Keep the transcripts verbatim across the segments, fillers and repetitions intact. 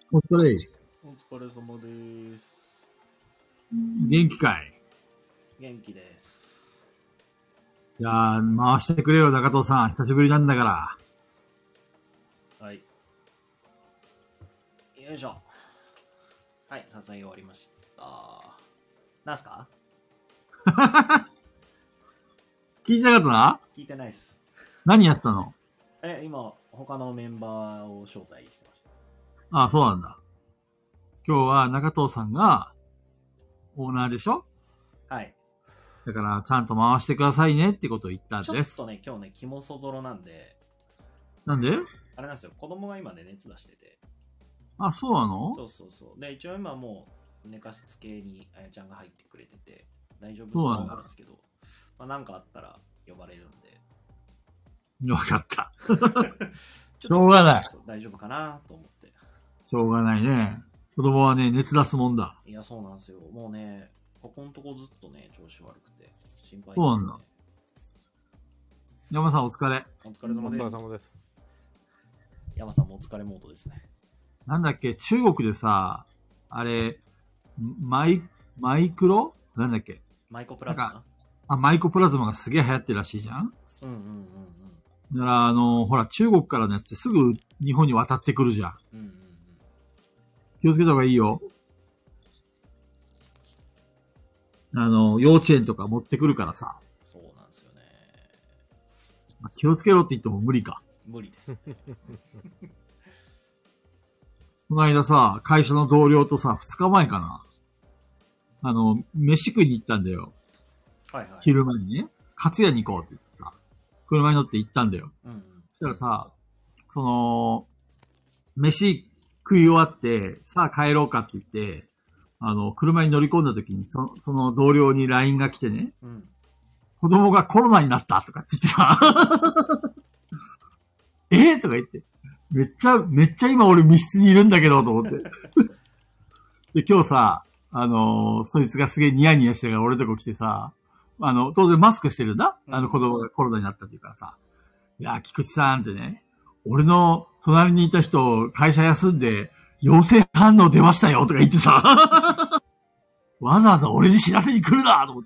お疲れ。 お疲れ様です。 元気かい？ 元気です。 いやー、回してくれよ、中藤さん。久しぶりなんだから。 はい。よいしょ。はい、撮影終わりました。なんすか？ 聞いてなかったな？ 聞いてないっす。 何やってたの？ え、今、他のメンバーを招待してました。 ああ、そうなんだ。今日は中藤さんが、オーナーでしょ？ はい。 だから、ちゃんと回してくださいねってことを言ったんです。 ちょっとね、今日ね、肝そぞろなんで。 なんで？ あれなんですよ、子供が今ね、熱出してて。 あ、そうなの？ そうそうそう。で、一応今もう、寝かしつけにあやちゃんが入ってくれてて、大丈夫そうなんですけど、まあ、なんかあったら呼ばれるんで。 わかった。しょうがない。 大丈夫かなと思って。 しょうがないね。子供はね、熱出すもんだ。 いや、そうなんですよ。もうね、ここのとこずっとね、調子悪くて、心配ですね。 そうなんだ。山さんお疲れ。 お疲れ様です。 お疲れ様です。 山さんもお疲れモードですね。 なんだっけ、中国でさ、あれ、マイ、マイクロなんだっけ、 マイコプラズマ？ あ、マイコプラズマがすげえ流行ってるらしいじゃん。 うんうんうんうん。 だから、あの、ほら、中国からのやつってすぐ日本に渡ってくるじゃん。 うんうんうん。 気をつけた方がいいよ。あの、幼稚園とか持ってくるからさ。 そうなんですよね。 まあ、気をつけろって言っても無理か。 無理です。 この間さ、会社の同僚とさ、二日前かな。あの、飯食いに行ったんだよ。 はいはい。 昼間にね。カツ屋に行こうって言ってさ、車に乗って行ったんだよ。 うんうん。 そしたらさ、その、飯食い終わって、さあ帰ろうかって言って、あの、車に乗り込んだ時に、そその同僚に ライン が来てね、 うん、 子供がコロナになったとかって言ってさ、えーとか言って、めっちゃ、めっちゃ今俺密室にいるんだけど、と思って。で、今日さ、あのー、そいつがすげえニヤニヤしてから俺のとこ来てさ、あの、当然マスクしてるんだ、あの子供がコロナになったっていうからさ、いや、菊池さんってね、俺の隣にいた人、会社休んで、陽性反応出ましたよとか言ってさ、わざわざ俺に知らせに来るなと思って。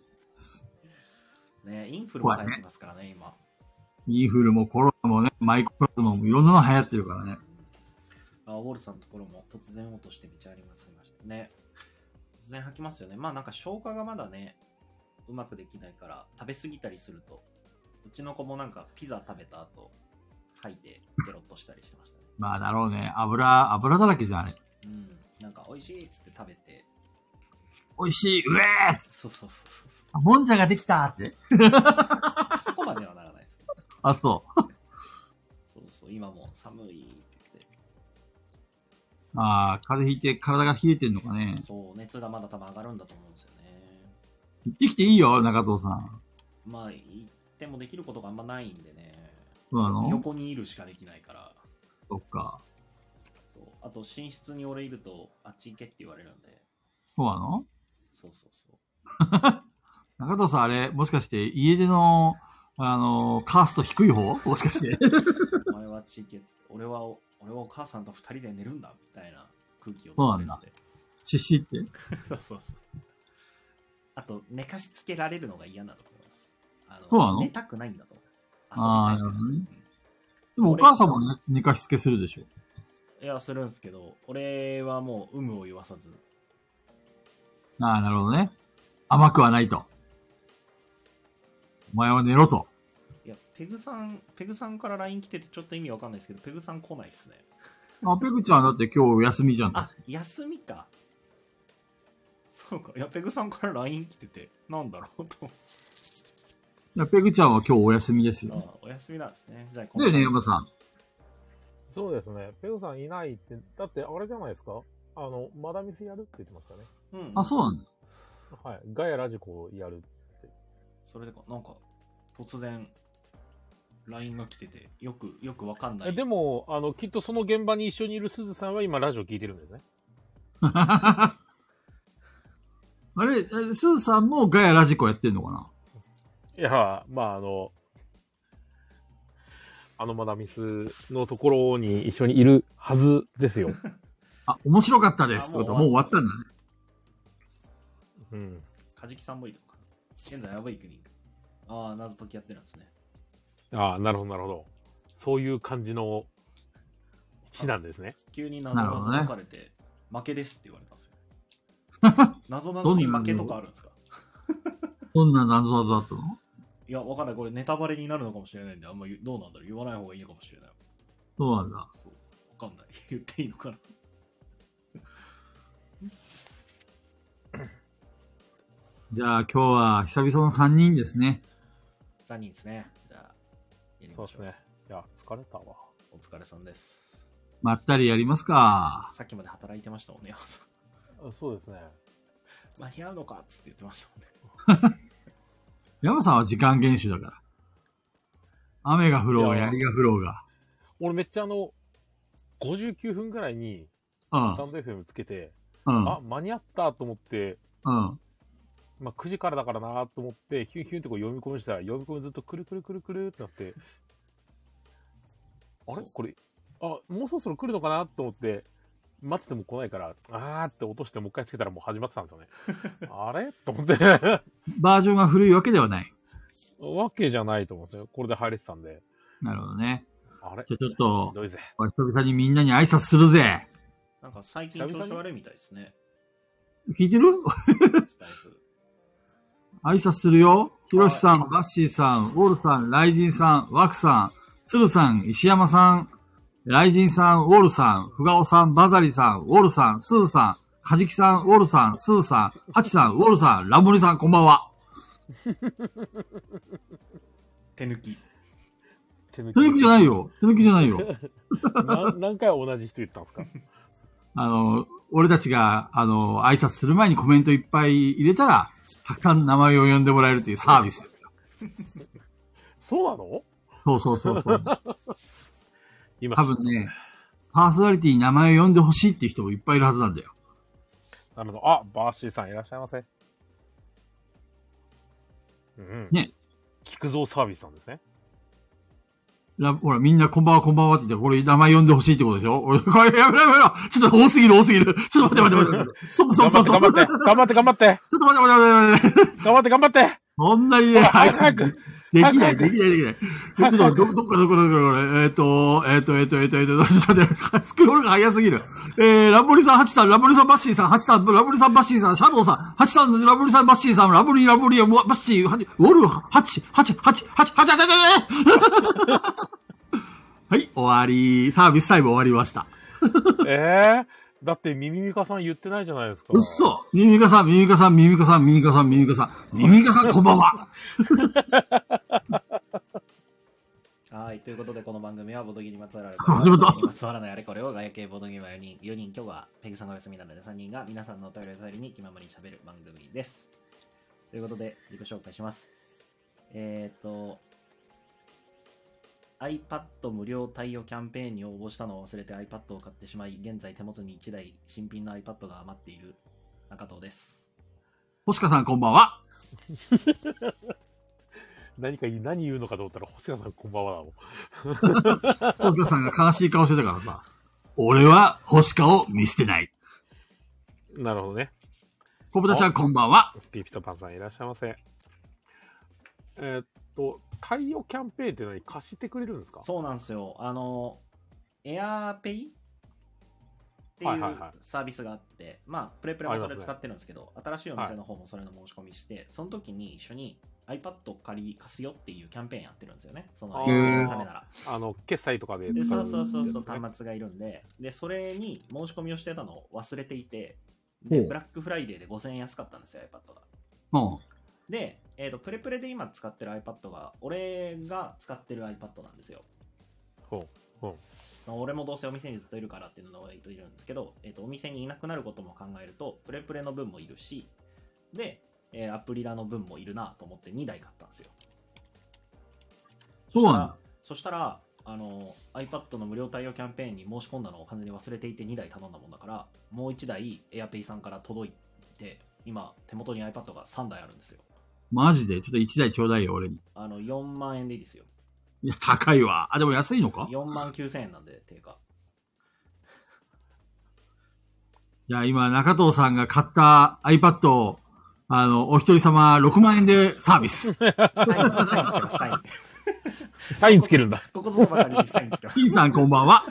ね、インフルも流行ってますからね、今。 インフルもコロナもね、マイコプラズマもいろんなの流行ってるからね。 あ、ウォルさんのところも突然落としてめちゃありましたね。突然吐きますよね。まあなんか消化がまだね、うまくできないから、食べ過ぎたりすると、うちの子もなんかピザ食べた後、吐いてペロッとしたりしてましたね。 まあだろうね。油、油だらけじゃん、あれ。 うん。なんか美味しいっつって食べて。 美味しい、うえーそうそうそうそう。 もんじゃができたって。 そこまではならないですけど。 あ、そう。 そうそう、今も寒いって言って。 ああ、風邪ひいて体が冷えてんのかね。 そう、熱がまだ多分上がるんだと思うんですよね。 行ってきていいよ、中藤さん。 まあ、行ってもできることがあんまないんでね。 そうなの？ 横にいるしかできないから。 そっか。 そう。あと、寝室に俺いると、あっち行けって言われるんで。 そうなの？ そうそうそう。 中藤さん、あれ、もしかして家での、あの、カースト低い方もしかして。 お前はあっち行けっつって、俺は、俺はお母さんと二人で寝るんだみたいな空気をそうなんだ。ししって。 そうそうそう。あと、寝かしつけられるのが嫌なところ。あの、 そうなの？ 寝たくないんだと思います。 ああ、なるほどね。 うん、 でもお母さんもね、寝かしつけするでしょ。 いや、するんですけど、俺はもう有無を言わさず。 ああ、なるほどね。甘くはないと。お前は寝ろと。 いや、ペグさん、ペグさんから ライン 来ててちょっと意味わかんないですけど、ペグさん来ないっすね。 あ、ペグちゃんだって今日休みじゃん。 あ、休みか。そうか。いや、ペグさんから ライン 来てて、なんだろうと。 いや、ペグちゃんは今日お休みですよ。 ああ、お休みなんですね。じゃあ、 だよね、山さん。 そうですね。ペグさんいないって、だってあれじゃないですか、あの、マダミスやるって言ってましたね。 うん、うん。 あ、そうなんだ。 はい。ガヤラジコやるって。 それでか、なんか、突然、ライン が来てて、よく、よくわかんない。 でも、あの、きっとその現場に一緒にいるすずさんは今ラジオ聞いてるんですね。 あれ、すずさんもガヤラジコやってんのかな？ いや、まあ、あの、あのマダミスのところに一緒にいるはずですよ。 あ、面白かったですってことはもう終わったんだね。 うん。 カジキさんもいいのかな。現在、アウェイクニング。ああ、謎解きやってるんですね。 ああ、なるほど、なるほど。そういう感じの日なんですね。 急に謎謎出されて、ね、負けですって言われたんですよ。謎謎に負けとかあるんですか？ どんな謎謎だったの？ いや、わかんない。これネタバレになるのかもしれないんで、あんまどうなんだろう。言わない方がいいのかもしれない。 そうなんだ。 そう。わかんない。言っていいのかな。 じゃあ今日は久々のさんにんですね。 さんにんですね。じゃあ、やりましょう。 そうですね。いや、疲れたわ。 お疲れさんです。 まったりやりますか。 さっきまで働いてましたもんね、山さん。そうですね。 間に合うのかっつって言ってましたもんね。 山さんは時間厳守だから。雨が降ろうが、槍が降ろうが。 俺めっちゃあの、ごじゅうきゅうふんぐらいに、スタンド エフエム つけて、うん、あ、間に合ったと思って、 うん。 まあ、くじからだからなと思って、ヒュンヒュンってこう読み込みしたら、読み込みずっとくるくるくるくるってなって、あれこれ、あ、もうそろそろ来るのかなと思って、待ってても来ないから、あーって落としてもう一回つけたらもう始まってたんですよね。あれと思って。 バージョンが古いわけではない。 わけじゃないと思うんですよ。これで入れてたんで。 なるほどね。 あれじゃあちょっと、 ひどいぜ。 俺久々にみんなに挨拶するぜ。 なんか最近調子悪いみたいですね。 聞いてる？挨拶するよ。ひろしさん、バッシーさん、ウォルさん、ライジンさん、ワクさん、ツルさん、石山さん、ライジンさん、ウォルさん、フガオさん、バザリさん、ウォルさん、スーさん、カジキさん、ウォルさん、スーさん、ハチさん、ウォルさん、ラモリさん、こんばんは。 手抜き。 手抜き。手抜きじゃないよ。手抜きじゃないよ。 な何回同じ人言ったんですか？ あの、俺たちが、あの、挨拶する前にコメントいっぱい入れたら、たくさん名前を呼んでもらえるというサービス。 そうなの？ そうそうそうそう。今多分ね、パーソナリティに名前を呼んでほしいっていう人もいっぱいいるはずなんだよ。 なるほど。あ、バーシーさんいらっしゃいませ。うん。 ね。 聞くぞサービスなんですね。 ほら、みんなこんばんはこんばんはって言って、これ名前呼んでほしいってことでしょ？俺、これやめろやめろちょっと多すぎる多すぎるちょっと待って待って待って。ストップストップストップ。 頑張って頑張って頑張って。 ちょっと待って待って待って待って。 頑張って頑張って。 そんなにね、 早く早く。 できない、できない、できない。ちょっと、ど、どっからどっからどっからえっと、えっと、えっと、えっと、えっと、ちょっと待って、スクロールが早すぎる。えー、ラボリさん、ハチさん、ラボリさん、バッシーさん、ハチさん、ラボリさん、バッシーさん、シャドウさん、ハチさん、ラボリさん、バッシーさん、ラボリ、ラボリ、バッシー、ハチ、ウォル、ハチ、ハチ、ハチ、ハチ、ハチ、ハチ、ハチ、はい、終わり。サービスタイム終わりました。 えーだってミミミカさん言ってないじゃないですか。 うっそミミミカさん、ミミミカさん、ミミミカさん、ミミミカさん、ミミミカさん、ミミミカさん、こんばんは。 はい、ということでこの番組はボドゲにまつわられボドゲにまつわらないあれこれをガヤ系ボドゲーマーよにん、よにん今日はペグさんがお休みなのでさんにんが皆さんのお便りを頼りに気ままに喋る番組です。ということで自己紹介します。えっ、ー、と、iPad 無料貸与キャンペーンに応募したのを忘れて iPad を買ってしまい、現在手元にいちだい新品の iPad が余っている中藤です。 星香さんこんばんは。 何か何言うのかと思ったら星香さんこんばんはだもん。 星香さんが悲しい顔してたからさ、俺は星香を見捨てない。 なるほどね。 小豚ちゃんこんばんは。 ピピタパンさんいらっしゃいませ。えー、っと、貸与キャンペーンって何貸してくれるんですか？ そうなんですよ。あの、エアペイっていうサービスがあって、まあ、プレプレもそれ使ってるんですけど、ね、新しいお店の方もそれの申し込みして、はい、その時に一緒に iPad 借り貸すよっていうキャンペーンやってるんですよね。そのためなら。 あの、決済とかで、 で。そうそうそうそう、端末がいるんで、で、それに申し込みをしてたのを忘れていて、で、ブラックフライデーでごせんえん安かったんですよ、iPad が。 うん。 で、えーと、プレプレで今使ってる iPad が、俺が使ってる iPad なんですよ。 ほう。ほう。俺もどうせお店にずっといるからっていうのがいるんですけど、えーと、お店にいなくなることも考えると、プレプレの分もいるし、で、えー、アプリラの分もいるなと思ってにだい買ったんですよ。 そうなんだ。 そしたら、あの、iPad の無料対応キャンペーンに申し込んだのを完全に忘れていてにだい頼んだもんだから、もういちだい AirPay さんから届いて、今、手元に iPad がさんだいあるんですよ。 マジでちょっといちだいちょうだいよ、俺に。 あの、よんまんえんでいいですよ。 いや、高いわ。あ、でも安いのか ? よんまんきゅうせんえんなんで、定価。 じゃあ今、中藤さんが買った iPad を、あの、お一人様ろくまん円でサービス。 サイン、サインつけます、サイン。 サインつけるんだ。 ここぞとばかりにサインつけます。 P さんこんばんは。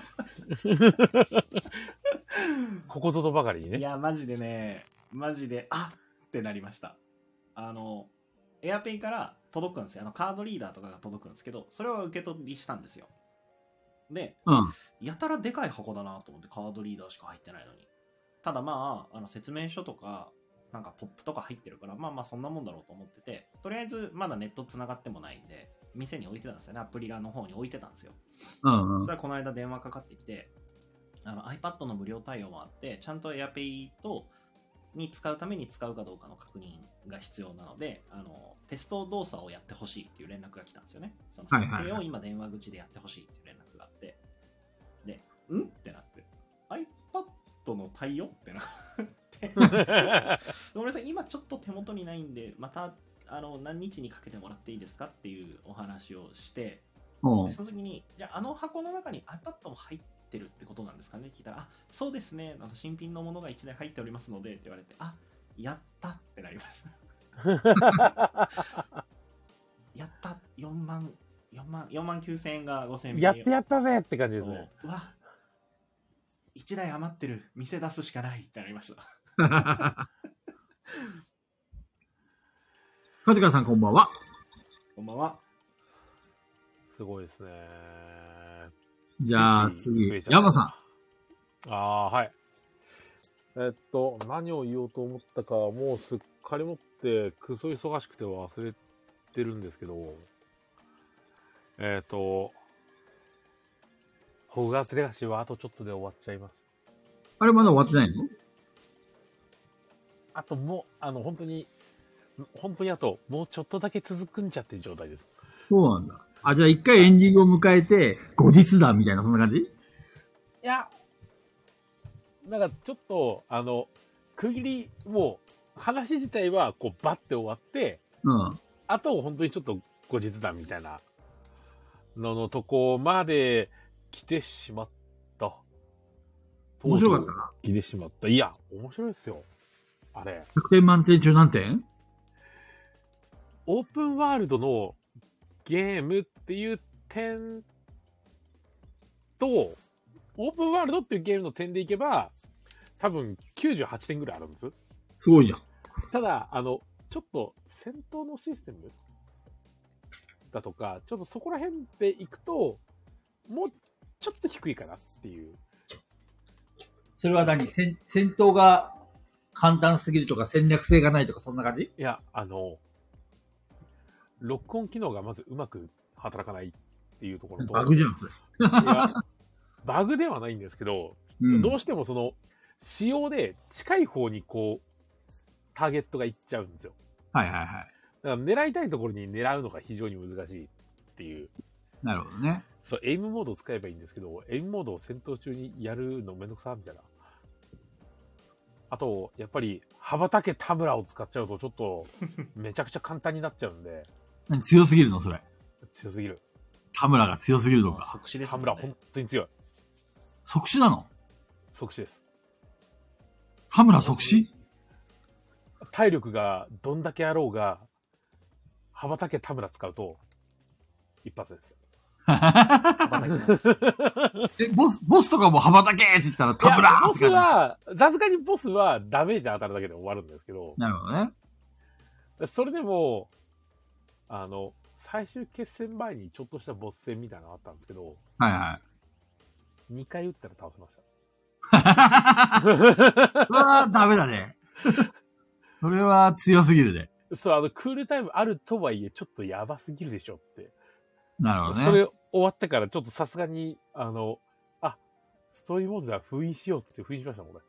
ここぞとばかりにね。 いや、マジでね、マジで、あってなりました。あの、エアペイから届くんですよ。あの、カードリーダーとかが届くんですけど、それを受け取りしたんですよ。で、 うん。 やたらでかい箱だなと思って、カードリーダーしか入ってないのに。ただまあ、あの説明書とか、なんかポップとか入ってるから、まあまあそんなもんだろうと思ってて、とりあえずまだネット繋がってもないんで、店に置いてたんですよね。アプリラの方に置いてたんですよ。 うんうん。 そしたらこの間電話かかってきて、あの iPad の無料対応もあって、ちゃんと AirPay とに使うために使うかどうかの確認が必要なので、あのテスト動作をやってほしいっていう連絡が来たんですよね。その設定を今電話口でやってほしいっていう連絡があって、で、んってなって、iPad の対応ってなってごめんなさい、今ちょっと手元にないんで、またあの何日にかけてもらっていいですかっていうお話をして、 うんでその時に、じゃああの箱の中に iPad も入ってるってことなんですかねって聞いたら、あ、そうですね、あの新品のものがいちだい入っておりますのでって言われて、あ、やったってなりましたやった、よんまんよんまんよんまんきゅうせんえんがごせんえんやってやったぜって感じですね。 うわ、いちだい余ってる、店出すしかないってなりましたカジカさんこんばんは。 こんばんは。 すごいですね。 じゃあ次、山さん。ああ、はい。えっと、何を言おうと思ったか、もうすっかりもってクソ忙しくて忘れてるんですけど、えっと、ホグワーツレガシーはあとちょっとで終わっちゃいます。 ん。あれまだ終わってないの？ あともう、あの、本当に、本当にあと、もうちょっとだけ続くんじゃっていう状態です。 そうなんだ。あ、じゃあ一回エンディングを迎えて、後日談みたいな、そんな感じ？ いや、なんかちょっと、あの、区切り、もう、話自体は、こう、バッて終わって、 うん。 あと、本当にちょっと後日談みたいなののとこまで来てしまった。 面白かったな。 来てしまった。いや、面白いですよ。あれ。 ひゃくてん満点中何点？ オープンワールドのゲームっていう点と、オープンワールドっていうゲームの点でいけば、多分きゅうじゅうはちてんぐらいあるんです。 すごいじゃん。 ただ、あの、ちょっと戦闘のシステムだとか、ちょっとそこら辺でいくと、もうちょっと低いかなっていう。 それは何？戦戦闘が簡単すぎるとか戦略性がないとかそんな感じ？ いや、あの、録音機能がまずうまく働かないっていうところと。 バグじゃん、それ。 いや、バグではないんですけど、うん、どうしてもその、仕様で近い方にこう、ターゲットがいっちゃうんですよ。 はいはいはい。 だから狙いたいところに狙うのが非常に難しいっていう。 なるほどね。 そう、エイムモードを使えばいいんですけど、エイムモードを戦闘中にやるのめんどくさみたいな。あと、やっぱり、羽ばたけ田村を使っちゃうとちょっと、めちゃくちゃ簡単になっちゃうんで。 何強すぎるのそれ。 強すぎる。 田村が強すぎるのか。 即死ですね。 田村本当に強い。 即死なの？ 即死です。 田村即死？ 体力がどんだけあろうが、羽ばたけ田村使うと、一発です。 え、ボス、ボスとかも羽ばたけって言ったら田村ボスは、さすがにボスはダメージ当たるだけで終わるんですけど。 なるほどね。 それでも、あの、最終決戦前にちょっとしたボス戦みたいなのがあったんですけど、 はいはい。 にかい撃ったら倒せました。 うわー、ダメだね。それは強すぎるね。 そう、あの、クールタイムあるとはいえ、ちょっとやばすぎるでしょって。 なるほどね。 それ終わってから、ちょっとさすがに、あの、あ、ストーリーモードでは封印しようって封印しましたもん、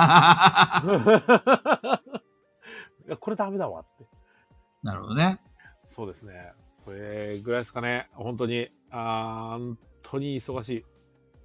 俺。これダメだわって。 なるほどね。 そうですね。これぐらいですかね。本当に、あー本当に忙しい。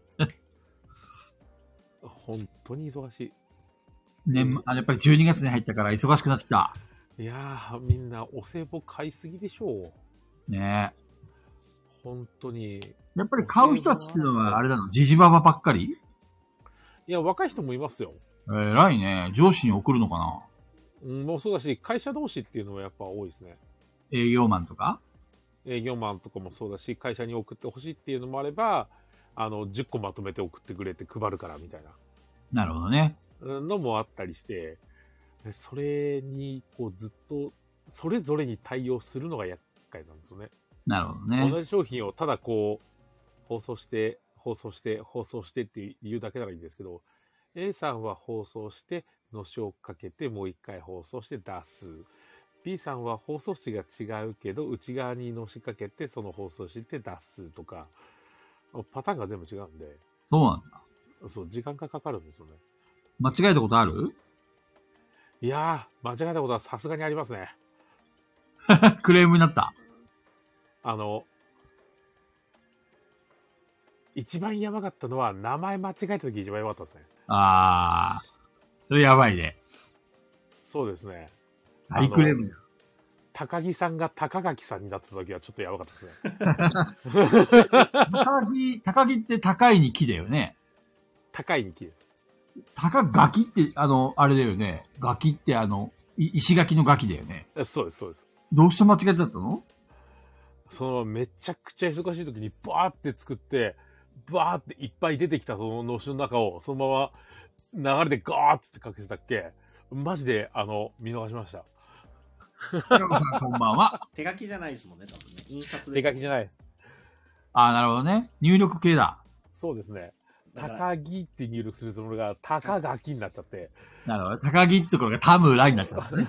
本当に忙しい。 年、あ、やっぱりじゅうにがつに入ったから忙しくなってきた。 いやー、みんなお歳暮買いすぎでしょう。ねえ。 本当に。 やっぱり買う人たちっていうのは、あれなの？ジジババばっかり？ いや、若い人もいますよ。 えー、偉いね。上司に送るのかな？ うん、もうそうだし、会社同士っていうのはやっぱ多いですね。 営業マンとか？ 営業マンとかもそうだし、会社に送ってほしいっていうのもあれば、あの、じゅっこまとめて送ってくれて配るからみたいな。 なるほどね。 のもあったりして、それに、こうずっと、それぞれに対応するのが厄介なんですよね。 なるほどね。 同じ商品をただこう、放送して、放送して、放送してっていうだけならいいんですけど、A さんは放送して、のしをかけて、もう一回放送して出す。B さんは放送紙が違うけど、内側にのしかけて、その放送して出すとか、パターンが全部違うんで。 そうなんだ。 そう、時間がかかるんですよね。 間違えたことある？ いやー、間違えたことはさすがにありますね。 クレームになった。 あの、一番やばかったのは、名前間違えた時一番やばかったですね。 あー、それやばいね。 そうですね。 大クレームだ。 高木さんが高垣さんになった時はちょっとやばかったですね。 高木、高木って高いに木だよね。 高いに木です。 高垣って、あの、あれだよね。垣ってあの、石垣の垣だよね。 そうです、そうです。 どうして間違えちゃったの？ そのめちゃくちゃ忙しい時にバーって作って、バーっていっぱい出てきたその脳種の中をそのまま流れでガーって書けてたっけ、マジであの、見逃しました。 高子さんこんばんは。 手書きじゃないですもんね、多分ね。印刷手です、 書きじゃないです。 ああ、なるほどね。入力系だ。 そうですね。 だから高木って入力するつもりが高垣になっちゃって。 なるほど。高木ってところが田村になっちゃったね。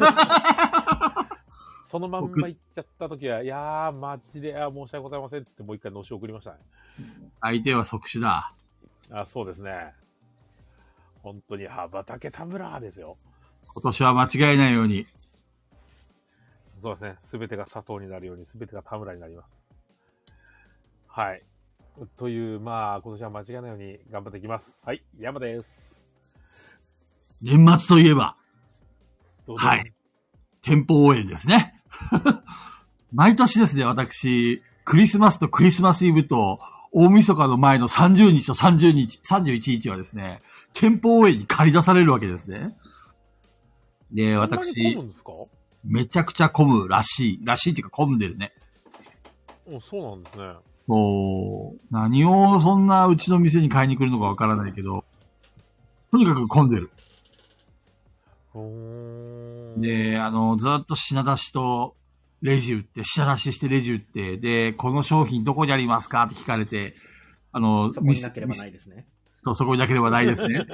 そのまんま行っちゃった時は、いやー、マジで、あー申し訳ございませんってってもう一回のし送りましたね。 相手は即死だ。 あ、そうですね。本当に羽ばたけ田村ですよ。 今年は間違えないように。 そうですね。すべてが佐藤になるように、すべてが田村になります。はい。という、まあ、今年は間違えないように頑張っていきます。はい、山です。 年末といえば、 どうぞはい。店舗応援ですね。毎年ですね、私、クリスマスとクリスマスイブと、大晦日の前のさんじゅうにちとさんじゅうにち、さんじゅういちにちはですね、店舗応援に借り出されるわけですね。で、 そんなに混私むんですか？ めちゃくちゃ混むらしい。らしいっていうか混んでるね。 うん、そうなんですね。 そう。何をそんなうちの店に買いに来るのかわからないけど、とにかく混んでる。 ほーん。 で、あの、ずっと品出しと、レジ売って、品出ししてレジ売って、で、この商品どこにありますかって聞かれて、あの、 そこになければないですね。 そう、そこになければないですね。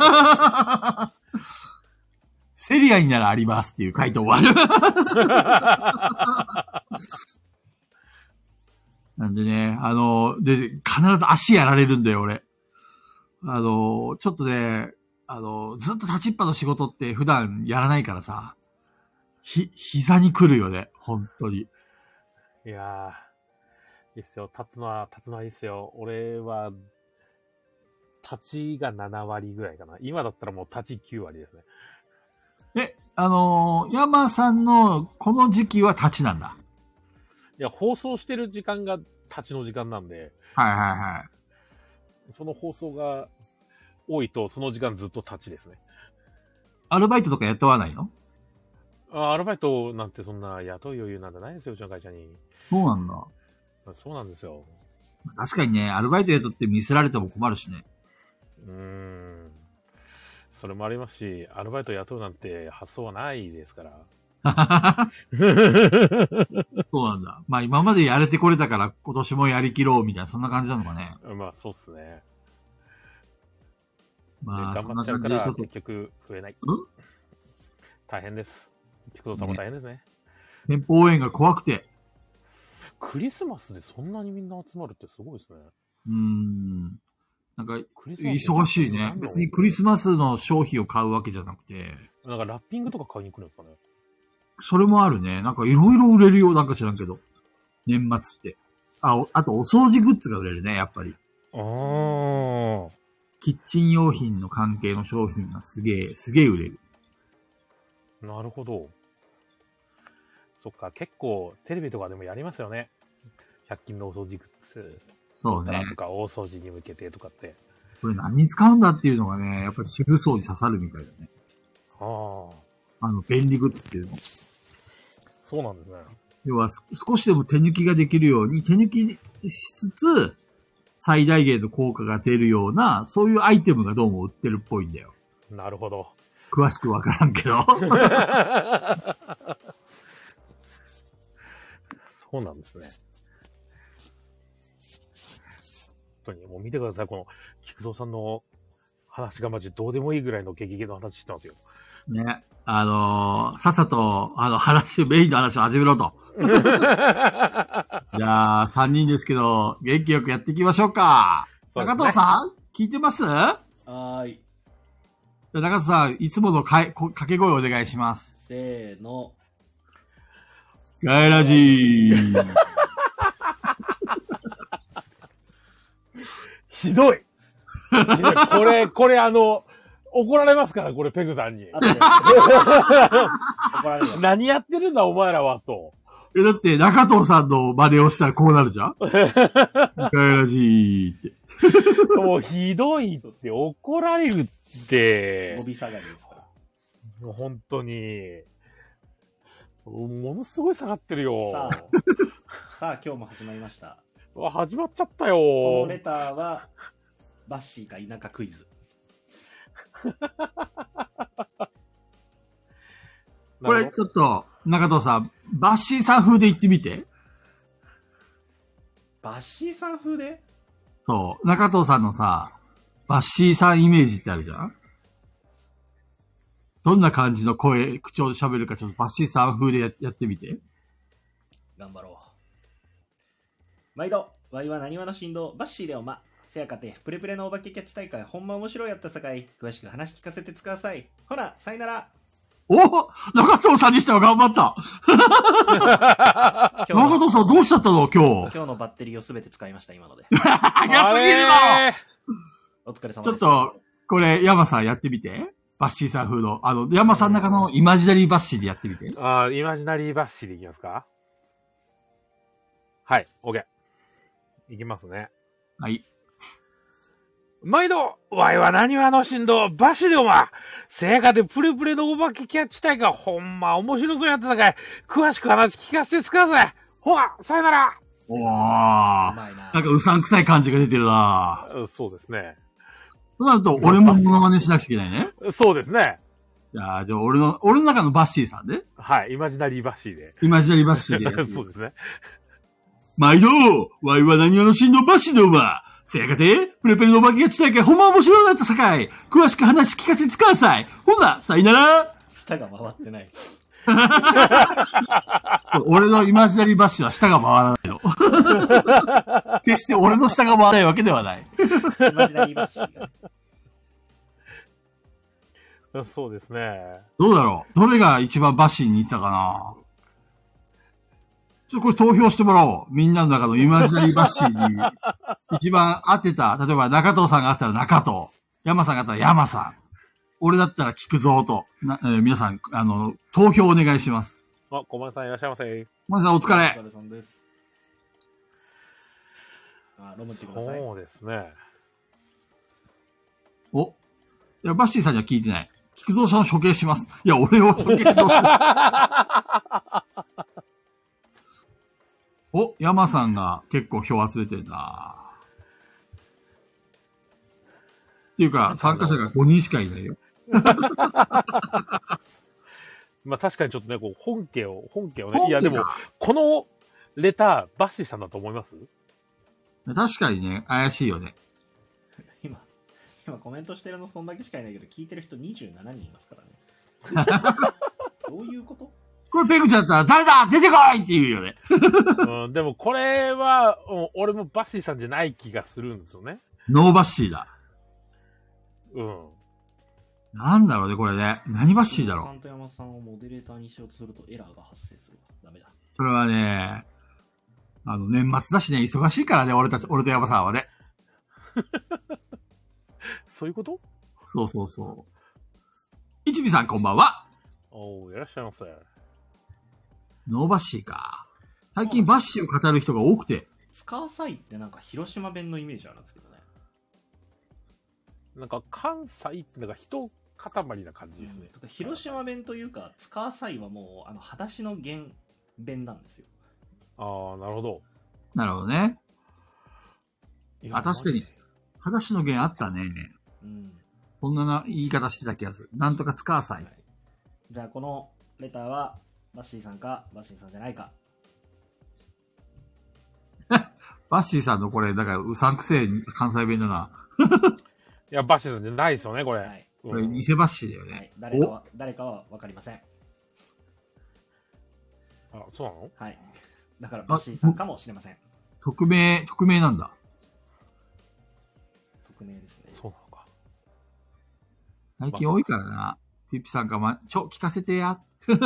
セリアにならありますっていう回答は。なんでね、あの、で、必ず足やられるんだよ、俺。あの、ちょっとね、あの、ずっと立ちっぱの仕事って普段やらないからさ、ひ、膝に来るよね、本当に。 いやー、いいっすよ。立つのは、立つのはいいっすよ。俺は、立ちがななわりぐらいかな。今だったらもう立ちきゅうわりですね。 え、あの、山さんのこの時期は立ちなんだ。 いや、放送してる時間が立ちの時間なんで、 はいはいはい。 その放送が多いと、その時間ずっと立ちですね。 アルバイトとか雇わないの？ あ、アルバイトなんてそんな雇う余裕なんてないですよ、うちの会社に。 そうなんだ。 そうなんですよ。 確かにね、アルバイト雇ってミスられても困るしね。 うーん。それもありますし、アルバイト雇うなんて発想はないですから。 そうなんだ。まあ今までやれてこれたから今年もやりきろうみたいな、そんな感じなのかね。 まあ、そうっすね。 まあ、 頑そんな張っちゃうから感じでちょっと。 結局増えない。 ん大変です。菊蔵さんも大変ですね。 店舗応援が怖くて。 クリスマスでそんなにみんな集まるってすごいですね。 うーん。なんか、 クリスマス忙しいね。別にクリスマスの商品を買うわけじゃなくて。 なんかラッピングとか買いに来るんですかね。 それもあるね。なんかいろいろ売れるよ。なんか知らんけど。年末って。あ、おあとお掃除グッズが売れるね、やっぱり。 ああ。 キッチン用品の関係の商品がすげえ、すげえ売れる。 なるほど。そっか、結構テレビとかでもやりますよね。ひゃく均のお掃除グッズ。 そうね。 とか大掃除に向けてとかって。 これ何に使うんだっていうのがね、やっぱり主婦層に刺さるみたいだね。 ああ。 あの、便利グッズっていうの。 そうなんですね。 要は、少しでも手抜きができるように、手抜きしつつ、最大限の効果が出るような、そういうアイテムがどうも売ってるっぽいんだよ。 なるほど。 詳しくわからんけど。 そうなんですね。本当に、もう見てください。この、菊蔵さんの話がマジどうでもいいぐらいの激ゲの話してますよ。 ね。あのー、さっさと、あの、話、メインの話を始めろと。じゃあ、さんにんですけど、元気よくやっていきましょうか。 そうですね中藤さん聞いてます？ はーい。 中藤さん、いつものかいこ掛け声お願いします。 せーの。 ガイラジー。 ひどいひどいこれ、これあの、怒られますから、これペグさんに。 あとで怒られるよ。 何やってるんだ、お前らは、と。 え、だって中藤さんの真似をしたらこうなるじゃん。ガイラジーって。 もうひどいって怒られるって。 伸び下がりですから。 もう本当に。ものすごい下がってるよ。 さあ、さあ今日も始まりました。 うわ始まっちゃったこよの。レターは、バッシーか否かクイズ。 これ、ちょっと、中藤さん、バッシーさん風で言ってみて。 バッシーさん風でそう。中藤さんのさ、バッシーさんイメージってあるじゃん？どんな感じの声、口調で喋るかちょっとバッシーさん風で や, やってみて。 頑張ろう。毎度、ワイは何話の振動、バッシーでおま。せやかて、プレプレのお化けキャッチ大会、ほんま面白いやったさかい。詳しく話聞かせてください。ほな、さよなら。 お中藤さんにしては頑張った今日の中藤さんどうしちゃったの今日。 今日のバッテリーをすべて使いました、今ので。 早すぎるだろお疲れ様です。 ちょっと、これ、山さんやってみて。バッシーさん風の。あの、山さんの中のイマジナリーバッシーでやってみて。 あーイマジナリーバッシーでいきますか？はい、OK。いきますね。 はい。 毎度、ワイは何話の振動、バシでおま。せやかてプレプレのお化けキャッチ大会、ほんま面白そうやってたかい。詳しく話聞かせてください。ほら、さよなら。 おー。 うまいな。 なんかうさんくさい感じが出てるなうんそうですね。 そうなると、俺もモノマネしなくちゃいけないね。 そうですね。 じゃあ、じゃあ俺の、俺の中のバッシーさんね。 はい、イマジナリーバッシーで。 イマジナリーバッシーでやってみる。 そうですね。 毎度、ワイは何話の真のバッシーの馬。せやかて、プレプレのお化けがち大会、ほんま面白いなったさかい。詳しく話聞かせてください。ほな、さいなら。 舌が回ってない。 俺のイマジナリーバッシュは舌が回らないの。決して俺の舌が回らないわけではない。 イマジナリーバッシーが。 そうですね。 どうだろうどれが一番バッシーに似てたかなちょっとこれ投票してもらおう。みんなの中のイマジナリーバッシーに一番合ってた。例えば中藤さんがあったら中藤。山さんがあったら山さん。俺だったら菊蔵と。な、えー皆さん、あの、投票お願いします。 あ、小松さんいらっしゃいませ。 小松さんお疲れ。 お疲れさんです。あ、ロムってください。 そうですね。 お。いや、バッシーさんには聞いてない。菊蔵さんを処刑します。いや、俺を処刑します。お、山さんが結構票集めてるなっていうか、参加者がごにんしかいないよ。 まあ確かにちょっとね、こう、本家を、本家をね。 本家かいやでも、このレター、バッシーさんだと思います？ 確かにね、怪しいよね。 今、今コメントしてるのそんだけしかいないけど、聞いてる人にじゅうななにんいますからね。どういうことこれペグちゃんだったら、誰だ出てこいって言うよね。 うん、でもこれは、うん俺もバッシーさんじゃない気がするんですよね。 ノーバッシーだ。 うん。 なんだろうね、これね。何バッシーだろう。 さんと山さんをモデレーターにしようとするとエラーが発生するわ。ダメだ。 それはね、あの、年末だしね、忙しいからね、俺たち、俺と山さんはね。 そういうこと？ そうそうそう。一味さんこんばんは。 おー、いらっしゃいませ。 ノーバッシーか。最近バッシーを語る人が多くて。 スカーサイってなんか広島弁のイメージあるんですけどね。 なんか関西ってなんか一塊な感じですね。 うん、広島弁というか、塚西はもう、あの、裸足の原弁なんですよ。 ああ、なるほど。 なるほどね。 あ、 確かに。裸足の弦あったね。 うん。 そんなな言い方してた気がする。なんとかスカーサイ。はい、 じゃあ、このレターは、バッシーさんか、バッシーさんじゃないか。 バッシーさんのこれ、だから、うさんくせえ関西弁だな。 いや、バッシーさんじゃないですよね、これ。はい、 これ、偽バッシーだよね。はい、 誰かは、誰かはわかりません。 あ、そうなの？ はい。だから、バッシーさんかもしれません。 匿名、匿名なんだ。 匿名ですね。 そうなのか。 最近多いからな。ピッピさんかま、ちょ、聞かせてや。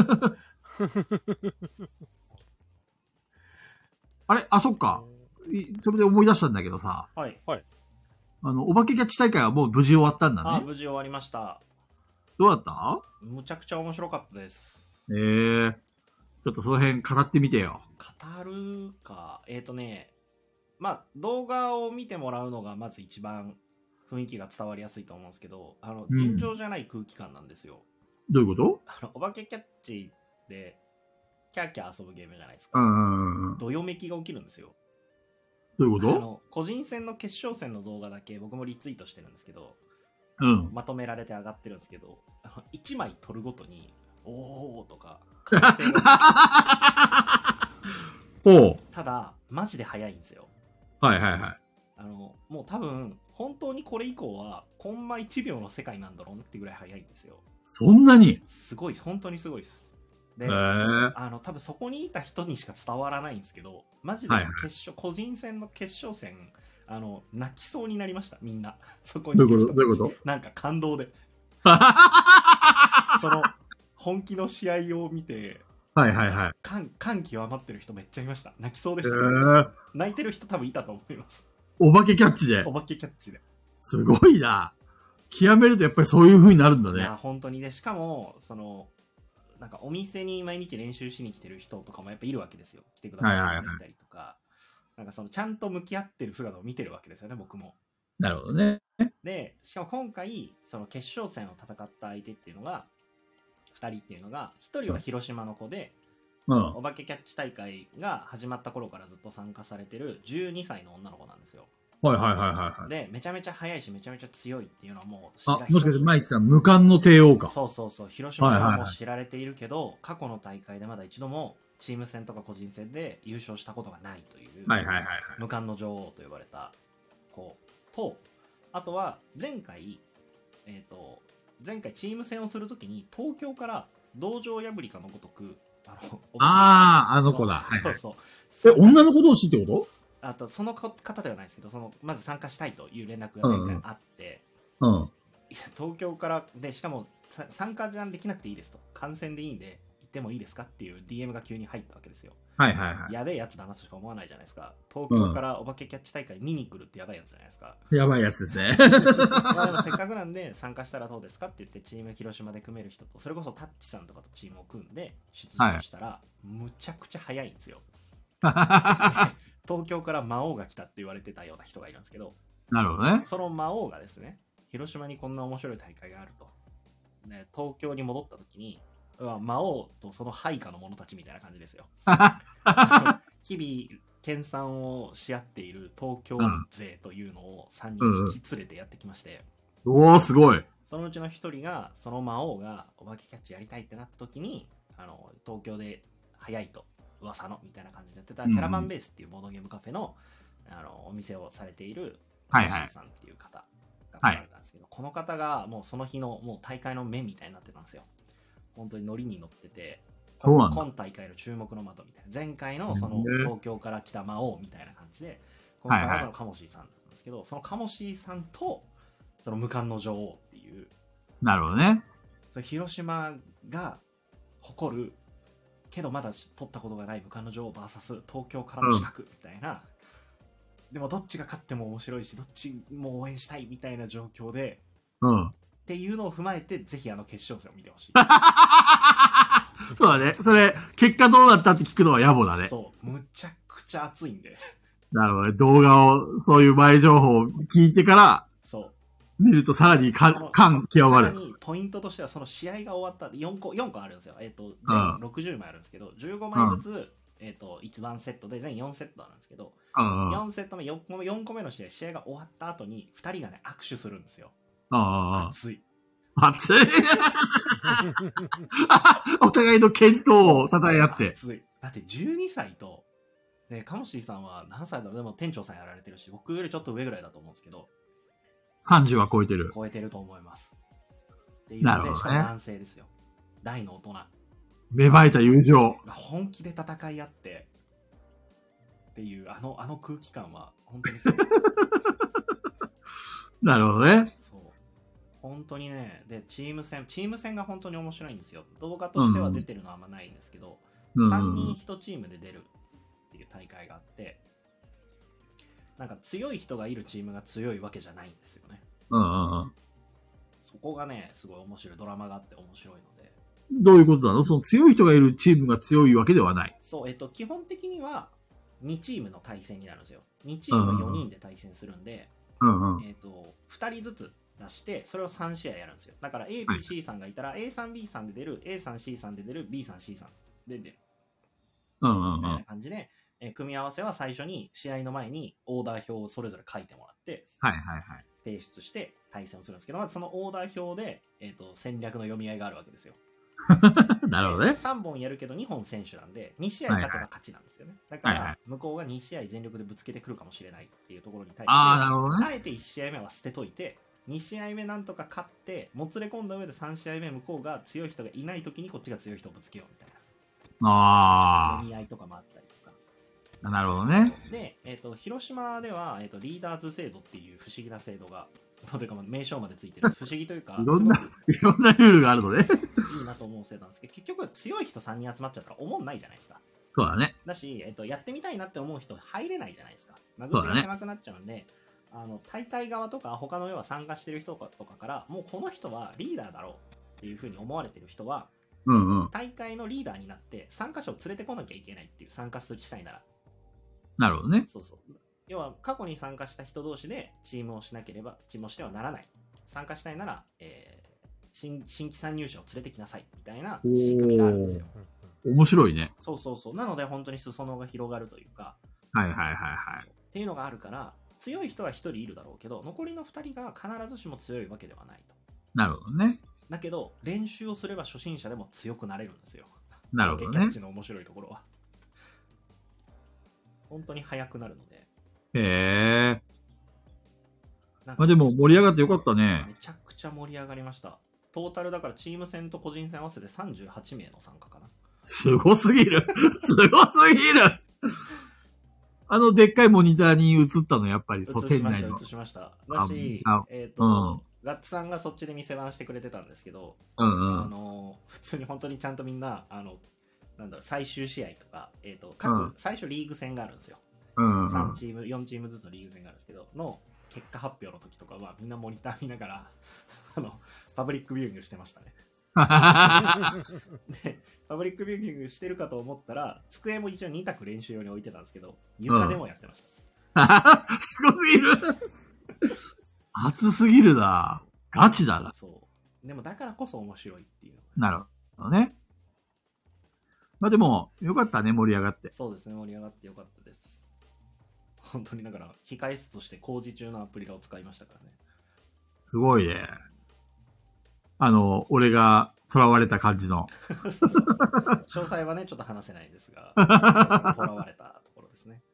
あれあ、そっか。それで思い出したんだけどさ。 はい。はい。 あの、お化けキャッチ大会はもう無事終わったんだね。 あ、無事終わりました。 どうだった？ むちゃくちゃ面白かったです。 ええー。ちょっとその辺語ってみてよ。 語るか。えっ、ー、とね、まあ、動画を見てもらうのがまず一番雰囲気が伝わりやすいと思うんですけど、あの、尋常じゃない空気感なんですよ。 うん、どういうこと？ あの、お化けキャッチで、キャーキャー遊ぶゲームじゃないですか。 うんうんうん。 どよめきが起きるんですよ。 どういうこと？ あの、個人戦の決勝戦の動画だけ僕もリツイートしてるんですけど、 うん。 まとめられて上がってるんですけど、いちまい撮るごとに、おーとか、 おただ、マジで早いんですよ。 はいはいはい。 あの、もう多分、本当にこれ以降は、コンマいちびょうの世界なんだろうなってぐらい早いんですよ。 そんなに？ すごい、本当にすごいです。で、 あの、多分そこにいた人にしか伝わらないんですけど、マジで決勝、はいはい、個人戦の決勝戦、あの、泣きそうになりました、みんな。そこにいる人たち。 どういうこと？どういうこと？ なんか感動で。その、本気の試合を見て、 はいはいはい。 感、感極まってる人めっちゃいました。泣きそうでした、ね。泣いてる人多分いたと思います。 お化けキャッチで。 お化けキャッチで。 すごいな。極めるとやっぱりそういう風になるんだね。いや、本当にね。しかも、その、なんかお店に毎日練習しに来てる人とかもやっぱいるわけですよ。来てくださいって言ったりとか、はいはいはい、なんかそのちゃんと向き合ってる姿を見てるわけですよね、僕も。 なるほどね。 で、しかも今回、その決勝戦を戦った相手っていうのが、ふたりっていうのが、ひとりは広島の子で、うん、お化けキャッチ大会が始まった頃からずっと参加されてるじゅうにさいの女の子なんですよ。 はいはいはいはい。 で、めちゃめちゃ速いし、めちゃめちゃ強いっていうのはもう、 あ、もしかして前言ってた無冠の帝王か。 そうそうそう。広島はもう知られているけど、はいはいはい、過去の大会でまだ一度もチーム戦とか個人戦で優勝したことがないという、 はいはいはいはい、 無冠の女王と呼ばれた子と、あとは前回、えっと、前回チーム戦をするときに東京から道場破りかのごとく、あの、 あー、あの子だ。 そうそう。 え、女の子同士ってこと？ あと、その方ではないですけど、その、まず参加したいという連絡が前回あって、 うん。うん、 いや東京から、で、しかも、参加じゃできなくていいですと。観戦でいいんで、行ってもいいですかっていう ディーエム が急に入ったわけですよ。 はいはいはい。 やべえやつだなとしか思わないじゃないですか。東京からお化けキャッチ大会見に来るってやばいやつじゃないですか。 やばいやつですね。 まあでもせっかくなんで参加したらどうですかって言ってチーム広島で組める人と、それこそタッチさんとかとチームを組んで出場したら、はい、むちゃくちゃ早いんですよ。東京から魔王が来たって言われてたような人がいるんですけど、 なるほどね。 その魔王がですね、広島にこんな面白い大会があると。ね、東京に戻った時に、魔王とその配下の者たちみたいな感じですよ。日々、研鑽をし合っている東京勢というのをさんにん引き連れてやってきまして。 うんうん、おー、すごい。 そのうちのひとりが、その魔王がお化けキャッチやりたいってなった時に、あの、東京で早いと。噂のみたいな感じでやってた、キャラバンベースっていうボードゲームカフェの、あのお店をされているカシーさんっていう方が来られたんですけど、はいはい、この方がもうその日のもう大会の目みたいになってたんですよ。本当にノリに乗ってて、 そうなんだ。 今大会の注目の的みたいな、前回のその東京から来た魔王みたいな感じで、今回はそのカモシーさんなんですけど、はいはい、そのカモシーさんとその無冠の女王っていう、 なるほどね。 その広島が誇るけどまだ取ったことがない無冠の女王 ブイエス 東京からの資格みたいな、うん、でもどっちが勝っても面白いしどっちも応援したいみたいな状況で、 うん、 っていうのを踏まえてぜひあの決勝戦を見てほしい。 そうだね。それ結果どうだったって聞くのは野暮だね。 そうむちゃくちゃ熱いんで。 なるほどね。動画をそういう前情報を聞いてからそう見るとさらにそのか感極まる。 さらにポイントとしてはその試合が終わったよんこ、よんこあるんですよ。えっ、と、全ろくじゅうまいあるんですけど、じゅうごまいずつ、えっ、と、いちばんセットで全よんセットあるんですけど、 うんうん。 よんセット目、よんこめ、よんこめの試合、試合が終わった後にふたりがね、握手するんですよ。 ああ。 熱い。 熱い。お互いの健闘を称え合って。 熱い。だってじゅうにさいと、で、カモシーさんは何歳だろう。でも店長さんやられてるし、僕よりちょっと上ぐらいだと思うんですけど、 さんじゅうは超えてる。 超えてると思います。っていうので、 なるほどね。 しかも男性ですよ。大の大人。 芽生えた友情。 が本気で戦い合って、っていう、あの、あの空気感は、本当にそう。 なるほどね。 そう。本当にね、で、チーム戦、チーム戦が本当に面白いんですよ。動画としては出てるのはあんまないんですけど、うん、さんにんいちチームで出るっていう大会があって、なんか強い人がいるチームが強いわけじゃないんですよね。 うんうんうん。 そこがね、すごい面白い、ドラマがあって面白いので。 どういうことなの？その強い人がいるチームが強いわけではない。 そう、えっと、基本的にはにチームの対戦になるんですよ。にチームよにんで対戦するんで、 うんうん、 えっと、ふたりずつ出して、それをさん試合やるんですよ。だから A、B、C さんがいたら、エーさん、ビーさん で出る、エーさん、シーさん で出る、ビーさん、シーさん で出る。 うんうんうん。 みたいな感じで、えー、組み合わせは最初に試合の前にオーダー表をそれぞれ書いてもらって、 はいはいはい。 提出して対戦をするんですけど、まずそのオーダー表で、えっと、戦略の読み合いがあるわけですよ。 なるほどね。 さんぼんやるけどにほん選手なんで、に試合勝てば勝ちなんですよね。はいはい、だから、向こうがに試合全力でぶつけてくるかもしれないっていうところに対して、 あー、なるほどね。 あえていち試合目は捨てといて、に試合目なんとか勝って、もつれ込んだ上でさん試合目向こうが強い人がいない時にこっちが強い人をぶつけようみたいな。 ああ。 読み合いとかもあったりとか。 なるほどね。 で、えっと、広島では、えっと、リーダーズ制度っていう不思議な制度が、というか名称までついてる不思議というかいろんな、いろんなルールがあるのね。 いいなと思う制度なんですけど、結局強い人さんにん集まっちゃったら思んないじゃないですか。 そうだね。 だし、えっと、やってみたいなって思う人入れないじゃないですか。間口が狭くなっちゃうんで、ね、あの大会側とか他の要は参加してる人とかからもうこの人はリーダーだろうっていうふうに思われてる人は、 うんうん、 大会のリーダーになって参加者を連れてこなきゃいけないっていう、参加したいなら。 なるほどね。 そうそう。要は過去に参加した人同士でチームをしなければ、チームをしてはならない。参加したいなら、えー、新, 新規参入者を連れてきなさいみたいな仕組みがあるんですよ。 面白いね。 そうそうそう。なので本当に裾野が広がるというか。 はいはいはいはい。 っていうのがあるから、強い人はひとりいるだろうけど、残りのふたりが必ずしも強いわけではないと。 なるほどね。 だけど、練習をすれば初心者でも強くなれるんですよ。 なるほどね。 キャッチの面白いところは。本当に速くなるので。 へえ。まあでも盛り上がってよかったね。 めちゃくちゃ盛り上がりました。トータルだからチーム戦と個人戦合わせてさんじゅうはちめいの参加かな。 すごすぎる。すごすぎる。あのでっかいモニターに映ったのやっぱり、 そう、店内の。映しました。だし、えっと、うん、ガッツさんがそっちで店番してくれてたんですけど、 うんうん、 あの、普通に本当にちゃんとみんな、あの、なんだろう、最終試合とか、えっと、各、うん、最初リーグ戦があるんですよ。 うんうん、 さんチーム、よんチームずつのリーグ戦があるんですけど、の結果発表の時とかはみんなモニター見ながら、あの、パブリックビューイングしてましたね。で、パブリックビューイングしてるかと思ったら、机も一応に択練習用に置いてたんですけど、床でもやってました。 うん、すごすぎる。熱すぎるな。ガチだな。 そう。でもだからこそ面白いっていう。 なるほどね。まあでも、よかったね、盛り上がって。 そうですね、盛り上がってよかったです。本当にだから、控え室として工事中のアプリラを使いましたからね。 すごいね。あの、俺が囚われた感じの。 詳細はね、ちょっと話せないんですが、囚われたところですね。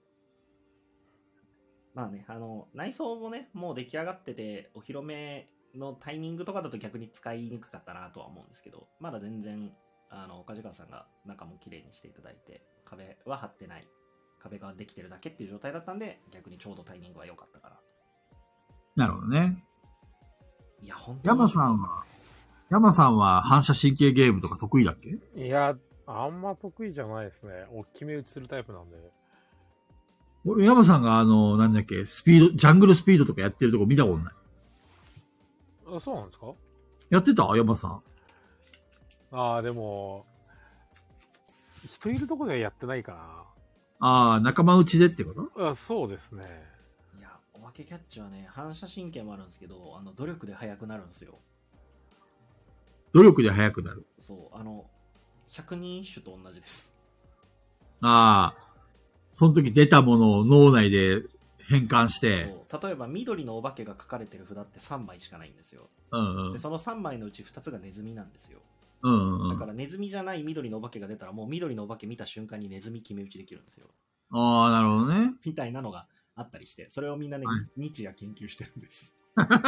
まあね、あの、内装もね、もう出来上がってて、お披露目のタイミングとかだと逆に使いにくかったなとは思うんですけど、まだ全然、あの、梶川さんが中も綺麗にしていただいて、壁は張ってない。壁ができてるだけっていう状態だったんで、逆にちょうどタイミングは良かったから。 なるほどね。 いや、本当に。 山さんは、山さんは反射神経ゲームとか得意だっけ？ いや、あんま得意じゃないですね。大きめ映るタイプなんで。 俺、山さんがあの、なんだっけ、スピード、ジャングルスピードとかやってるとこ見たことない。 あ、そうなんですか？ やってた？山さん。 ああ、でも、人いるとこではやってないかな。 ああ、仲間内でってこと？ あ、そうですね。 いや、 化けキャッチはね、反射神経もあるんですけど、あの努力で速くなるんですよ。 努力で速くなる。 そう、あの、百人一首と同じです。 ああ。その時出たものを脳内で変換して。 そう例えば緑のお化けが書かれてる札ってさんまいしかないんですよ。 うんうん。 で、そのさんまいのうちふたつがネズミなんですよ。 うんうんうん。 だからネズミじゃない緑のお化けが出たらもう緑のお化け見た瞬間にネズミ決め打ちできるんですよ。 ああ、なるほどね。 みたいなのがあったりして、それをみんなね、 はい日夜研究してるんです。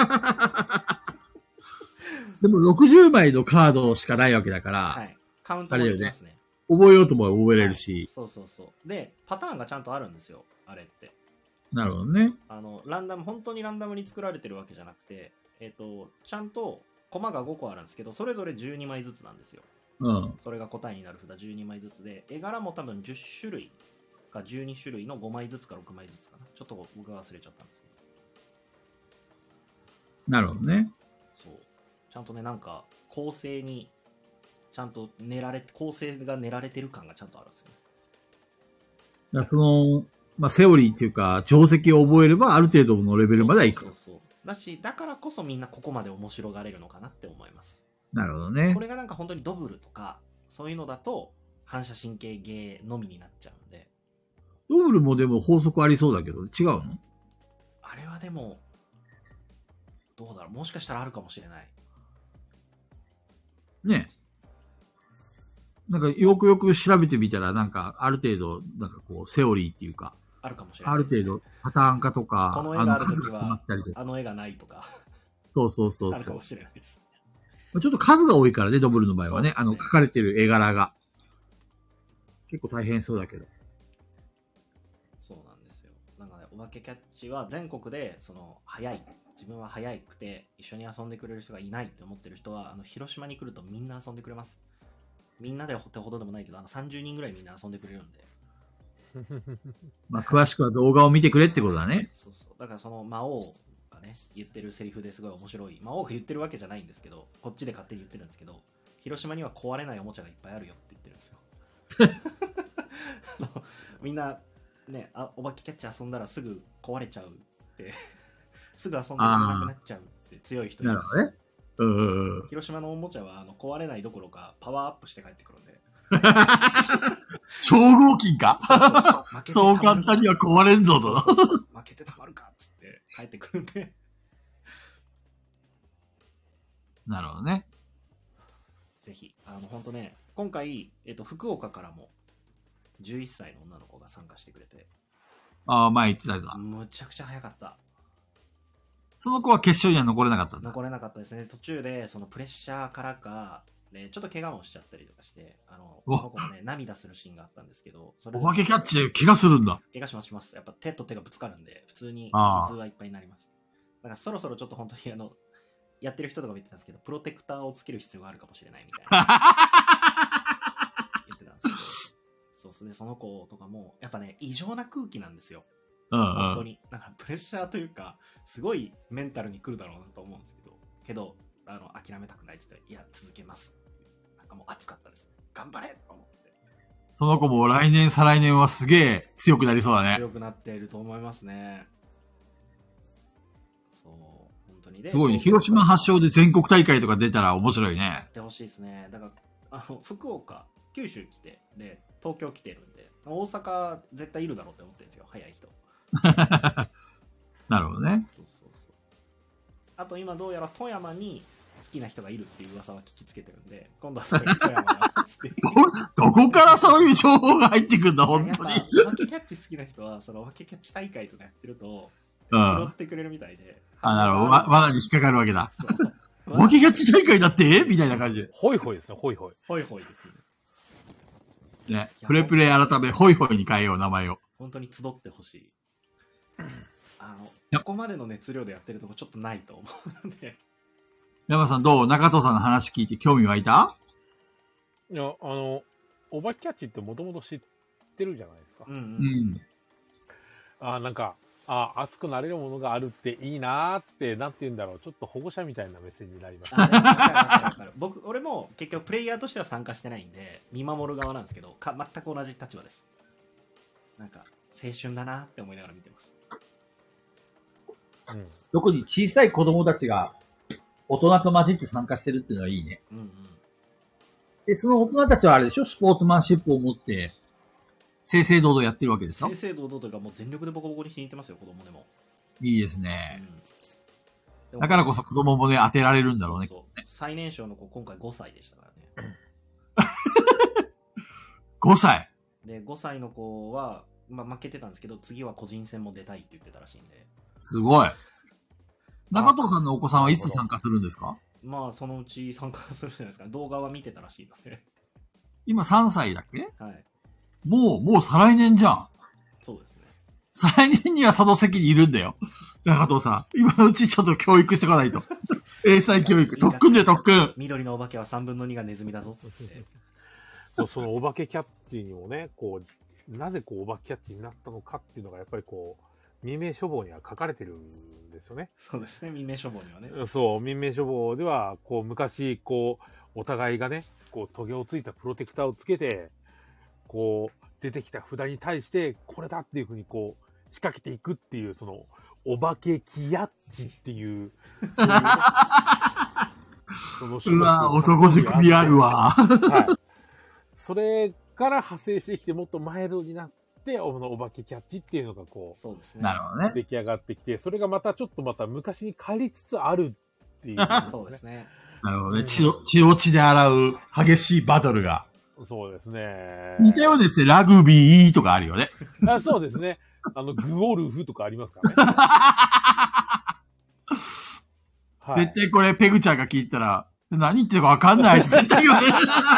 でもろくじゅうまいのカードしかないわけだから、 はい。カウントもできますね。 覚えようとも覚えれるし、はい。 そうそうそう。で、パターンがちゃんとあるんですよ、あれって。 なるほどね。 あの、ランダム、本当にランダムに作られてるわけじゃなくて、えっと、ちゃんとコマがごこあるんですけど、それぞれじゅうにまいずつなんですよ。 うん。 それが答えになる札じゅうにまいずつで、絵柄も多分じゅっしゅるいかじゅうにしゅるいのごまいずつかろくまいずつかな。ちょっと僕は忘れちゃったんですけど。 なるほどね。 そう。ちゃんとね、なんか、構成に、ちゃんと練られて、構成が練られてる感がちゃんとあるんですよね。 だからその、まあ、セオリーっていうか、定石を覚えれば、ある程度のレベルまではいく。 そうそうそう。だし、だからこそみんなここまで面白がれるのかなって思います。 なるほどね。 これがなんか本当にドブルとか、そういうのだと、反射神経ゲーのみになっちゃうんで。 ドブルもでも法則ありそうだけど、違うの？ あれはでも、どうだろう。もしかしたらあるかもしれない。 ね。なんか、よくよく調べてみたら、なんか、ある程度、なんかこう、セオリーっていうか、 あるかもしれない、 ある程度、パターン化とか、 この絵があるの数時はが決まったりとか。 あの絵がないとか。 そうそうそうそう。 あるかもしれないです。 ちょっと数が多いからね、ドブルの場合はね。 ねあの、描かれてる絵柄が。結構大変そうだけど。 そうなんですよ。なんかね、お化けキャッチは全国で、その、早い。自分は早くて、一緒に遊んでくれる人がいないって思ってる人は、あの、広島に来るとみんな遊んでくれます。みんなでってほどでもないけど、あの、さんじゅうにんぐらいみんな遊んでくれるんで。 まあ、詳しくは動画を見てくれってことだね。 そうそう。だからその魔王がね、言ってるセリフですごい面白い。魔王が言ってるわけじゃないんですけど、こっちで勝手に言ってるんですけど、広島には壊れないおもちゃがいっぱいあるよって言ってるんですよ。みんな、ね、あ、お化けキャッチ遊んだらすぐ壊れちゃうって、すぐ遊んでくれなくなっちゃうって強い人いるんですよ。 なるほどね。うん。 広島のおもちゃはあの壊れないどころかパワーアップして帰ってくるんで。 超合金か負けてそう簡単には壊れんぞと。 そうそうそう負けてたまるかっつって帰ってくるんで。 なるほどね。 ぜひ、あの、本当ね、今回、えっと、福岡からもじゅういっさいの女の子が参加してくれて。 ああ、前言ってたやつだ。 むちゃくちゃ早かった。 その子は決勝には残れなかったんだ。 残れなかったですね。途中で、そのプレッシャーからか、ね、ちょっと怪我もしちゃったりとかして、あの、その子もね、涙するシーンがあったんですけど、それお化けキャッチで怪我するんだ。 怪我しますします。やっぱ手と手がぶつかるんで、普通にああ傷はいっぱいになります。だからそろそろちょっと本当にあの、やってる人とかも言ってたんですけど、プロテクターをつける必要があるかもしれないみたいな。言ってたんですけど、そうですね、その子とかも、やっぱね、異常な空気なんですよ。 うんうん。 本当に。なんかプレッシャーというか、すごいメンタルに来るだろうなと思うんですけど、けど、あの、諦めたくないって言って、いや、続けます。なんかもう熱かったです。頑張れと思って。 その子も来年、再来年はすげえ強くなりそうだね。 強くなっていると思いますね。そう、本当に。 すごいね。広島発祥で全国大会とか出たら面白いね。 やってほしいですね。だから、あの、福岡、九州来て、で、東京来てるんで、大阪絶対いるだろうって思ってるんですよ、早い人。 なるほどね。 そうそうそう。あと今どうやら富山に好きな人がいるっていう噂は聞きつけてるんで、今度はそれ富山がつってどこからそういう情報が入ってくんだ、本当に。 やっぱお化けキャッチ好きな人は、そのお化けキャッチ大会とかやってると、 うん。 拾ってくれるみたいで。 あ、なるほど。わ、罠に引っかかるわけだ。 そう。 お化けキャッチ大会だってみたいな感じで。 ホイホイですね、ホイホイ。 ホイホイですね。ね。プレプレ改め、ホイホイに変えよう、名前を。 本当に集ってほしい。あの、ここまでの熱量でやってるとこちょっとないと思うので。 山さんどう？中藤さんの話聞いて興味湧いた？ いや、あの、お化けキャッチってもともと知ってるじゃないですか。 うんうん。 うん。 あなんか、あ熱くなれるものがあるっていいなーって、なんて言うんだろう、ちょっと保護者みたいな目線になりました。 あ、わかるわかるわかる。僕、俺も結局プレイヤーとしては参加してないんで、見守る側なんですけど、か全く同じ立場です。なんか、青春だなって思いながら見てます。 うん。 特に小さい子供たちが大人と混じって参加してるっていうのはいいね。 うんうん。 で、その大人たちはあれでしょ、スポーツマンシップを持って、正々堂々やってるわけでしょ。 正々堂々というか、もう全力でボコボコにしに行ってますよ、子供でも。 いいですね。 うん、 だからこそ子供もね、当てられるんだろうね。 そうそう最年少の子、今回ごさいでしたからね。 ごさい。 で、ごさいの子は、まあ、負けてたんですけど、次は個人戦も出たいって言ってたらしいんで。 すごい。中藤さんのお子さんはいつ参加するんですか？ まあ、そのうち参加するんじゃないですかね。動画は見てたらしいので。 今さんさいだっけ？ はい。 もう、もう再来年じゃん。 そうですね。 再来年にはその席にいるんだよ。中藤さん。今のうちちょっと教育してこないと。英才教育。特訓で特訓。 緑のお化けはさんぶんのにがネズミだぞって。 そう、そのお化けキャッチにもね、こう、なぜこうお化けキャッチになったのかっていうのが、やっぱりこう、民命書房には書かれてるんですよね。 そうですね、民命書房にはね。 そう、民命書房では、こう、昔、こう、お互いがね、こう、トゲをついたプロテクターをつけて、こう、出てきた札に対して、これだっていうふうに、こう、仕掛けていくっていう、その、お化けキヤッチっていう、そういうそのうわ、男塾にあるわ。 はい。それから派生してきて、もっとマイルドになって、このお化けキャッチっていうのがこう、 そうですね。 なるほどね。 出来上がってきて、それがまたちょっとまた昔に帰りつつあるっていう、ね。 そうですね。 なるほどね。血を、血を血で洗う激しいバトルが。 そうですね。 似たようですね。ラグビーとかあるよね。 あ、そうですね。あの、グオルフとかありますからね。 はい、絶対これペグちゃんが聞いたら、何言ってるかわかんないって絶対言われる。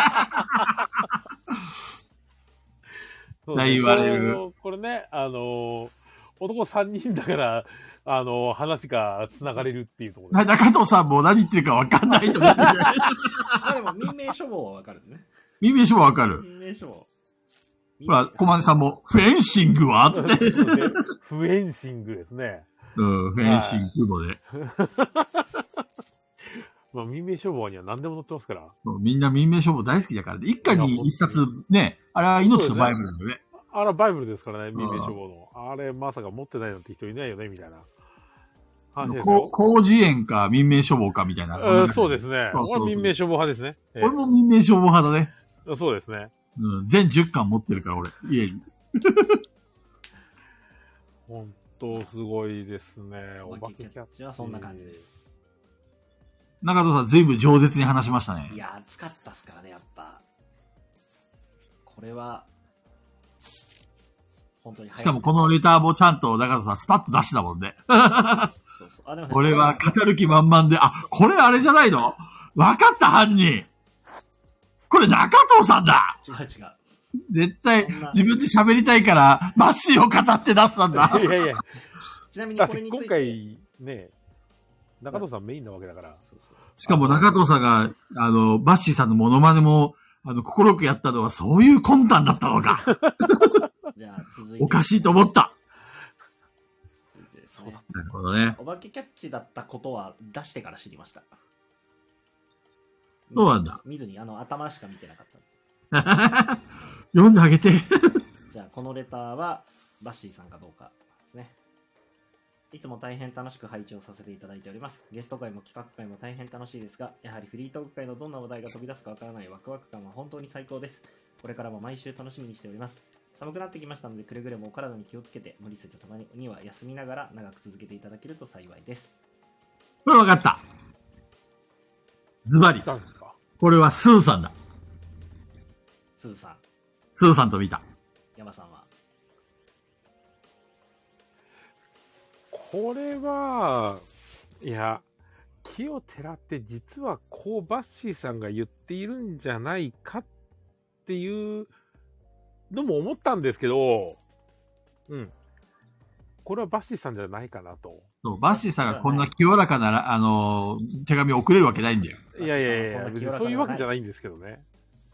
絶対言われる。 これね、あのー、男さんにんだから、あのー、話が繋がれるっていうところ。 中藤さんも何言ってるかわかんないと思ってる。 でも民命書房はわかるね。 民命書房わかる。 民命書房。 ほら、小金さんも、フェンシングはって。 フェンシングですね。 うん、フェンシングもね。 まあ、民命書房には何でも載ってますから。 みんな民命書房大好きだからね。一家に一冊ね、あれは命のバイブルなんだよね。 あれはバイブルですからね、民命書房の。あれ、まさか持ってないなんて人いないよね、みたいな。 広辞苑か民命書房かみたいな。 そうですね。俺は民命書房派ですね。 俺も民命書房派だね。 そうですね。 うん、全じゅっかん持ってるから、俺、家に。 本当すごいですね。 お化けキャッチはそんな感じです。 中藤さん、ずいぶん饒舌に話しましたね。 いや、暑かったっすからね、やっぱ。これは、本当に早い。 しかもこのレターもちゃんと中藤さん、スパッと出したもんね。そうそうあでもね、俺は語る気満々で、あ、これあれじゃないの？分かった犯人。これ中藤さんだ。 違う違う。 絶対自分で喋りたいからマッシーを語って出したんだ。 いやいや。 ちなみにこれについて今回ね、中藤さんメインなわけだから。そうそうしかも中藤さんがあのバッシーさんのモノマネもあの心よくやったのはそういう魂胆だったのか。 じゃあ続いておかしいと思った。 続いてですね。 なるほどね。 お化けキャッチだったことは出してから知りました。 そうなんだ。 見ずにあの頭しか見てなかった。 読んであげて。 じゃあこのレターはバッシーさんかどうかですね。いつも大変楽しく配置をさせていただいております。ゲスト会も企画会も大変楽しいですが、やはりフリートーク会のどんな話題が飛び出すかわからないワクワク感は本当に最高です。これからも毎週楽しみにしております。寒くなってきましたので、くれぐれもお体に気をつけて、無理せずたまには休みながら長く続けていただけると幸いです。 これ分かった。ズバリ。これはスーさんだ。 スーさん。 スーさんと見た。 山さんはこれは、いや、木をてらって実はこうバッシーさんが言っているんじゃないかっていうのも思ったんですけど、うん。これはバッシーさんじゃないかなと。 そう、バッシーさんがこんな清らかな、あの、手紙を送れるわけないんだよ。 いやいやいや、別にそういうわけじゃないんですけどね。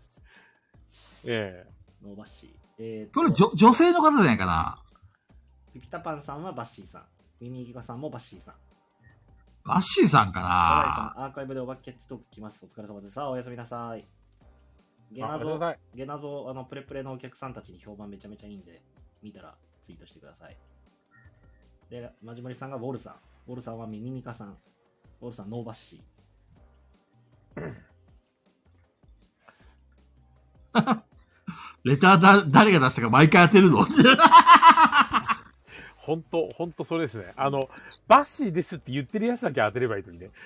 ええ。 ノーバッシー。えー、 これ女、女性の方じゃないかな。 ピピタパンさんはバッシーさん。ミミギカさんもバッシーさん。 バッシーさんかな。 さん、アーカイブでお化けキャッチトーク来ます。お疲れ様です。さあ、おやすみなさい。ゲナゾ、ゲナゾ、あの、プレプレのお客さんたちに評判めちゃめちゃいいんで、見たらツイートしてください。で、マジモリさんがウォルさん。 ウォルさんはミミミカさん。ウォルさんノーバッシー。レターだ、誰が出したか毎回当てるの本当本当それですね。あの、バッシーですって言ってるやつだけ当てればいいのにね。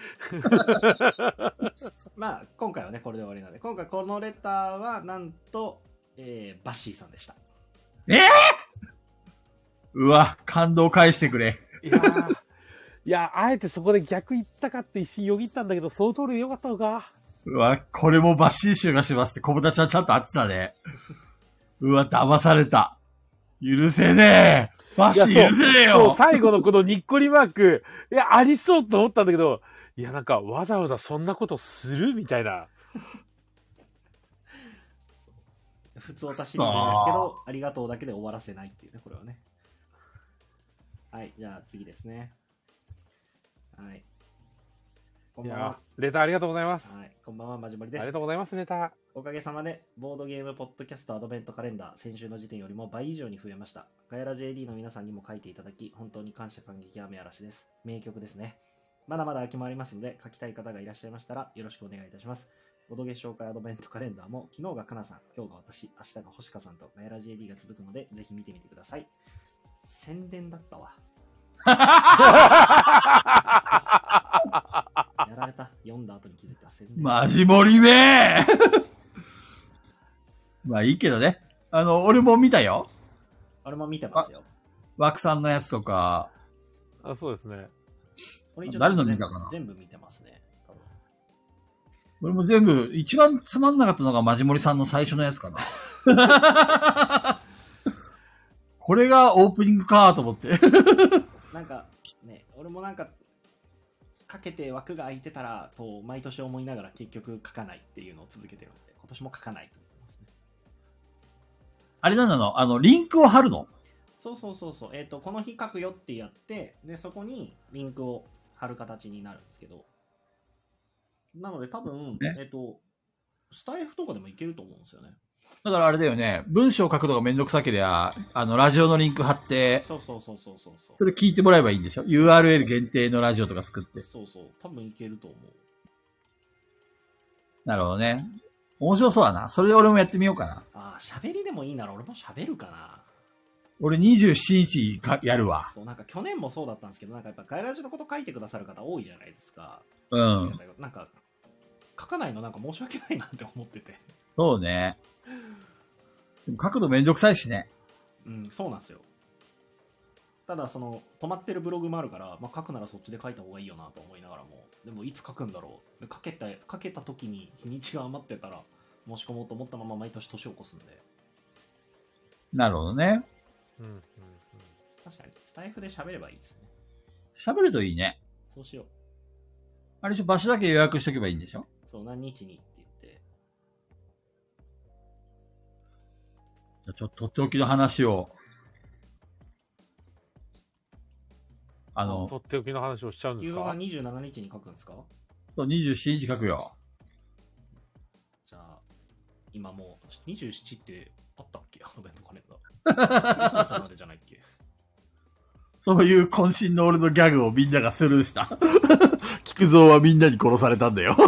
まあ、今回はね、これで終わりなんで、今回このレターは、なんと、えー、バッシーさんでした。 えー、うわ、感動返してくれ。 いやー、いや、あえてそこで逆言ったかって一瞬よぎったんだけど、その通りでよかったのか。 うわ、これもバッシー集がしますって、小豚ちゃんちゃんと当てたね。うわ、騙された。許せねえ。バッシー許せねえよ。 そう、最後のこのにっこりマーク、いや、ありそうと思ったんだけど、いや、なんか、わざわざそんなことするみたいな。 普通おたしみなんですけど、ありがとうだけで終わらせないっていうね、これはね。はい、じゃあ次ですね。はい。こんばんは。 レターありがとうございます。 はい、こんばんは、まじもりです。 ありがとうございます、レター。 おかげさまで、ボードゲームポッドキャストアドベントカレンダー、先週の時点よりも倍以上に増えました。ガヤラ ジェーディー の皆さんにも書いていただき、本当に感謝感激雨嵐です。名曲ですね。まだまだ空きもありますので、書きたい方がいらっしゃいましたら、よろしくお願いいたします。ボドゲ紹介アドベントカレンダーも、昨日がかなさん、今日が私、明日が星香さんとガヤラ ジェーディー が続くので、ぜひ見てみてください。宣伝だったわ。やられた。読んだ後に気づいた。宣伝。 マジ盛りめーまあいいけどね。あの、俺も見たよ。 俺も見てますよ。 枠さんのやつとか。 あ、そうですね。 誰の見たかな。 全部見てますね。多分俺も全部、一番つまんなかったのがマジモリさんの最初のやつかな。これがオープニングかと思って。 なんか、ね、俺もなんか、かけて枠が空いてたら、と毎年思いながら結局書かないっていうのを続けてるので、今年も書かないと思いますね。 あれなんなのあの、リンクを貼るの？ そうそうそうそう。えっと、この日書くよってやって、で、そこにリンクを貼る形になるんですけど、なので多分、 ね、 えっと、スタイフとかでもいけると思うんですよね。 だからあれだよね、文章を書くのがめんどくさけりゃ、あの、ラジオのリンク貼って、 そうそうそうそうそう。 それ聞いてもらえばいいんでしょ？ ユーアールエル 限定のラジオとか作って。 そうそう。多分いけると思う。 なるほどね。面白そうだな。それで俺もやってみようかな。 ああ、喋りでもいいなら俺も喋るかな。 俺にじゅうしちにちかやるわ。 そう、なんか去年もそうだったんですけど、なんかやっぱガイラジのこと書いてくださる方多いじゃないですか。 うん。 なんか、書かないのなんか申し訳ないなって思ってて。 そうね。でも書くのめんどくさいしね。 うん、そうなんですよ。ただ、その、止まってるブログもあるから、まあ、書くならそっちで書いた方がいいよなと思いながらも、でもいつ書くんだろう。で書けた、書けた時に日にちが余ってたら、申し込もうと思ったまま毎年年を越すんで。 なるほどね。 うんうんうん、 確かに、スタイフで喋ればいいですね。 喋るといいね。 そうしよう。 あれでしょ、場所だけ予約しとけばいいんでしょ？ そう、何日にって言って。 じゃあちょっととっておきの話を。あの、 とっておきの話をしちゃうんですか？ ゆうぞさんにじゅうしちにちに書くんですか？ そう、にじゅうしちにち書くよ。 じゃあ、今もう、にじゅうしちってあったっけ？アドベントカレンダー。クリスマスまでじゃないっけ？ そういう渾身の俺のギャグをみんながスルーした。菊蔵はみんなに殺されたんだよ。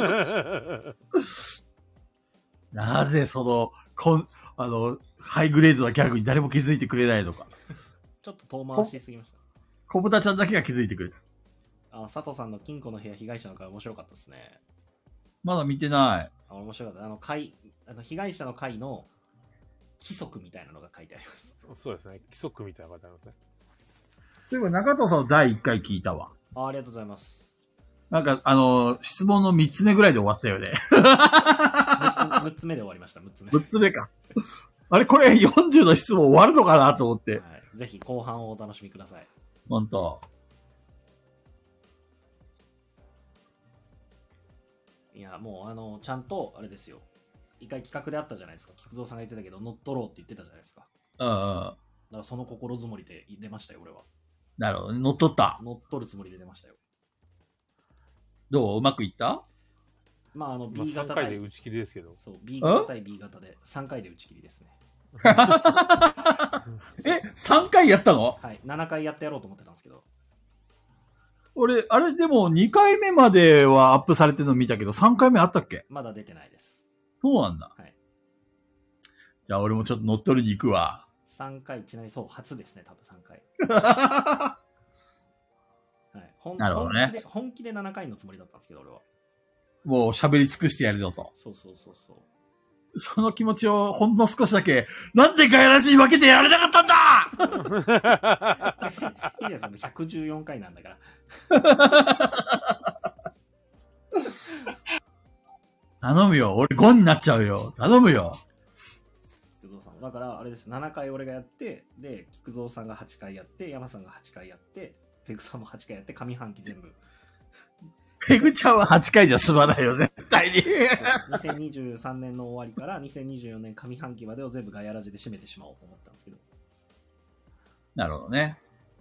なぜその、こん、あの、ハイグレードなギャグに誰も気づいてくれないのか。 ちょっと遠回しすぎました。 小豚ちゃんだけが気づいてくれた。 あ、佐藤さんの金庫の部屋被害者の会面白かったですね。 まだ見てない。 あ、面白かった。あの、会、あの被害者の会の規則みたいなのが書いてあります。 そうですね。規則みたいなのが書いてありますね。 そういえば中藤さんのだいいっかい聞いたわ。 あ、ありがとうございます。 なんか、あの、質問のみっつめぐらいで終わったよね。 むっつめで終わりました、むっつめ。 むっつめか。あれ、これよんじゅうの質問終わるのかなと思って。 はい。ぜひ後半をお楽しみください。 ほんと。 いや、もう、あの、ちゃんと、あれですよ。一回企画であったじゃないですか。菊蔵さんが言ってたけど、乗っ取ろうって言ってたじゃないですか。 うんうん。 だからその心づもりで出ましたよ、俺は。 なるほどね。乗っ取った。 乗っ取るつもりで出ましたよ。 どううまくいった？ まあ、あの、 まあ、 B さん型対、 かいで打ち切りですけど。 そう、B 型対 B 型でさんかいで打ち切りですね。 え、さんかいやったの？ はい、ななかいやってやろうと思ってたんですけど。 俺、あれでもにかいめまではアップされてるの見たけど、さんかいめあったっけ？ まだ出てないです。 そうなんだ。 はい。 じゃあ俺もちょっと乗っ取りに行くわ。 さんかい、ちなみにそう、初ですね、多分さんかい。はい、本なるほどね。 本気で。本気でななかいのつもりだったんですけど、俺は。 もう喋り尽くしてやるぞと。 そうそうそうそう。 その気持ちをほんの少しだけ、なんでガヤラジに分けてやれなかったんだいいですよ、ひゃくじゅうよんかいなんだから。 頼むよ。俺ごになっちゃうよ。頼むよ。 菊蔵さん。だから、あれです。ななかい俺がやって、で、菊蔵さんがはちかいやって、山さんがはちかいやって、ペグさんもはちかいやって、上半期全部。 ペグちゃんははちかいじゃ済まないよね。絶対に。 にせんにじゅうさんねんの終わりからにせんにじゅうよねん上半期までを全部ガヤラジで締めてしまおうと思ったんですけど。 なるほどね。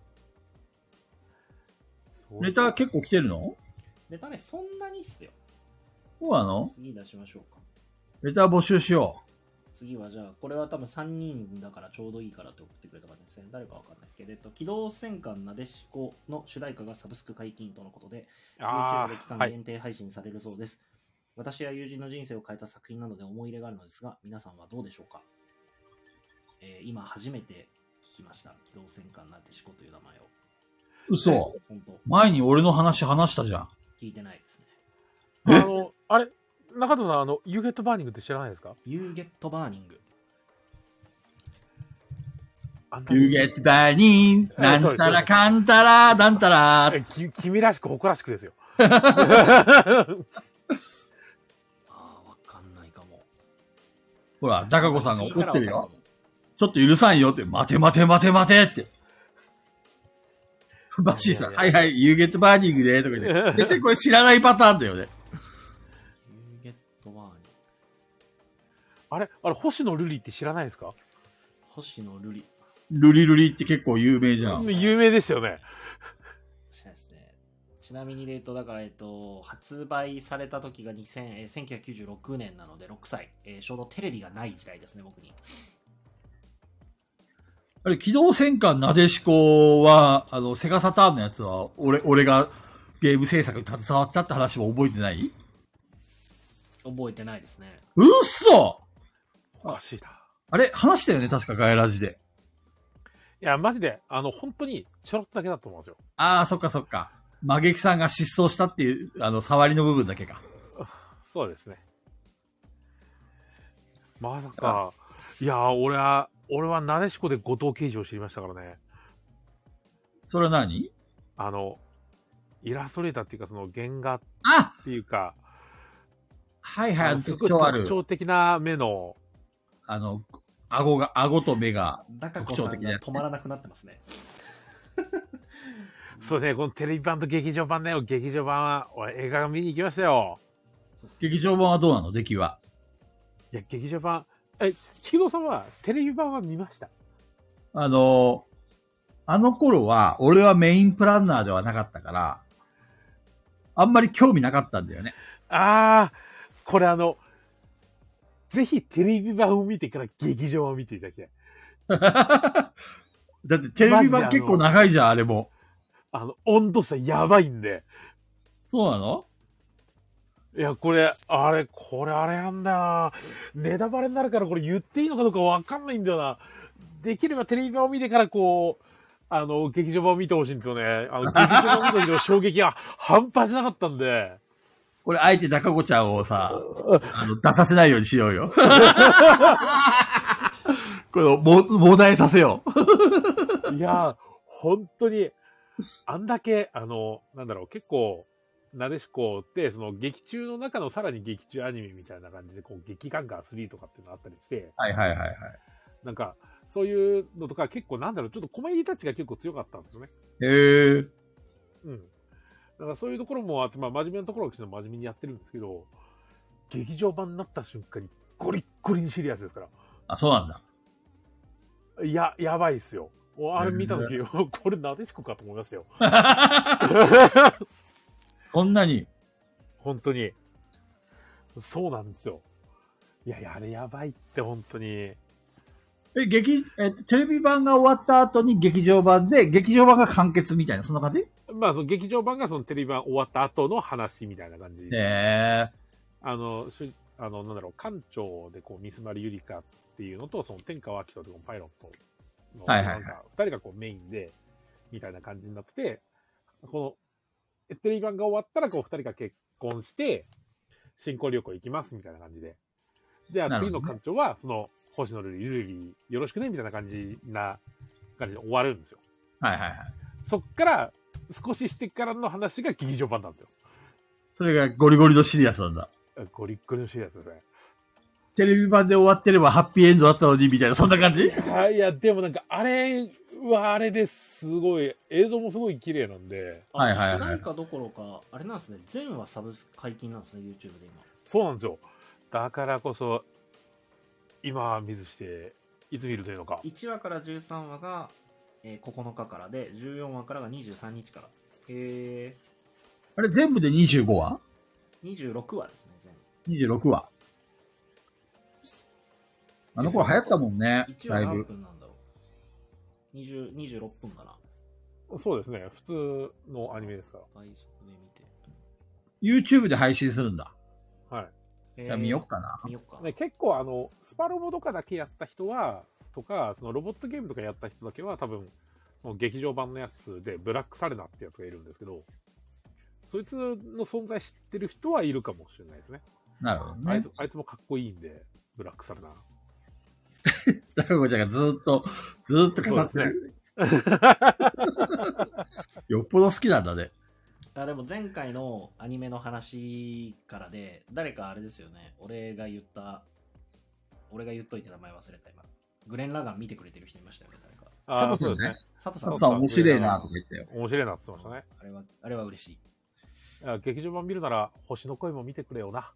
レター結構来てるの？ レターね、そんなにっすよ。 そうなの？ 次出しましょうか。 レター募集しよう。 次はじゃあ、これは多分さんにんだからちょうどいいからって送ってくれた方ですね。誰かわかんないですけど、えっと、機動戦艦なでしこの主題歌がサブスク解禁とのことで、YouTube で期間限定配信されるそうです。はい、私や友人の人生を変えた作品なので思い入れがあるのですが、皆さんはどうでしょうか？えー、今初めて聞きました。機動戦艦なでしこという名前を。 嘘。 本当。 前に俺の話話したじゃん。 聞いてないですね。 あの、あれ中藤さん、あの、You Get Burning って知らないですか？ You Get Burning。 You Get Burning なんたらかんたら、なんたら。 き君らしく誇らしくですよ。 ああ、わかんないかも。 ほら、高子さんが怒ってるよ。ちょっと許さんよって、待て待て待て待てって。バッシーさん、はいはい、You Get Burning で、とか言って。絶対これ知らないパターンだよね。 You Get Burning。 あれあれ、星野瑠璃って知らないですか？ 星野瑠璃。 ルリルリって結構有名じゃん。 有名ですよね。 知らないですね。ちなみに、えっと、だから、えっと、発売された時がにせん、えー、せんきゅうひゃくきゅうじゅうろくねんなのでろくさい。えー、ちょうどテレビがない時代ですね、僕に。 あれ、機動戦艦なでしこは、あの、セガサターンのやつは、俺、俺がゲーム制作に携わったって話も覚えてない？ 覚えてないですね。 うっそ！ おかしいな。 あれ、話したよね、確かガヤラジで。 いや、マジで、あの、本当にちょろっとだけだと思うんですよ。 ああ、そっかそっか。マゲキさんが失踪したっていう、あの、触りの部分だけか。 そうですね。まさか、いや、俺は、俺はなでしこで後藤刑事を知りましたからね。 それは何？ あの、イラストレーターっていうか、その原画っていうか、 はいはい、 すごい特徴的な目の、 あの、顎が、顎と目が特徴的なやつ。止まらなくなってますね。 そうですね、このテレビ版と劇場版ね、劇場版は、俺映画見に行きましたよ。 劇場版はどうなの？出来は。 いや、劇場版、え、菊蔵さんはテレビ版は見ました？ あの、あの頃は、俺はメインプランナーではなかったから、あんまり興味なかったんだよね。 あー、これあの、ぜひテレビ版を見てから劇場版を見ていただきたい。 だってテレビ版結構長いじゃん、あれも。 あの、温度差やばいんで。 そうなの？ いや、これ、あれ、これあれなんだな。ネタバレになるからこれ言っていいのかどうかわかんないんだよな。できればテレビ版を見てからこう、あの、劇場版を見てほしいんですよね。あの、劇場版を見た時の衝撃が半端じゃなかったんで。 これ、あえて中子ちゃんをさ、あの、出させないようにしようよ。これを、も、膨大させよう。いや、本当に、あんだけ、あの、なんだろう、結構、なでしこって、その劇中の中のさらに劇中アニメみたいな感じで、こう、劇ガンガンスリーとかっていうのあったりして。 はいはいはいはい。 なんか、そういうのとか結構なんだろう、ちょっとコメディタッチが結構強かったんですよね。 へー。 うん。だからそういうところもあって、まあ真面目なところは真面目にやってるんですけど、劇場版になった瞬間にゴリッゴリにシリアスですから。 あ、そうなんだ。 いや、やばいっすよ。あれ見たとき、これなでしこかと思いましたよ。 そんなに本当に。そうなんですよ。いやいや、あれやばいって本当に。 え、劇、えっと、テレビ版が終わった後に劇場版で、劇場版が完結みたいな、そんな感じ？ まあ、その劇場版がそのテレビ版終わった後の話みたいな感じ。 へえ。 あの、しあの、なんだろう、館長でこう、ミスマリユリカっていうのと、その天川明人でこうパイロットの、 はいはいはいなんか、二人がこうメインで、みたいな感じになってて、この、テレビ版が終わったら、こう、二人が結婚して、新婚旅行行きます、みたいな感じで。で、 なるほどね次の館長は、その、星野瑠璃、ゆるり、よろしくね、みたいな感じな、感じで終わるんですよ。 はいはいはい。 そっから、少ししてからの話が劇場版なんですよ。 それがゴリゴリのシリアスなんだ。 ゴリッゴリのシリアスですね。 テレビ版で終わってればハッピーエンドだったのに、みたいな、そんな感じ？ いや、いや、でもなんか、あれはあれですごい、映像もすごい綺麗なんで。 はいはいはい主題歌どころか、あれなんですね、全話サブス解禁なんですね、YouTube で今。 そうなんですよ。だからこそ、今見ずして、いつ見るというのか。 いちわからじゅうさんわが、えー、ここのかからで、じゅうよんわからがにじゅうさんにちから。へえ。 あれ全部でにじゅうごわ？ にじゅうろくわですね、全部。 にじゅうろくわ。あの頃流行ったもんねいちわ何だいぶ。 分なんだろう。にじゅう、にじゅうろっぷんかな。 そうですね。普通のアニメですか倍速で見て。 YouTube で配信するんだ。 ら。はい。 えじゃあ見よっかな。 見よっか。 ね、結構あの、スパロボとかだけやった人は、とか、そのロボットゲームとかやった人だけは多分、その劇場版のやつでブラックサレナってやつがいるんですけど、そいつの存在知ってる人はいるかもしれないですね。 なるほどねあいつ。あいつもかっこいいんで、ブラックサレナ。 ダカ子ちゃんがずーっと、ずーっと語ってる。よっぽど好きなんだね。 あでも前回のアニメの話からで、誰かあれですよね、俺が言った、俺が言っといて名前忘れた今。グレン・ラガン見てくれてる人いましたよね、誰か。 佐藤さんね。 佐藤さん。 佐藤さん面白いなとか言ったよ。 面白いなって言ってましたね。 あれは、あれは嬉しい。 いや劇場版見るなら、星の声も見てくれよな。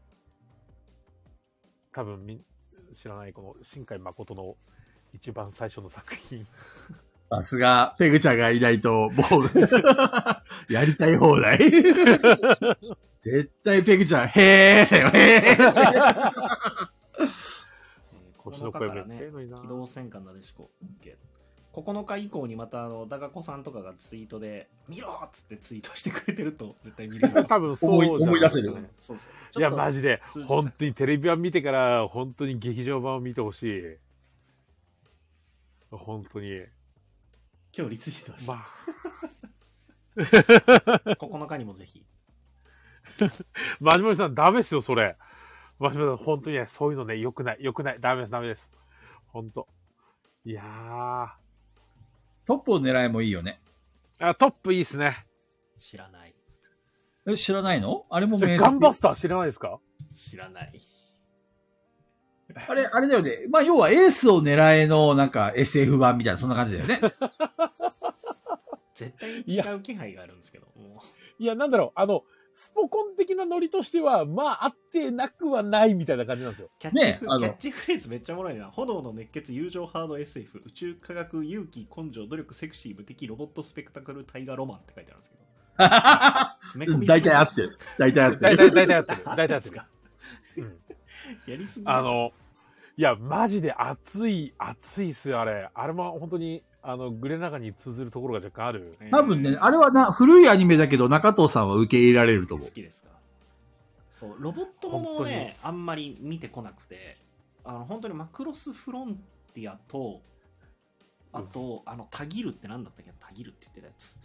多分み、知らないこの新海誠の一番最初の作品。 さすが、ペグちゃんがいないと、もう、やりたい放題。絶対ペグちゃん、へーだよ、へー。 ここのかからね、機動戦艦なでしこ。ここのか以降にまたあのダガコさんとかがツイートで見ろっつってツイートしてくれてると絶対見れる。 多分そうじゃない思い出せる。 そうそう。 いやマジで本当にテレビ版見てから本当に劇場版を見てほしい。本当に。 今日リツイートした。まあ、ここのかにもぜひ。 マジモリさんダメですよそれ。マジモリさん本当にねそういうのね良くない良くないダメですダメです。本当。いやー。 トップを狙いもいいよね。 あ、トップいいっすね。 知らない。 え、知らないの？あれも名作。 ガンバスター知らないですか？ 知らない。 あれ、あれだよね。まあ、要はエースを狙えの、なんか エスエフ 版みたいな、そんな感じだよね。 絶対違う気配があるんですけど。もういや、なんだろう、あの、スポコン的なノリとしては、まあ、あってなくはないみたいな感じなんですよ。 キャッチフ、ね、キャッチフレーズめっちゃおもろいな。炎の熱血、友情、ハード エスエフ、宇宙科学、勇気、根性、努力、セクシー、無敵、ロボット、スペクタクル、大河、ロマンって書いてあるんですけど。詰め込み大体合ってる。大体合ってる。 大体、大体合ってる。大体合ってる。 うん、やりすぎあの、いや、マジで熱い、熱いっすよ、あれ。あれも本当に、あの、グレナガに通ずるところが若干ある。 多分ね、あれはな、古いアニメだけど、中藤さんは受け入れられると思う。 好きですか？そう、ロボットものをね、あんまり見てこなくて、あの、本当にマクロスフロンティアと、あと、うん、あの、タギルって何だったっけ？タギルって言ってたやつ。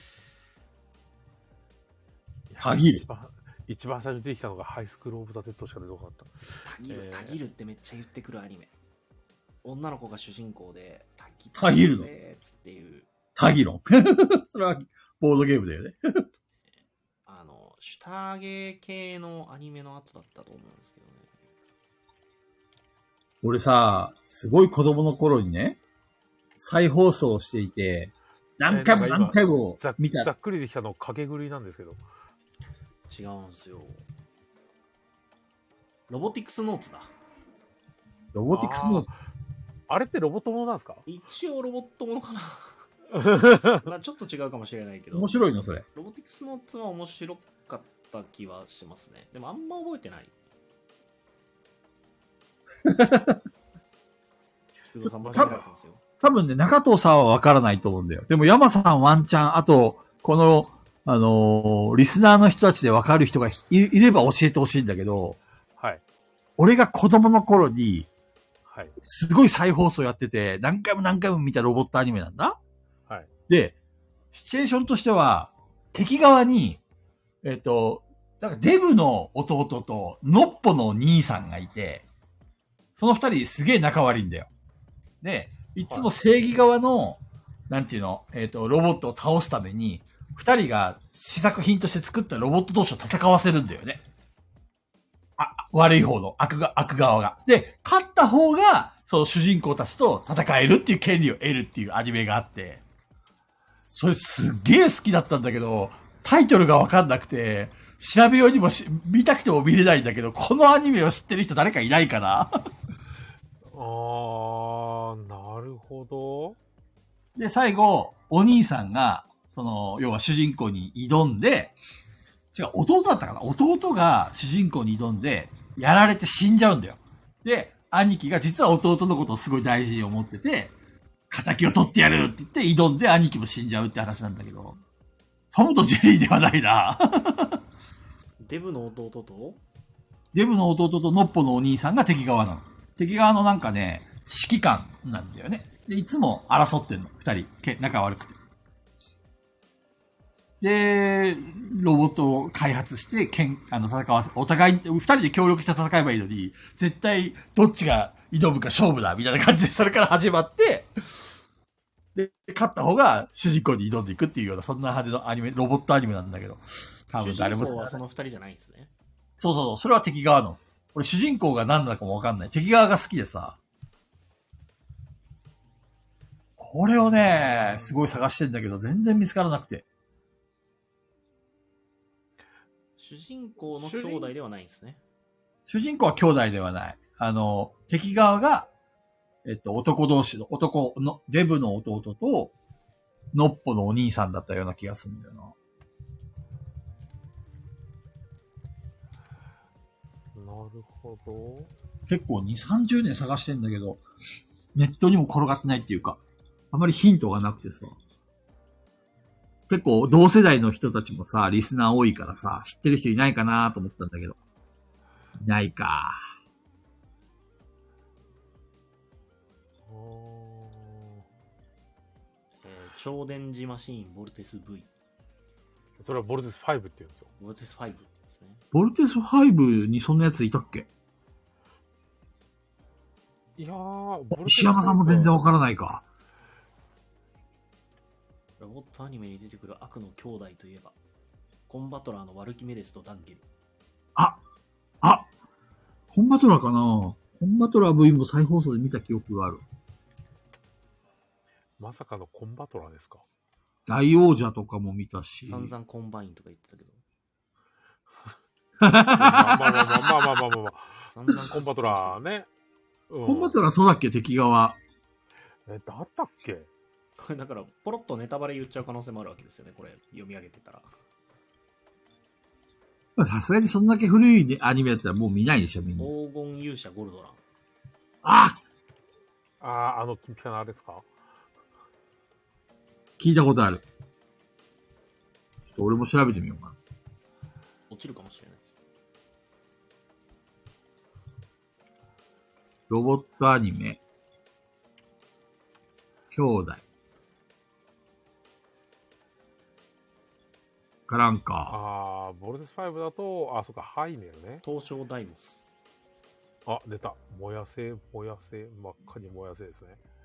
タギル一番、一番最初に出てきたのがハイスクールオブザ・テッドしか出てこなかった。 タギル、えー、タギルってめっちゃ言ってくるアニメ。女の子が主人公で、 タギタギルのつっていう。 タギロンそれはボードゲームだよね。 あの、シュターゲー系のアニメの後だったと思うんですけどね。 俺さ、すごい子供の頃にね、再放送していて、何回も何回も見た。 ざっくりできたの影狂いなんですけど。 違うんですよ。ロボティクスノーツだ。 ロボティクスノーツあれってロボットものなんですか？ 一応ロボットものかな。まあちょっと違うかもしれないけど。 面白いのそれ。 ロボティクスノーツは面白かった気はしますね。でもあんま覚えてない。菊蔵さん間違えてますよ。 多分ね、中藤さんはわからないと思うんだよ。でも山さんワンチャン、あと、 この、あのーリスナーの人たちでわかる人がい、いれば教えてほしいんだけど、 はい。 俺が子供の頃に、 はい。 すごい再放送やってて、何回も何回も見たロボットアニメなんだ。 はい。 で、シチュエーションとしては、敵側に、えっ、と、なんかデブの弟とノッポの兄さんがいて、その二人すげえ仲悪いんだよ。で、いつも正義側の、なんていうの、えっ、と、ロボットを倒すために、二人が試作品として作ったロボット同士を戦わせるんだよね。あ、悪い方の悪が、悪側が。で、勝った方が、その主人公たちと戦えるっていう権利を得るっていうアニメがあって、それすっげえ好きだったんだけど、タイトルがわかんなくて、調べようにもし、見たくても見れないんだけど、このアニメを知ってる人誰かいないかなあー、なるほど。 で、最後、お兄さんが、その、要は主人公に挑んで、違う、弟だったかな弟が主人公に挑んで、やられて死んじゃうんだよ。で、兄貴が実は弟のことをすごい大事に思ってて、仇を取ってやるって言って挑んで兄貴も死んじゃうって話なんだけど、トムとジェリーではないな。 デブの弟とデブの弟とノッポのお兄さんが敵側なの。敵側のなんかね、指揮官なんだよね。で、いつも争ってんの。二人、け仲悪くて。で、ロボットを開発して、けん、あの、戦わせ、お互い、二人で協力して戦えばいいのに、絶対、どっちが挑むか勝負だ、みたいな感じで、それから始まって、で、勝った方が主人公に挑んでいくっていうような、そんな派手のアニメ、ロボットアニメなんだけど、多分誰も主人公はその二人じゃないんですね。 そうそうそう、それは敵側の。俺主人公が何だかもわかんない。敵側が好きでさ、これをね、すごい探してんだけど、全然見つからなくて。 主人公の兄弟ではないんですね。 主人公は兄弟ではない。あの、敵側が、えっと、男同士の、男の、デブの弟と、ノッポのお兄さんだったような気がするんだよな。 なるほど。 結構に、さんじゅうねん探してんだけど、ネットにも転がってないっていうか、あまりヒントがなくてさ。結構同世代の人たちもさ、リスナー多いからさ、知ってる人いないかなと思ったんだけど。いないか。 えー、超電磁マシーンボルテス V。 それはボルテスファイブって言うんですよ。 ボルテスファイブですね。 ボルテスファイブにそんなやついたっけ？ いやー、ボルテス石山さんも全然わからないか。 ロボットアニメに出てくる悪の兄弟といえば、コンバトラーのワルキメデスとダンゲル。 ああコンバトラーかなコンバトラー ブイ も再放送で見た記憶がある。 まさかのコンバトラーですか？ 大王者とかも見たし。 散々コンバインとか言ってたけど。 まあまあまあまあまあまあまあまあまあ。 散々 コンバトラーね。うん、 コンバトラーそうだっけ敵側。 え、だったっけ？ これだから、ポロッとネタバレ言っちゃう可能性もあるわけですよね、これ、読み上げてたら。 さすがにそんだけ古いアニメだったらもう見ないでしょ、みんな。 黄金勇者ゴルドラン。 あああ、あの、金ピカのあれですか？ 聞いたことある。ちょっと俺も調べてみようかな。 落ちるかもしれないです。 ロボットアニメ。兄弟。からんか。 ああ、ボルテスファイブだと、あ、そっか、ハイネルね。 東証ダイモス。 あ、出た。燃やせ、燃やせ、真っ赤に燃やせですね。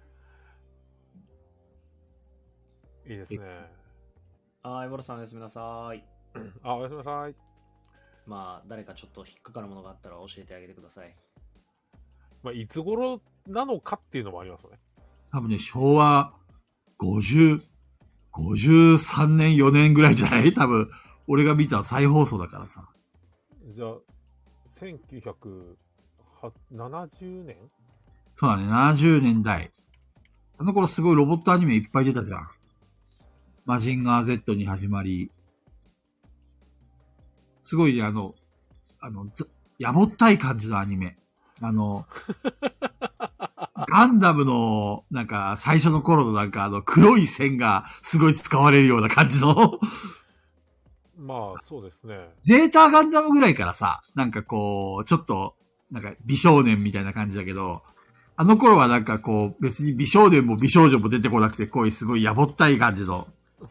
いいですね。 あー、エボルさんおやすみなさい。 あ、おやすみなさい。 まあ、誰かちょっと引っかかるものがあったら教えてあげてください。 まあ、いつ頃なのかっていうのもありますよね。 多分ね、しょうわごじゅう、ごじゅうさんねん、よねんぐらいじゃない多分、俺が見た再放送だからさ。 じゃあ、せんきゅうひゃくななじゅうねん？ そうだね、ななじゅうねんだい。あの頃すごいロボットアニメいっぱい出たじゃん。マジンガー Z に始まり。すごいね、あの、あの、やぼったい感じのアニメ。あの、 ガンダムの、なんか、最初の頃のなんか、あの、黒い線がすごい使われるような感じの。 まあ、そうですね。 ゼータガンダムぐらいからさ、なんかこう、ちょっと、なんか美少年みたいな感じだけど、あの頃はなんかこう、別に美少年も美少女も出てこなくて、こういうすごいやぼったい感じの。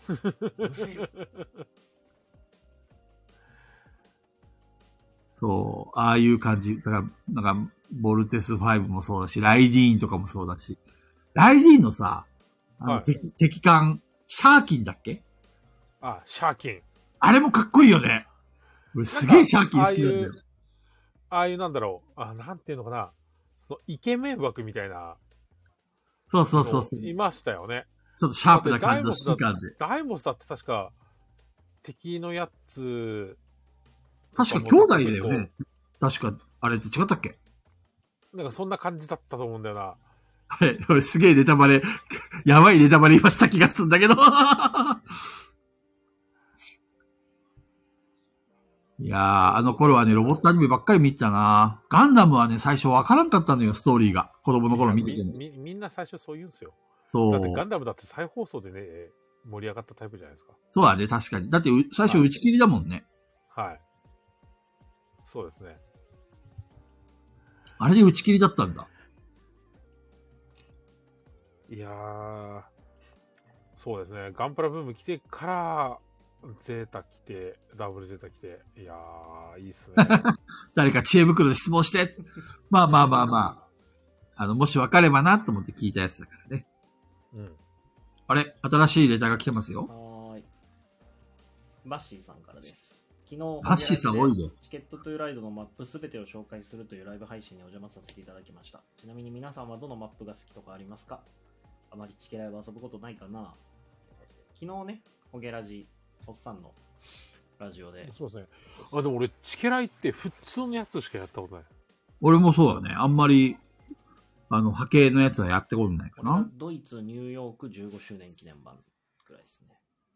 そう、ああいう感じ。だから、なんか、ボルテスファイブもそうだし、ライディーンとかもそうだし。ライディーンのさ、あの、 はい敵、敵艦、シャーキンだっけ？ あ、シャーキン。 あれもかっこいいよね。俺すげえシャーキン好きなんだよ。 ああいうなんだろう。あ、なんていうのかな。そのイケメン枠みたいな。 そうそうそうそう。 いましたよね。 ちょっとシャープな感じの指揮官で。 ダイモスだって確か、敵のやつ。 確か兄弟だよね。確か、あれって違ったっけ？ なんかそんな感じだったと思うんだよな。 あれ、俺すげえネタバレ、やばいネタバレ言いました気がするんだけど。いやー、あの頃はね、ロボットアニメばっかり見てたな。ガンダムはね、最初わからんかったのよ、ストーリーが。子供の頃見てても。 み、み、みんな最初そう言うんですよ。 そう。 だってガンダムだって再放送でね、盛り上がったタイプじゃないですか。 そうだね、確かに。だって、最初打ち切りだもんね。 はい。そうですね。 あれで打ち切りだったんだ。 いやー、そうですね。ガンプラブーム来てから、ゼータ来て、ダブルゼータ来て、いやー、いいっすね。 誰か知恵袋で質問して。まあまあまあまあ。あの、もし分かればなと思って聞いたやつだからね。 うん。 あれ新しいレターが来てますよ。 はーい。バッシーさんからです。昨日、 バッシーさん多いよ。 チケットトゥーライドのマップすべてを紹介するというライブ配信にお邪魔させていただきました。ちなみに皆さんはどのマップが好きとかありますか？あまりチケライブ遊ぶことないかな？昨日ね、ホゲラジ、おっさんのラジオで。 そうですね。あ、でも俺、チケライって普通のやつしかやったことない。 俺もそうだね。あんまり、あの、波形のやつはやってことないかな。 ドイツ、ニューヨークじゅうごしゅうねん記念版くらいですね。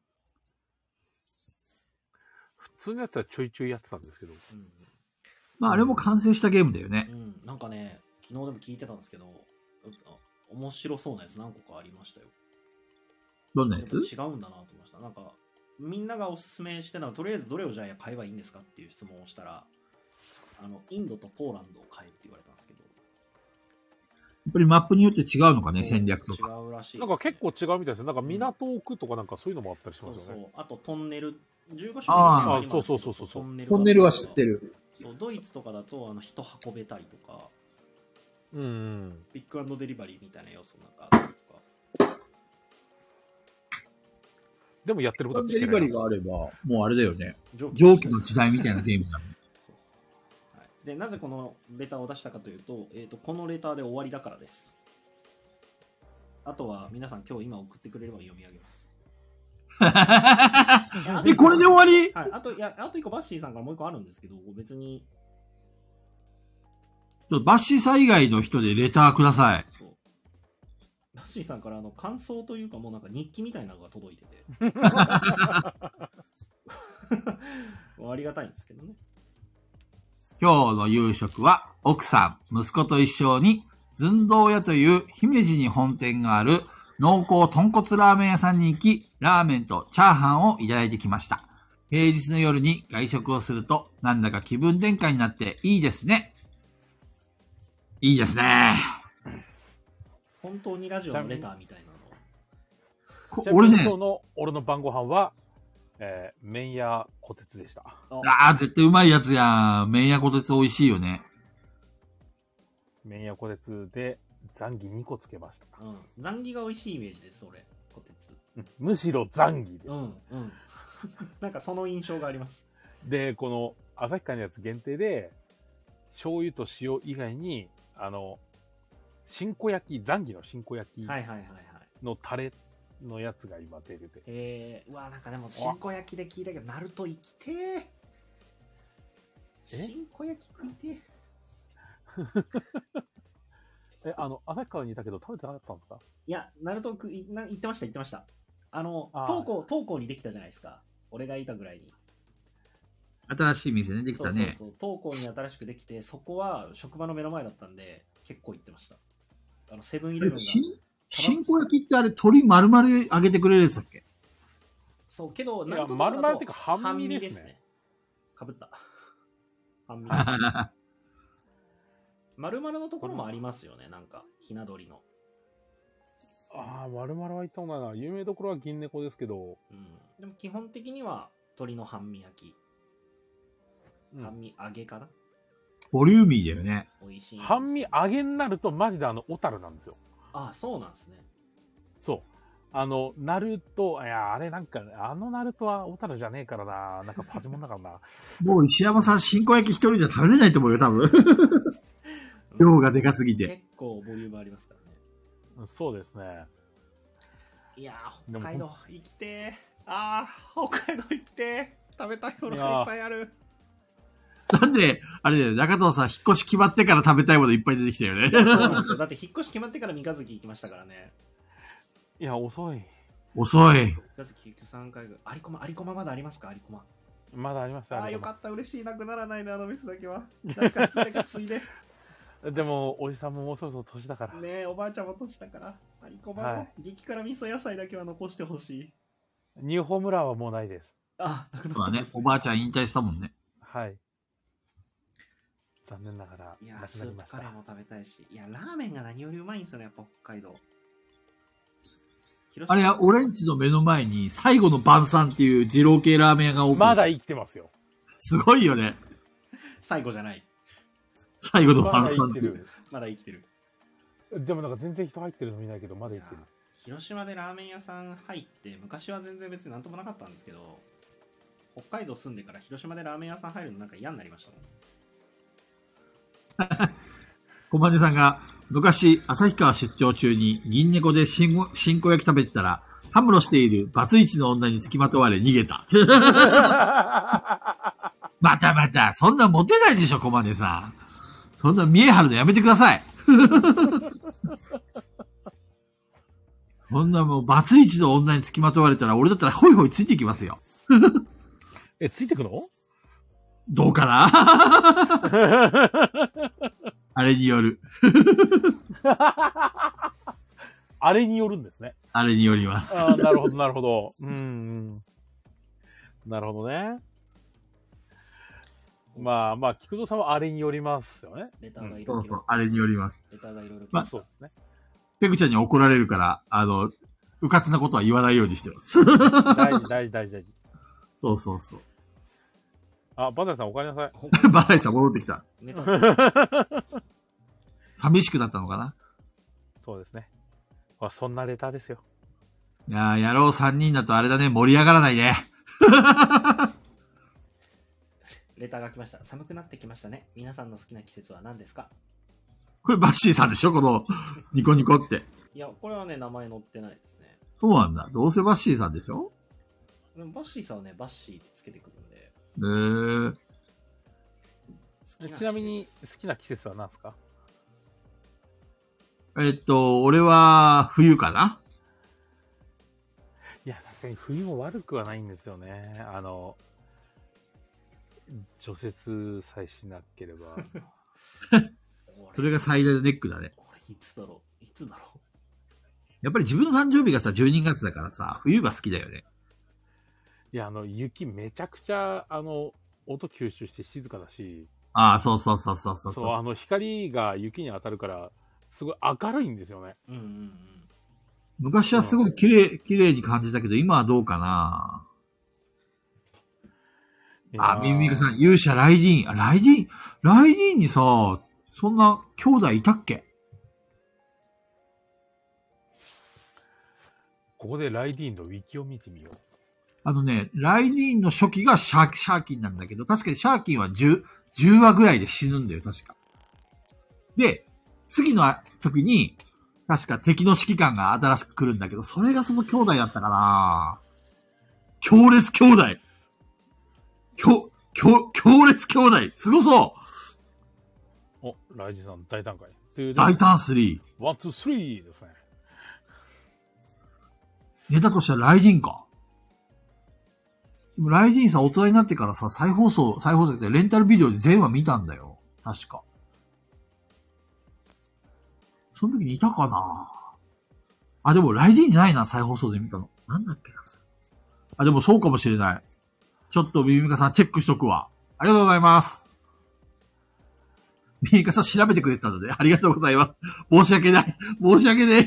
普通のやつはちょいちょいやってたんですけど。うん、 まあ、あれも完成したゲームだよね。 うん、なんかね、昨日でも聞いてたんですけど、面白そうなやつ何個かありましたよ。 どんなやつ？ 違うんだなと思いました。なんか、みんながおすすめしてるのは、とりあえずどれをじゃあ買えばいいんですかっていう質問をしたら、あの、インドとポーランドを買えって言われたんですけど。 やっぱりマップによって違うのかね、戦略とか。 違うらしい、ね。 なんか結構違うみたいですね。なんか港を置くとかなんかそういうのもあったりしますよね。 そうそう。あとトンネル、じゅうご種類ああ、そうそうそうそう。 トンネル、トンネルは知ってる。 そう、ドイツとかだと、あの、人運べたりとか、 うん、うん。 ピック&デリバリーみたいな要素なんかあったりとか。 でもやってることはデリバリーがあれば、もうあれだよね。蒸気の時代みたいなゲームだもん。 そうそう、はい。で、なぜこのレターを出したかというと、えっと、このレターで終わりだからです。あとは皆さん今日今送ってくれれば読み上げます。 え、これで終わり？ はい。あと、いや、あと一個バッシーさんからもう一個あるんですけど、別に。 バッシーさん以外の人でレターください。そう。 バッシーさんからあの感想というかもうなんか日記みたいなのが届いてて。ありがたいんですけどね。 今日の夕食は奥さん、息子と一緒に寸胴屋という姫路に本店がある濃厚豚骨ラーメン屋さんに行き、ラーメンとチャーハンをいただいてきました。平日の夜に外食をすると、なんだか気分転換になっていいですね。いいですね。 本当にラジオのレターみたいなの。俺ね、今日の俺の晩ご飯は、えー、麺屋小鉄でした。 ああ、絶対うまいやつやん。麺屋小鉄美味しいよね。 麺屋小鉄でザンギにこつけました。 うん。ザンギが美味しいイメージです、俺。小鉄。 むしろザンギです。 うん、うん。なんかその印象があります。 で、この旭川のやつ限定で、醤油と塩以外に、あの、新子焼き、ザンギの新子焼きのタレのやつが今出てて。 えー、うわ、なんかでも新子焼きで聞いたけど、ナルト生きてー。新子焼き食いてー。え、あの、旭川にいたけど食べてなかったんですか？ いや、ナルトくいな言ってました、言ってました。あの、東港、東港にできたじゃないですか。俺がいたぐらいに。 新しい店ね、できたね。 そうそうそう、東港に新しくできて、そこは職場の目の前だったんで、結構行ってました。 あの、セブンイレブンが。 しん、新子焼きってあれ、鶏丸々揚げてくれるやつだっけ？ そう、けど、 いや、 なんと丸々っていうか半身ですね。 かぶった。半身。丸々のところもありますよね、なんか、ひな鳥の。 ああ、丸々は行ったことないな。有名どころは銀猫ですけど。 うん。でも基本的には鶏の半身焼き。 うん、 半身揚げかな、 ボリューミーだよね。 美味しい。 半身揚げになるとマジであの、小樽なんですよ。 ああ、そうなんですね。 そう。あの、ナルト、いや、あれなんか、あのナルトは小樽じゃねえからな。なんかパチモンだからな。 もう石山さん、新子焼き一人じゃ食べれないと思うよ、多分。量がでかすぎて。 結構ボリュームありますからね。 そうですね。 いやー、北海道行きてー。あー、北海道行きてー。食べたいものがいっぱいある。 なんで、あれだよ、中藤さん、引っ越し決まってから食べたいものいっぱい出てきたよね。 そうなんですよ。だって引っ越し決まってから三日月行きましたからね。 いや、遅い。 遅い。 三日月行くさんかいぐらい。有駒、有駒まだありますか？有駒。 まだありました。 ああ、よかった。嬉しい。なくならないね、あの店だけは。誰か、誰かついで。 でも、おじさんももうそろそろ年だから。 ねえ、おばあちゃんも年だから。有駒の激辛味噌野菜だけは残してほしい。 ニューホームランはもうないです。 あ、なくなった。 まあね、おばあちゃん引退したもんね。 はい。残念ながら。 いや、スープカレーも食べたいし。いや、ラーメンが何よりうまいんですよね、やっぱ北海道。 あれは、オレンジの目の前に、最後の晩餐っていう二郎系ラーメン屋がオープン。 まだ生きてますよ。 すごいよね。 最後じゃない。 最後の晩餐。 まだ生きてる。 まだ生きてる。 でもなんか全然人入ってるの見ないけど、まだ生きてる。 広島でラーメン屋さん入って、昔は全然別になんともなかったんですけど、北海道住んでから広島でラーメン屋さん入るのなんか嫌になりましたもん。 小金さんが、昔、旭川出張中に銀猫で新子新子焼き食べてたら、たむろしているバツイチの女に付きまとわれ逃げた。またまた、そんなモテないでしょ、小金さん。そんな見え張るのやめてください。そんなもう、バツイチの女に付きまとわれたら、俺だったらホイホイついていきますよ。 え、ついてくの？ どうかなあれによる。 あれによるんですね。 あれによります。 ああ、なるほど、なるほど。うん、うん。なるほどね。まあまあ、菊蔵さんはあれによりますよね。 レターがいろいろ。 そうそう、あれによります。 レターがいろいろ。 まあ、 そうですね。 ペグちゃんに怒られるから、あの、うかつなことは言わないようにしてます。 大事、大事、大事、大事。 そうそうそう。 あ、バザーさんお帰りなさい。 バライさん戻ってきた。 ネタ寂しくなったのかな？ そうですね。まあ、そんなレターですよ。 いやー、野郎さんにんだとあれだね、盛り上がらないね。 レターが来ました。寒くなってきましたね。皆さんの好きな季節は何ですか？ これバッシーさんでしょ？この、ニコニコって。 いや、これはね、名前載ってないですね。 そうなんだ。どうせバッシーさんでしょ？ でもバッシーさんはね、バッシーってつけてくるんで。 えー。 ちなみに好きな季節は何ですか？ えっと、俺は、冬かな？ いや、確かに冬も悪くはないんですよね。あの、除雪さえしなければ。 それが最大のネックだね。 俺、いつだろういつだろうやっぱり自分の誕生日がさ、じゅうにがつだからさ、冬が好きだよね。 いや、あの、雪めちゃくちゃ、あの、音吸収して静かだし、 ああ、そうそうそうそうそうそう、あの、光が雪に当たるから、すごい明るいんですよね。 うんうんうん。 昔はすごい綺麗、綺麗に感じたけど、今はどうかな？あ、ミミミカさん、勇者ライディーン。あ、ライディーン、ライディーンにさ、そんな兄弟いたっけ？ ここでライディーンのウィキを見てみよう。 あのね、ライディーンの初期がシャー、シャーキンなんだけど、確かにシャーキンはじゅう、じゅうわぐらいで死ぬんだよ、確か。で、次の時に、確か敵の指揮官が新しく来るんだけど、それがその兄弟だったかな？強烈兄弟強、強、強烈兄弟すごそうお、ライジンさん大胆かい。 大胆スリー。 ワン、ツー、スリーですね。 ネタとしてはライジンか。でもライジンさ、大人になってからさ、再放送、再放送でレンタルビデオで全話見たんだよ。確か。 その時にいたかな。あ、でもライジンじゃないな、再放送で見たの。なんだっけな。あ、でもそうかもしれない。ちょっとビビミカさんチェックしとくわ。ありがとうございます。ビビミカさん調べてくれてたので、ありがとうございます。申し訳ない。申し訳ねえ。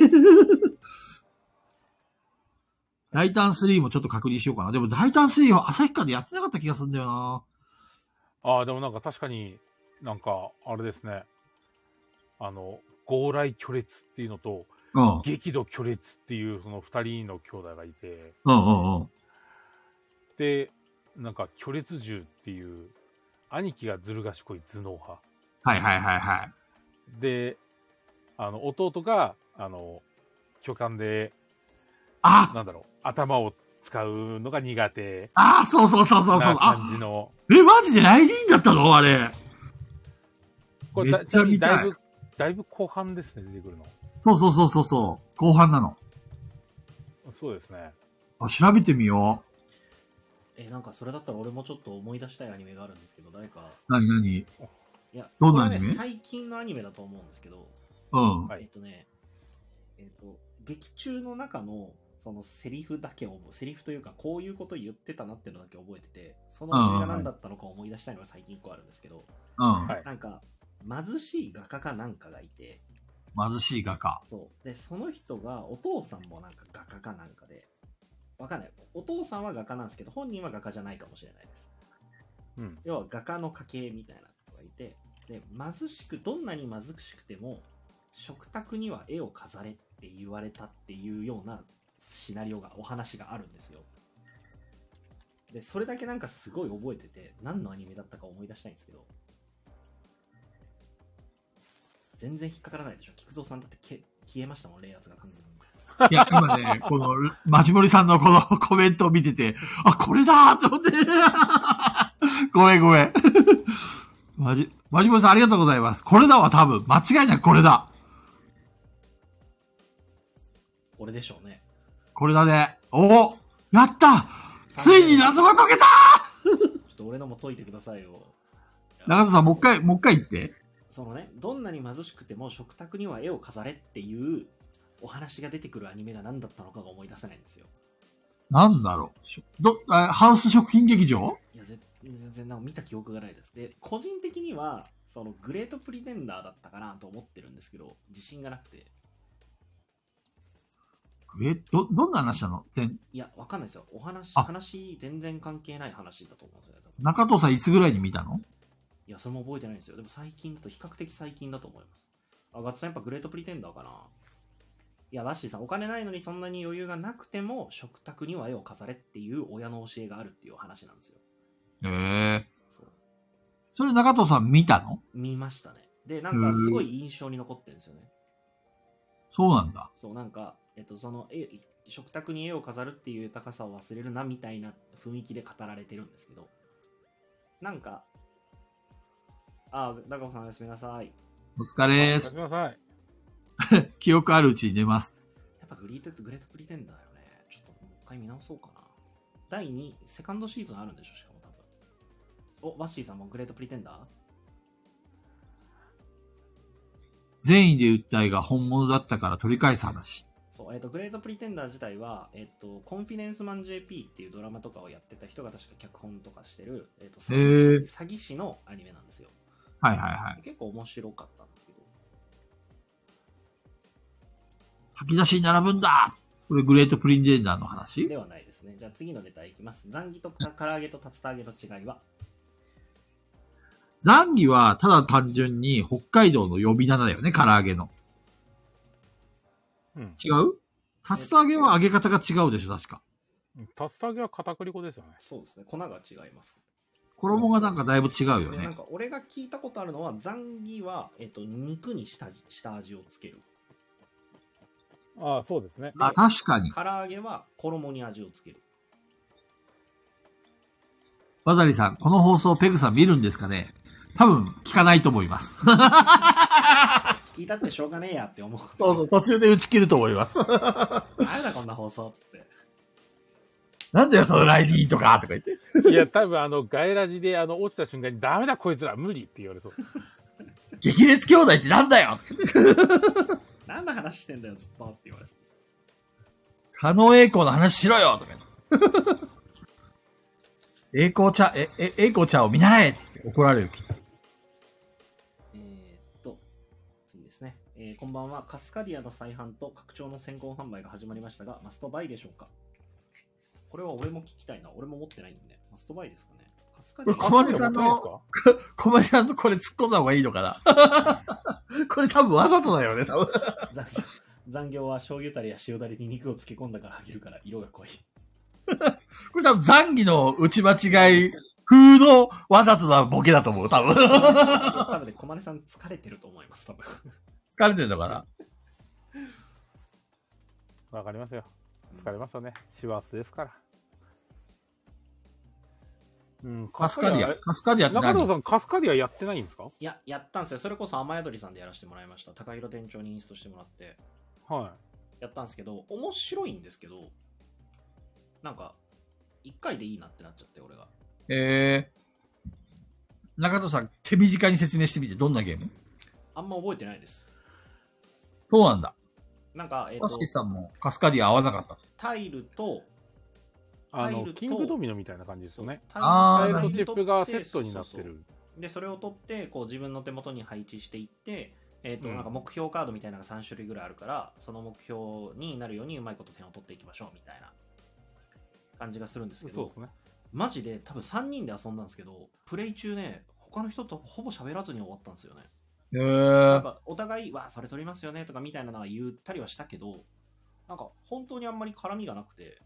ダイタンスリーもちょっと確認しようかな。でもダイタンスリーは旭川でやってなかった気がするんだよな。 ああ、でもなんか確かになんか、あれですね。あの、強来巨烈っていうのと、 うん。 激怒巨烈っていうその二人の兄弟がいて、 うんうんうん。 で、なんか巨烈獣っていう、兄貴がずる賢い頭脳派。 はいはいはいはい。 で、あの、弟が、あの、巨漢で、 あなんだろう、頭を使うのが苦手ああ、そうそうそうそうそう。 なあ、 感じの。 え、マジでライジンだったのあれ。 これめっちゃ見たいだいぶ、だいぶ後半ですね、出てくるの。 そうそうそうそうそう。後半なの。 そうですね。 あ、調べてみよえ、なんかそれだったら俺もちょっと思い出したいアニメがあるんですけど、誰か。 う。なになにいや、 どんなアニメこれはね、最近のアニメだと思うんですけど、 うん。 はいえっとね、えっと、劇中の中の、そのセリフだけを、セリフというか、こういうこと言ってたなっていうのだけ覚えてて、そのアニメが何だったのか思い出したいのが最近一個あるんですけど、 うん。 はい。 なんか、貧しい画家かなんかがいて、 貧しい画家。 そう。で、その人が、お父さんもなんか画家かなんかで、わかんない。お父さんは画家なんですけど、本人は画家じゃないかもしれないです。 うん。 要は画家の家系みたいな人がいて、で、貧しく、どんなに貧しくても、食卓には絵を飾れって言われたっていうようなシナリオが、お話があるんですよ。で、それだけなんかすごい覚えてて、何のアニメだったか思い出したいんですけど、全然引っかからないでしょ。菊蔵さんだってけ消えましたもん、冷圧が完全に。 いや、今ね、この、マジモリさんのこのコメントを見てて、あ、これだーって思って。ごめんごめん。マジ、マジモリさんありがとうございます。これだわ、多分。間違いなくこれだ。 これでしょうね。 これだね。おおやったついに謎が解けたちょっと俺のも解いてくださいよ。 中野さん、もう一回、もう一回言って。 そのね、どんなに貧しくても食卓には絵を飾れっていうお話が出てくるアニメが何だったのかが思い出せないんですよ。 なんだろう。しょど、あハウス食品劇場いや、ぜ全然なんか見た記憶がないです。で、個人的には、そのグレートプリテンダーだったかなと思ってるんですけど、自信がなくて。 え、ど、どんな話なの全、 いや、わかんないですよ。お話、 あ話、全然関係ない話だと思うんですよね。多分中藤さんいつぐらいに見たのいや、それも覚えてないんですよ。でも最近だと比較的最近だと思います。あ、ガッツさんやっぱグレートプリテンダーかな。いや、バッシーさん、お金ないのにそんなに余裕がなくても食卓には絵を飾れっていう親の教えがあるっていう話なんですよ。 へえ。 そう。 それ中藤さん見たの見ましたね。で、なんかすごい印象に残ってるんですよね。 そうなんだ。 そう、なんか、えっと、その絵、食卓に絵を飾るっていう豊かさを忘れるなみたいな雰囲気で語られてるんですけど、なんか、あ、中尾さんおやすみなさい。 お疲れーすおやす。みなさい。 記憶あるうちに寝ます。 やっぱグリートグレートプリテンダーよね。ちょっともう一回見直そうかな。だいに、セカンドシーズンあるんでしょ、しかも多分。お、バッシーさんもグレートプリテンダー善意で訴えが本物だったから取り返す話。 そう、えっ、と、グレートプリテンダー自体は、えっ、と、コンフィデンスマン ジェーピー っていうドラマとかをやってた人が確か脚本とかしてる、えっ、と、詐欺師、詐欺師のアニメなんですよ。 はいはいはい。 結構面白かったんですけど。 吐き出しに並ぶんだこれグレートプリンデンダーの話ではないですね。じゃあ次のネタいきます。ザンギと唐揚げと竜田揚げの違いはザンギはただ単純に北海道の呼び名だよね、唐揚げの。 うん。 違う竜田揚げは揚げ方が違うでしょ、確か。 竜田揚げは片栗粉ですよね。 そうですね。粉が違います。 衣がなんかだいぶ違うよでなんね。 か俺が聞いたことあるのは、ザンギは、えっと、肉に下地下味をつける。 ああ、そうですね。 あ、確かに。 唐揚げは衣に味をつける。 バザリさん、この放送ペグさん見るんですかね多分聞かないと思います。 聞いたってしょうがねえやって思う。 そうそう、途中で打ち切ると思います。 あれだこんな放送っつって。 なんだよ、そのライディーンとかとか言って。 いや、多分あの、ガイラジであの、落ちた瞬間にダメだこいつら無理って言われそう。 激烈兄弟ってなんだよ何の話してんだよ、ずっとって言われそうです。 狩野英孝の話しろよとか。栄光茶、え、え、栄光茶を見習えって怒られるきっと。 えー、っと、次ですね。えー、こんばんは。カスカディアの再販と拡張の先行販売が始まりましたが、マストバイでしょうか？これは俺も聞きたいな。俺も持ってないんで。マストバイですかね。カスカディア。 これ小丸さんの、小丸さんとこれ突っ込んだ方がいいのかなこれ多分わざとだよね、多分。 残業残業は醤油タレや塩ダレに肉を漬け込んだから揚げるから色が濃い。 これ多分残儀の打ち間違い風のわざとなボケだと思う、多分。 多分ね、小丸さん疲れてると思います、多分。 疲れてるのかな。 わかりますよ。疲れますよね。師走ですから。うん、 カスカディア。カスカディアって何？ 中藤さん、カスカディアやってないんですか？ いや、やったんですよ。それこそ雨宿りさんでやらせてもらいました。高弘店長にインストしてもらって。 はい。 やったんですけど、面白いんですけど、なんか、一回でいいなってなっちゃって、俺が。 えー。中藤さん、手短に説明してみて、どんなゲーム？ あんま覚えてないです。 そうなんだ。 なんか、えっ、ー、 と、カスキさんもカスカディア合わなかった。 タイルと、 あの、キングドミノみたいな感じですよね。 タイルとチップがセットになってる。そうそうそうで、それを取って、こう自分の手元に配置していって、えっ、ー、と、うん、なんか目標カードみたいなのがさん種類ぐらいあるから、その目標になるようにうまいこと点を取っていきましょうみたいな感じがするんですけど、 そうですね。 マジで多分さんにんで遊んだんですけど、プレイ中ね、他の人とほぼ喋らずに終わったんですよね。 へー。 なんかお互い、わあ、それ取りますよねとかみたいなのは言ったりはしたけど、なんか本当にあんまり絡みがなくて、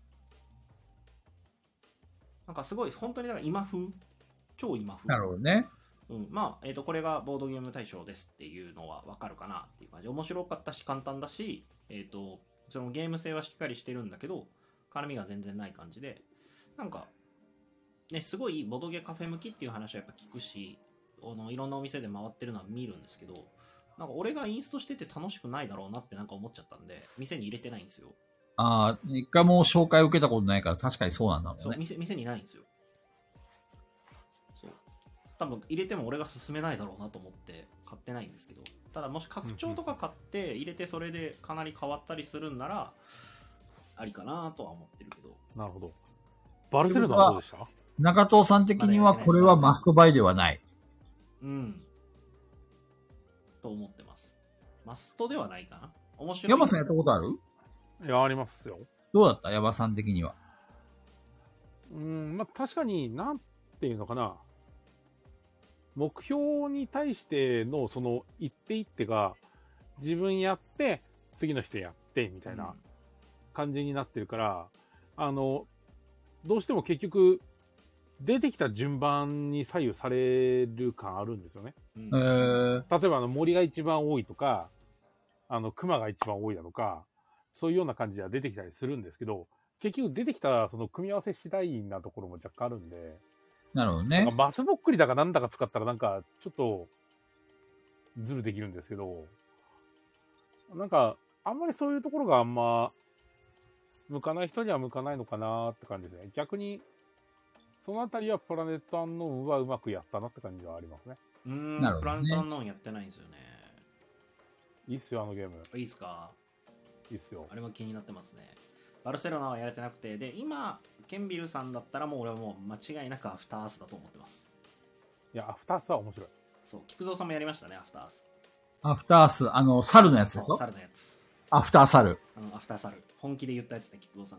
なんかすごい本当になんか今風、超今風。 なるほどね。 うん、まあ、えーと、これがボードゲーム大賞ですっていうのはわかるかなっていう感じ。面白かったし簡単だし、えーと、そのゲーム性はしっかりしてるんだけど、絡みが全然ない感じで、なんか、ね、すごいボドゲカフェ向きっていう話はやっぱ聞くし、あのいろんなお店で回ってるのは見るんですけど、なんか俺がインストしてて楽しくないだろうなってなんか思っちゃったんで、店に入れてないんですよ。 ああ、一回も紹介を受けたことないから確かにそうなんだろうね。 そう、店、店にないんですよ。そう。多分入れても俺が勧めないだろうなと思って買ってないんですけど、ただもし拡張とか買って入れてそれでかなり変わったりするんなら、ありかなとは思ってるけど。 なるほど。バルセロナはどうでした？ 中藤さん的にはこれはマストバイではない。 うん。と思ってます。マストではないかな。面白い。 山さんやったことある？ いや、ありますよ。 どうだった山さん的には。 うん、まあ、確かに、なんていうのかな。目標に対しての、その、一手一手が、自分やって、次の人やって、みたいな感じになってるから、うん、あの、どうしても結局、出てきた順番に左右される感あるんですよね。 うん、えー、 例えば、あの、森が一番多いとか、あの、熊が一番多いだとか、そういうような感じでは出てきたりするんですけど、結局出てきたその組み合わせ次第なところも若干あるんで。 なるほどね。 なんか松ぼっくりだかなんだか使ったらなんかちょっとズルできるんですけど、なんかあんまりそういうところがあんま向かない人には向かないのかなって感じですね。逆にそのあたりはプラネットアンノーンはうまくやったなって感じはありますね。 うーん、なるほどね。プラネットアンノーンやってないんですよね。 いいっすよ、あのゲーム。 いいっすか？ いいっすよ。 あれも気になってますね。バルセロナはやれてなくて、で、今、ケンビルさんだったらもう俺はもう間違いなくアフターアースだと思ってます。 いや、アフターアースは面白い。 そう、菊蔵さんもやりましたね、アフターアース。 アフターアース、あの、猿のやつだろ？ 猿のやつ。 アフター猿。 あの、アフター猿。本気で言ったやつね、菊蔵さん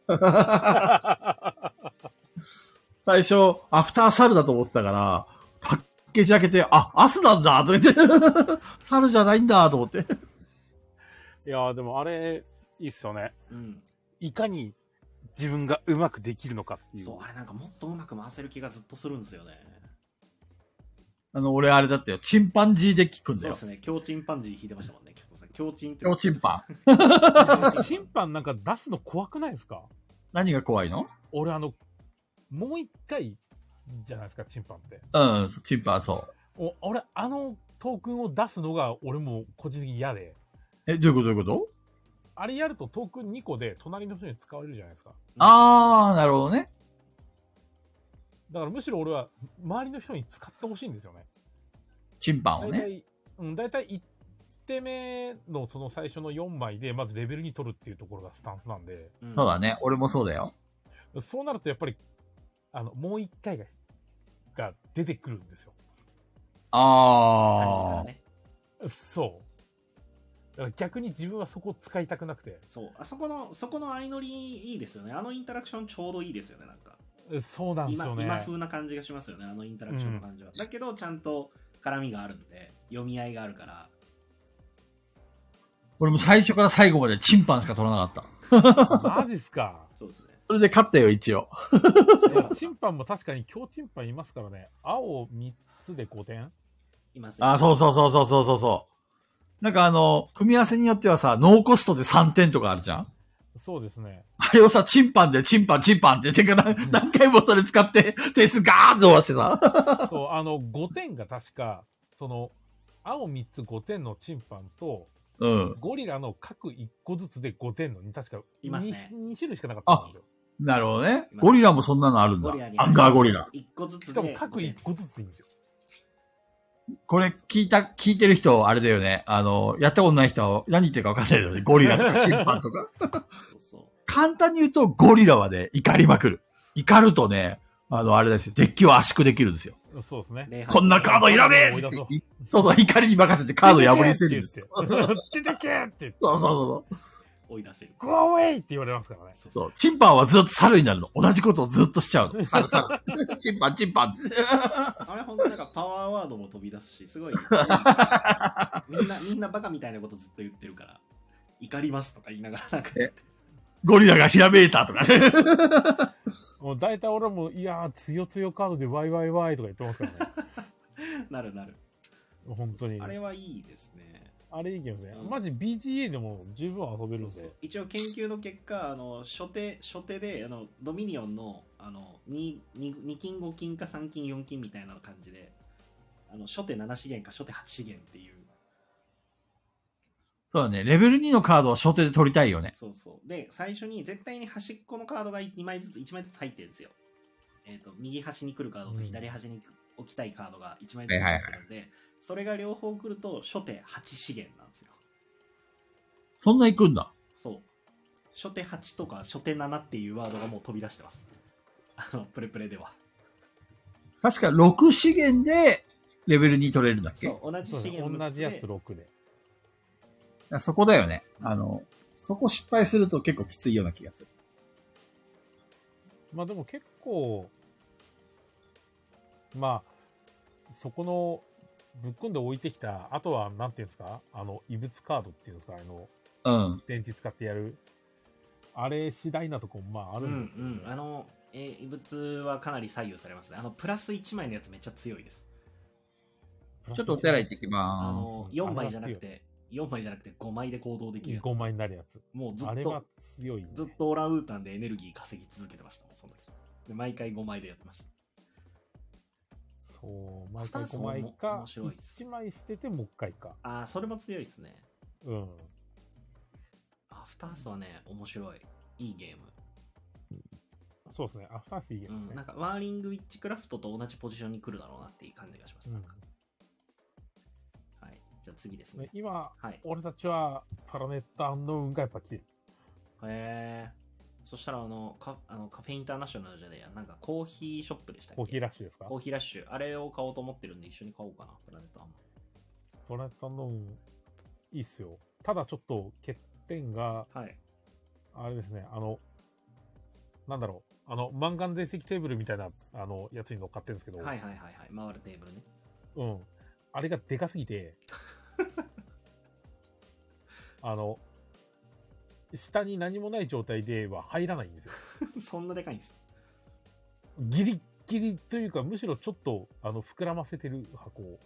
が。 最初、アフター猿だと思ってたから、パッケージ開けて、あ、アスなんだと言って、猿じゃないんだと思って。 いやー、でもあれ、いいっすよね。 うん。 いかに自分がうまくできるのかっていう。 そう、あれなんかもっとうまく回せる気がずっとするんですよね。 あの、俺あれだったよ。チンパンジーデッキ組んだよ。 そうですね。強チンパンジー引いてましたもんね。強チンって。 強チンパン。チンパンなんか出すの怖くないですか？ 何が怖いの？ 俺あの、もう一回じゃないですか、チンパンって。 うん、チンパンそう。 お俺、あのトークンを出すのが俺も個人的に嫌で。 え、どういうことどういうこと？ あれやるとトークンにこで隣の人に使われるじゃないですか。 あー、なるほどね。 だからむしろ俺は周りの人に使ってほしいんですよね。 チンパンをね。 だいたい、うん、だいたい手目のその最初のよんまいで、まずレベルに取るっていうところがスタンスなんで、 うんそうだね。俺もそうだよ。 そうなるとやっぱり、あの、もう一回が、が出てくるんですよ。 ああ、 ね、 そう。だから逆に自分はそこを使いたくなくて。 そう。あそこの、そこの相乗りいいですよね。あのインタラクションちょうどいいですよね、なんか。 そうなんですよね。 今、今風な感じがしますよね、あのインタラクションの感じは。うん、だけど、ちゃんと絡みがあるんで、読み合いがあるから。 俺も最初から最後までチンパンしか取らなかった。マジっすか。 そうですね。 それで勝ったよ、一応。 チンパンも確かに強チンパンいますからね。青みっつでごてんいますね。あ、そうそうそうそうそうそう。なんかあの、組み合わせによってはさ、ノーコストでさんてんとかあるじゃん。 そうですね。 あれをさ、チンパンでチンパンチンパンって、てか何何回もそれ使って点数ガーッと伸ばしてさ。 そう、あの、ごてんが確か、その、青みっつごてんのチンパンと、 うん。 ゴリラの各いっこずつでごてんのに確かいますね。 に種類しかなかったんですよ。 なるほどね。ゴリラもそんなのあるんだ。アンガーゴリラ。 いっこずつで。 しかも各いっこずつでいいんですよ。 これ聞いた、聞いてる人、あれだよね。あの、やったことない人は何言ってるか分かんないよね。ゴリラとかチンパンとか。そうそう。簡単に言うと、ゴリラはね、怒りまくる。怒るとね、あの、あれですよ。敵を圧縮できるんですよ。 そうですね。 こんなカードいらねえってそうそう、怒りに任せてカード破り捨てるんですよ。 出てけって言って。 そうそうそう。 追い出せる。 Go away! って言われますからね。 そう。チンパンはずっと猿になるの。同じことをずっとしちゃうの。猿猿。チンパン、チンパン。 あれ本当なんかパワーワードも飛び出すし、すごい。みんな、みんなバカみたいなことずっと言ってるから、怒りますとか言いながらなんか。 ゴリラがひらめいたとかね。 もう大体俺も、いやー、つよつよカードでワイワイワイとか言ってますからね。 なるなる。 本当に。 あれはいいですね。 あれいいゲームね。うん、マジ ビージーエー でも十分遊べるんで。そうそう一応研究の結果、あの初手初手であのドミニオンのあの 2, 2, 2金ご金かさん金よん金みたいな感じで、あの初手なな資源か初手はち資源っていう。 そうだね。レベルにのカードを初手で取りたいよね。 そうそう。で、最初に絶対に端っこのカードがにまいずつ、いちまいずつ入ってるんですよ。えっと、右端に来るカードと左端に置きたいカードがいちまいずつ入ってるんで、はいはいはい、それが両方来ると初手はち資源なんですよ。 そんな行くんだ。 そう。初手はちとか初手ななっていうワードがもう飛び出してます。あの、プレプレでは。 確かろく資源でレベルに取れるんだっけ？ そう、同じ資源同じやつろくで。 そこだよね。あの、そこ失敗すると結構きついような気がする。 まあでも結構、まあ、そこの、ぶっ込んで置いてきた、あとは、なんていうんですか、あの、異物カードっていうんですか、あの、 うん。 電池使ってやる。あれ次第なとこも、まああるんですけど、ね。 うんうん。あの、え異物はかなり左右されますね。あの、プラスいちまいのやつめっちゃ強いです。 ちょっとお手洗い行ってきあまーす。 の、よんまいじゃなくて、よんまいじゃなくてごまいで行動できるやつ。 ごまいになるやつ。 もうずっと、 あれは強い、ね、 ずっとオランウータンでエネルギー稼ぎ続けてましたもん、その時。で、毎回ごまいでやってました。 そう、毎回ごまいか、いちまい捨ててもう一回か。 ああ、それも強いですね。 うん。 アフタースはね、面白い。いいゲーム。 そうですね、アフタースいいゲームですね、 うん。なんか、ワーリングウィッチクラフトと同じポジションに来るだろうなっていう感じがします。うん、はい。じゃあ次ですね。 今、 はい、 俺たちはパラネットアンノウンがやっぱ来てる。 へえ。そしたらあのカ、あのカフェインターナショナルじゃねえや、なんかコーヒーショップでしたっけ？ コーヒーラッシュですか？ コーヒーラッシュ。あれを買おうと思ってるんで一緒に買おうかな、プラネットアンノウン。 プラネットアンノウン、いいっすよ。ただちょっと欠点が、 はい。 あれですね、あの、なんだろう、あの、マンガン全席テーブルみたいな、あの、やつに乗っかってるんですけど。 はいはいはいはい。回るテーブルね。 うん。あれがでかすぎて、あの、下に何もない状態では入らないんですよ。 そんなでかいんです。 ギリギリというか、むしろちょっと、あの、膨らませてる箱を。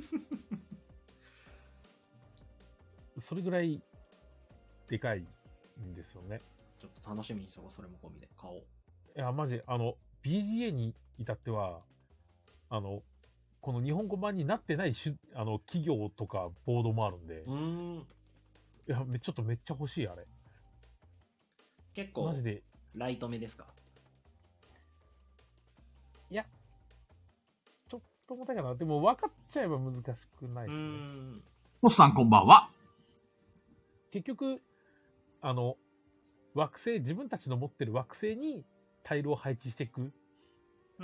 それぐらい、でかいんですよね。 ちょっと楽しみにしとこう、それも込みで買おう。 いや、マジ、あの、ビージーエー に至っては、あの、この日本語版になってないしあの企業とかボードもあるんで、 うーん。 いや、ちょっとめっちゃ欲しい、あれ。 結構、 マジで。 ライト目ですか？ いや、ちょっと重たいかな。でも分かっちゃえば難しくないですね。うーん。 ポスさんこんばんは。 結局、あの、惑星、自分たちの持ってる惑星にタイルを配置していく。 うんうん。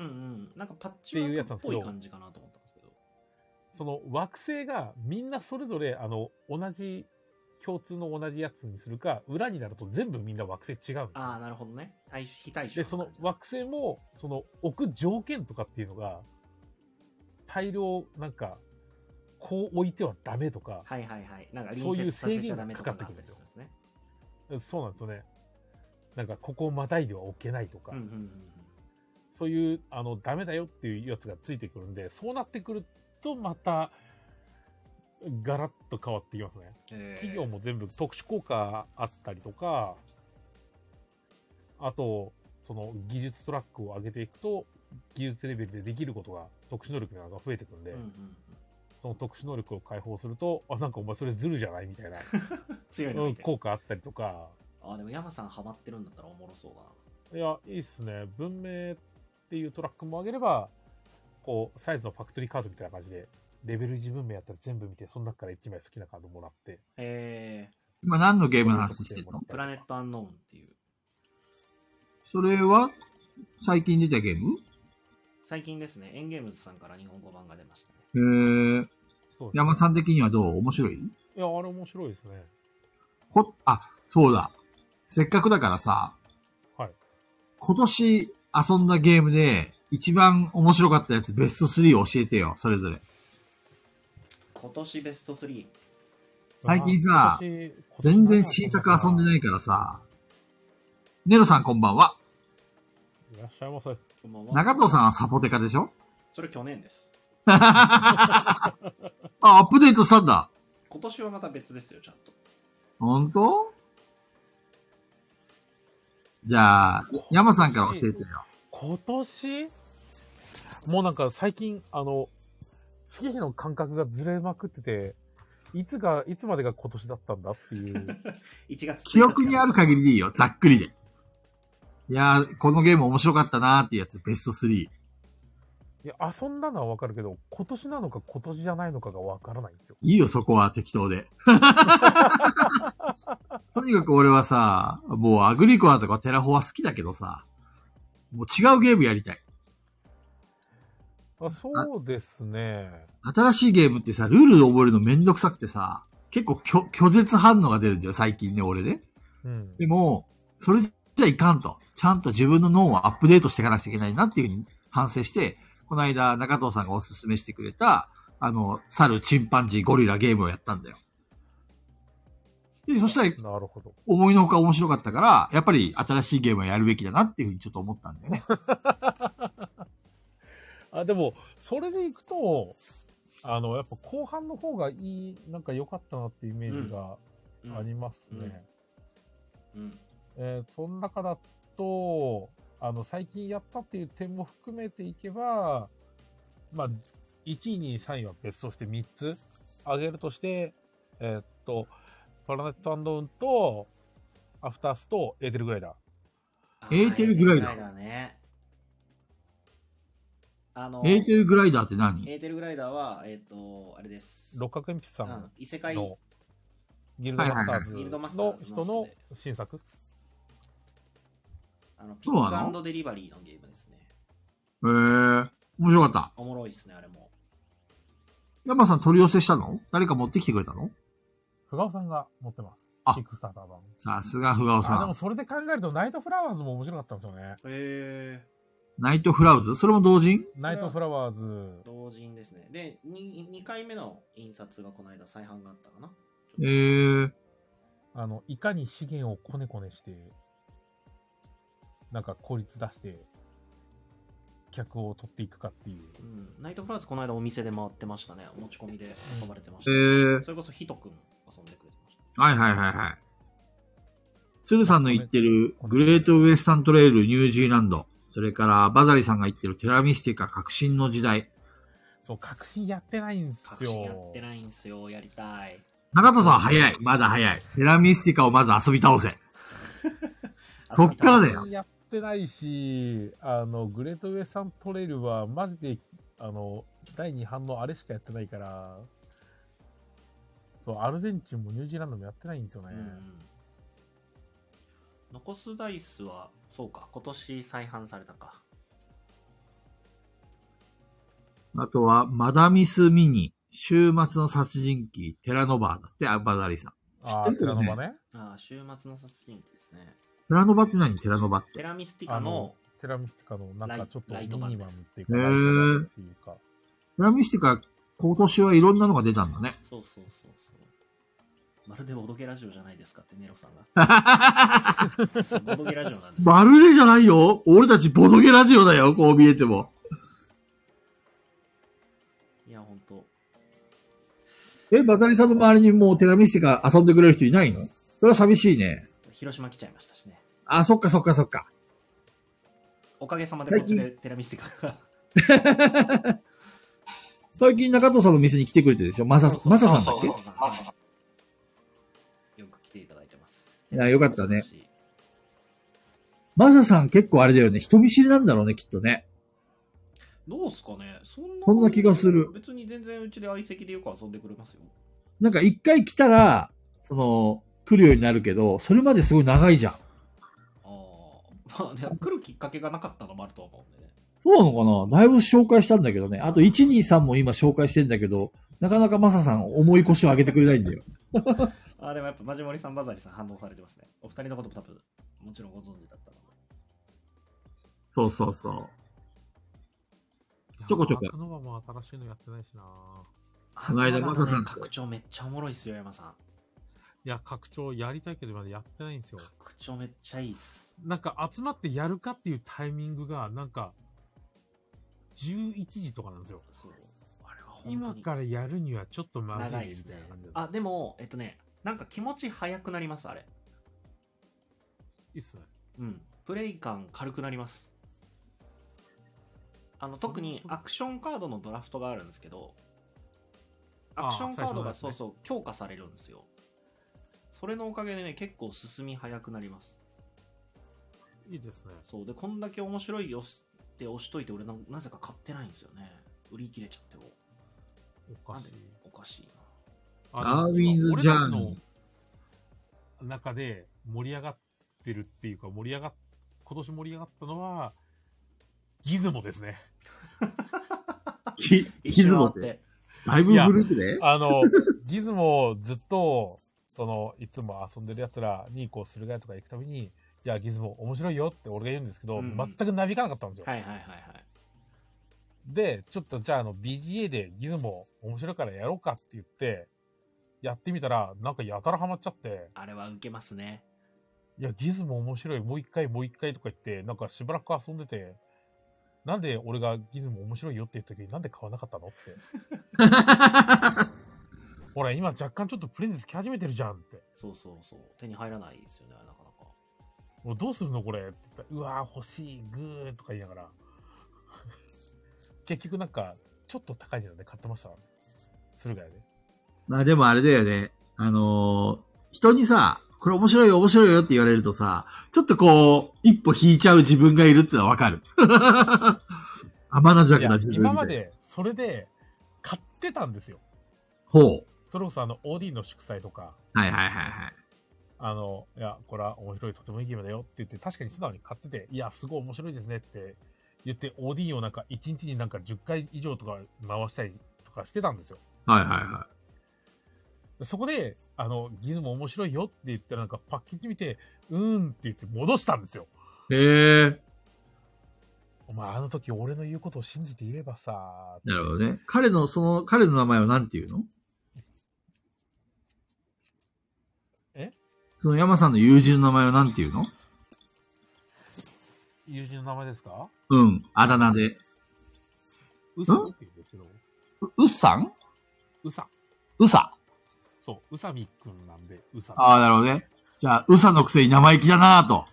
なんかパッチワークっぽい感じかなと思ったんですけど。 その惑星がみんなそれぞれ、あの、同じ、共通の同じやつにするか、裏になると全部みんな惑星違うんですよ。 ああ、なるほどね。対非対称。 で、その惑星も、その置く条件とかっていうのが、タイルをなんか、こう置いてはダメとか、 はいはいはい。なんかそういう制限ががかかってくるんですよ。 ね、 そうなんですよね。なんか、ここをまたいでは置けないとか、 うんうんうんうん、 そういう、あの、ダメだよっていうやつがついてくるんで、そうなってくると、また、ガラッと変わってきますね。えー、企業も全部特殊効果あったりとか、あと、その技術トラックを上げていくと、技術レベルでできることが、特殊能力が増えてくるんで、うんうんうん、その特殊能力を解放すると、あ、なんかお前それズルじゃないみたいな強いの効果あったりとか。 あ、でも山さんハマってるんだったらおもろそうだな。いや、いいっすね。文明っていうトラックも上げれば、こう、サイズのファクトリーカードみたいな感じで、レベル自分名やったら全部見て、その中からいちまい好きなカードもらって。へえ。 今何のゲームの話してるの？ プラネットアンノーンっていう。 それは最近出たゲーム？ 最近ですね。エンゲームズさんから日本語版が出ましたね。 へー。そうですね、山さん的にはどう？面白い？いや、あれ面白いですね。 こ、あ、そうだ。せっかくだからさ、 はい。 今年遊んだゲームで一番面白かったやつベストスリーを教えてよ、それぞれ。 今年ベストスリー。 最近さ、全然新作遊んでないからさ、ネロさんこんばんは。 いらっしゃいませ。 こんばんは。 中藤さんはサポテカでしょ？ それ去年です。 あ、アップデートしたんだ。 今年はまた別ですよ、ちゃんと。 本当？じゃあ、山さんから教えてよ。 今年もうなんか最近、あの、月日の感覚がずれまくってて、いつが、いつまでが今年だったんだっていう。 いちがつ記憶にある限りでいいよ、ざっくりで。いやー、このゲーム面白かったなーっていうやつ、ベストスリー。 いや、遊んだのはわかるけど、今年なのか今年じゃないのかがわからないんですよ。 いいよ、そこは適当で。とにかく俺はさ、もうアグリコラとかテラフォは好きだけどさ、もう違うゲームやりたい。 あ、そうですね。 新しいゲームってさ、ルールで覚えるのめんどくさくてさ、結構拒拒絶反応が出るんだよ、最近ね、俺ね。うん。でも、それじゃいかんと。ちゃんと自分の脳をアップデートしていかなくちゃいけないなっていうふうに反省して、この間中藤さんがおすすめしてくれた、あの、猿、チンパンジー、ゴリラゲームをやったんだよ。で、そしたら、なるほど。思いのほか面白かったから、やっぱり新しいゲームはやるべきだなっていうふうにちょっと思ったんだよね。 あ、でも、それでいくと、あの、やっぱ後半の方がいい、なんか良かったなっていうイメージがありますね。うん。うんうん、えー、その中だと、あの、最近やったっていう点も含めていけば、まあ、いちい、にい、さんいは別としてみっつ挙げるとして、えー、っと、プラネットアンドウンと、アフタースとエーテルグライダー。エーテルグライダーね。あのエーテルグライダーって何？ エーテルグライダーは、えっ、ー、と、あれです。 六角鉛筆さんの、うん、 異世界ギルドマスターズの人の新作。 あの、ピック&デリバリーのゲームですね。 へえー、面白かった。 おもろいっすね、あれも。 山さん取り寄せしたの？誰か持ってきてくれたの？ ふがおさんが持ってます。 あ、 キックスターター版。 さすがふがおさん。 あ、でもそれで考えるとナイトフラワーズも面白かったんですよね。へえー。 ナイトフラワーズ？それも同人？ ナイトフラワーズ。 同人ですね。で、に, にかいめの印刷がこの間再販があったかな。 えー。 あの、いかに資源をコネコネして、なんか効率出して、客を取っていくかっていう。 うん。ナイトフラワーズこの間お店で回ってましたね。お持ち込みで遊ばれてました、 ね。えー。 それこそヒト君遊んでくれてました。 はいはいはいはい。鶴さんの言ってるグレートウエスタントレイルニュージーランド。それから、バザリさんが言ってるテラミスティカ革新の時代。 そう、革新やってないんすよ。 革新やってないんすよ。やりたい。 中田さん早い。まだ早い。テラミスティカをまず遊び倒せ。そっからだよ。 やってないし、あの、グレートウエスタントレイルはマジで、あの、だいに版のあれしかやってないから。 そう、アルゼンチンもニュージーランドもやってないんですよね。 うんうん、残すダイスは、そうか、今年再販されたか。 あとは、マダミスミニ、週末の殺人鬼、テラノバーだって、アバザリさん。 ああ、テラノバね。 ああ、週末の殺人鬼ですね。 テラノバって何？テラノバって。 テラミスティカの、 テラミスティカのなんかちょっとミニマムっていうか、 へライト版っていうか。 テラミスティカ、今年はいろんなのが出たんだね。 そうそうそうそう。まるでボドゲラジオじゃないですかってネロさんが。ボドゲラジオなんです。 まるでじゃないよ。俺たちボドゲラジオだよ、こう見えても。 いや、ほんと。 え、バザリさんの周りにもうテラミスティカ遊んでくれる人いないの？それは寂しいね。 広島来ちゃいましたしね。 あ、そっかそっかそっか。 おかげさまでこっちでテラミスティカが。 最近中藤さんの店に来てくれてるでしょ？マサ、マサさんだっけ？ よく来ていただいてます。 いや、よかったね。マサさん結構あれだよね。人見知りなんだろうね、きっとね。 どうすかね、そんな。 そんな気がする。 別に全然うちで相席でよく遊んでくれますよ。 なんか一回来たら、その、来るようになるけど、それまですごい長いじゃん。ああ。まあ、でも来るきっかけがなかったのもあると思うんでね。 そうなのかな？だいぶ紹介したんだけどね。あといち、に、さんも今紹介してんだけど、なかなかマサさん重い腰を上げてくれないんだよ。 あ、でもやっぱマジモリさん、バザリさん反応されてますね。お二人のことも多分、もちろんご存知だったので。 そうそうそう。ちょこちょこ。 アークノバも新しいのやってないしな。 この間マサさん拡張めっちゃおもろいっすよ、山さん。 いや、拡張やりたいけどまだやってないんですよ。 拡張めっちゃいいっす。 なんか集まってやるかっていうタイミングが、なんか、じゅういちじとかなんですよ。そう。あれは本当に今からやるにはちょっとまずいみたいな感じだ、ね。 あ、でも、えっとね、なんか気持ち早くなります、あれ。 いいっすね。 うん。プレイ感軽くなります。あの、特にアクションカードのドラフトがあるんですけど、アクションカードが、ね、そうそう強化されるんですよ。それのおかげでね、結構進み早くなります。 いいですね。 そうで、こんだけ面白いよって押しといて俺 な, なぜか買ってないんですよね。売り切れちゃっても。 おかしい。 おかしいな。アーウィンズジャーニーの中で盛り上がってるっていうか、盛り上がっ今年盛り上がったのはギズモですね。 ギギズモってだいぶ古くね。 あのギズモずっとそのいつも遊んでる奴らにこう駿河屋とか行くたびに、いやギズモ面白いよって俺が言うんですけど、うん、全くなびかなかったんですよ。 はいはいはいはい。 でちょっとじゃああの ビージーエー でギズモ面白いからやろうかって言ってやってみたらなんかやたらハマっちゃって。 あれは受けますね。 いやギズモ面白い、もう一回もう一回とか言ってなんかしばらく遊んでて。なんで俺がギズモ面白いよって言った時になんで買わなかったのって。ほら、今若干ちょっとプレゼンつき始めてるじゃんって。 そうそうそう。手に入らないですよね、なかなか。 もうどうするのこれって言ったら、うわー欲しい、グーとか言いながら。結局なんか、ちょっと高い値段で買ってました。駿河屋で。 まあでもあれだよね。あのー、人にさ、これ面白いよ面白いよって言われるとさ、ちょっとこう、一歩引いちゃう自分がいるってのはわかる。甘なじゃくな自分みたいな。 今までそれで買ってたんですよ。 ほう。 それこそあの オーディー の祝祭とか。 はいはいはいはい。 あの、いや、これは面白い、とてもいいゲームだよって言って、確かに素直に買ってて、いや、すごい面白いですねって言って、オーディー をなんかいちにちになんかじゅっかい以上とか回したりとかしてたんですよ。 はいはいはい。 そこで、あの、ギズモ面白いよって言ったらなんかパッケージ見て、うーんって言って戻したんですよ。 へえ。 お前あの時俺の言うことを信じていればさ。 なるほどね。彼の、その、彼の名前は何て言うの？ え？ その山さんの友人の名前は何て言うの？ 友人の名前ですか？ うん、あだ名で。 うさって言うんですけど。 う、うさん？ うさ。 うさ。 そう、うさみくんなんで、うさ。 ああ、なるほどね。じゃあ、うさのくせに生意気だなぁと。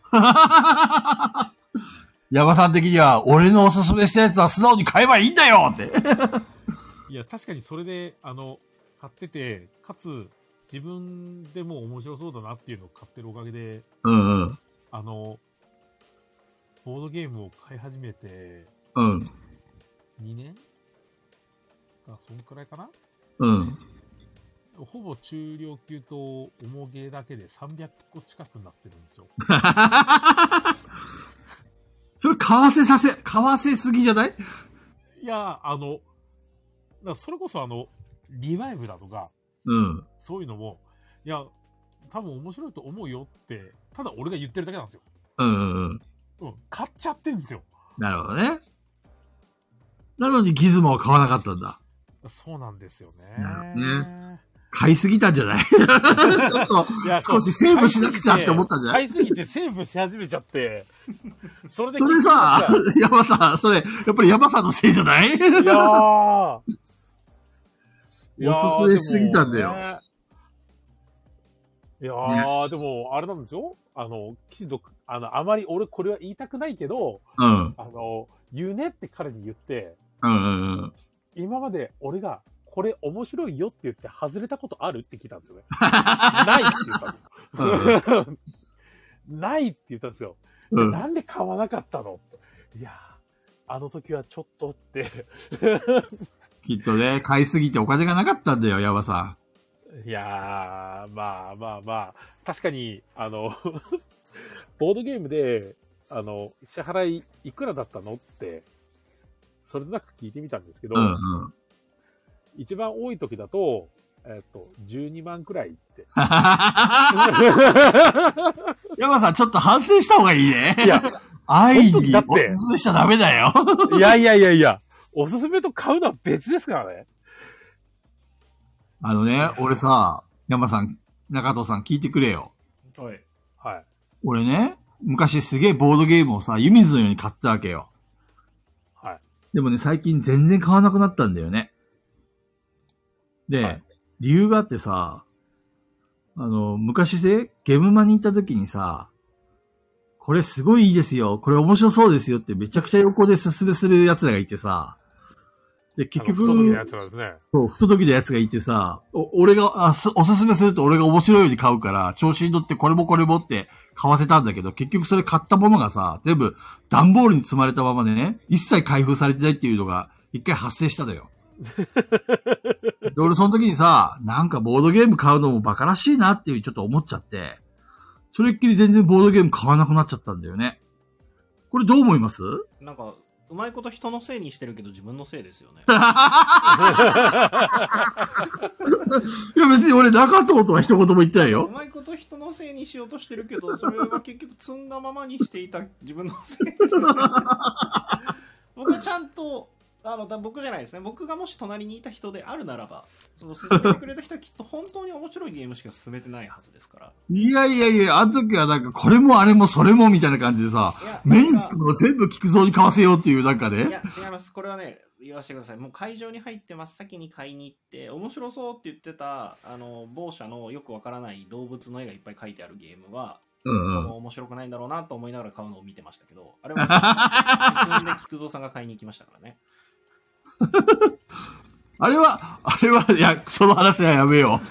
山さん的には、俺のおすすめしたやつは素直に買えばいいんだよって。 いや、確かにそれで、あの、買ってて、かつ、自分でも面白そうだなっていうのを買ってるおかげで、 うんうん。 あの、ボードゲームを買い始めて、 うん。 にねんか、そんくらいかな？ うん。 ほぼ中量級と重ゲーだけでさんびゃっこ近くになってるんですよ。 それ、買わせさせ、買わせすぎじゃない？ いや、あの、だからそれこそあの、リバイブだとか、 うん。 そういうのも、いや、多分面白いと思うよって、ただ俺が言ってるだけなんですよ。 うんうんうん。 うん、買っちゃってんですよ。 なるほどね。なのにギズモは買わなかったんだ。 そうなんですよね。 なるほどね。買いすぎたんじゃない？ちょっと、少しセーブしなくちゃって思ったんじゃない？ 買いすぎてセーブし始めちゃって、それでそれさ、山さん、それ、やっぱり山さんのせいじゃない？いやー。おすすめしすぎたんだよ。 ね、いやー、ね、でも、あれなんですよ。あの、岸戸、あの、あまり俺これは言いたくないけど、 うん。 あの、言うねって彼に言って、 うんうんうん。 今まで俺が、これ面白いよって言って外れたことあるって聞いたんですよね。ないって言ったんですよ。うん、ないって言ったんですよ。じゃあなんで買わなかったの？いやー、あの時はちょっとって。 きっとね、買いすぎてお金がなかったんだよ、山さん。いやー、まあまあまあ、確かに、あの、ボードゲームで、あの、支払いいくらだったのって、それでなく聞いてみたんですけど、 うんうん、 一番多い時だと、えっと、じゅうにまんくらいって。 山さん、ちょっと反省した方がいいね。 いや、 愛におすすめしちゃダメだよ。 いやいやいやいや、おすすめと買うのは別ですからね。 あのね、俺さ、山さん、中藤さん聞いてくれよ。 はい。 はい。 俺ね、昔すげえボードゲームをさ、湯水のように買ったわけよ。 はい。 でもね、最近全然買わなくなったんだよね。で、はい、理由があってさ、あの、昔でゲームマに行った時にさ、これすごいいいですよ、これ面白そうですよってめちゃくちゃ横で勧めする奴らがいてさ、で、結局、 不届きな奴らですね。 そう、不届きな奴がいてさ、お、俺が、あ、おすすめすると俺が面白いように買うから、調子に乗ってこれもこれもって買わせたんだけど、結局それ買ったものがさ、全部段ボールに積まれたままでね、一切開封されてないっていうのが一回発生したのよ。で、俺その時にさ、なんかボードゲーム買うのもバカらしいなっていうちょっと思っちゃって、それっきり全然ボードゲーム買わなくなっちゃったんだよね。これどう思います？ なんか、うまいこと人のせいにしてるけど自分のせいですよね。いや別に俺中藤とは一言も言ってないよ。 うまいこと人のせいにしようとしてるけど、それは結局積んだままにしていた自分のせいです。僕はちゃんと、あの、僕じゃないですね。僕がもし隣にいた人であるならば、その進めてくれた人はきっと本当に面白いゲームしか進めてないはずですから。 いやいやいや、あの時はなんかこれもあれもそれもみたいな感じでさ、メインスクを全部菊蔵に買わせようっていう中で。 いや、違います。これはね、言わせてください。もう会場に入って真っ先に買いに行って、面白そうって言ってた、あの、某社のよくわからない動物の絵がいっぱい描いてあるゲームは、うんうん、面白くないんだろうなと思いながら買うのを見てましたけど、あれは進んで菊蔵さんが買いに行きましたからね。 あれは、あれは、いや、その話はやめよ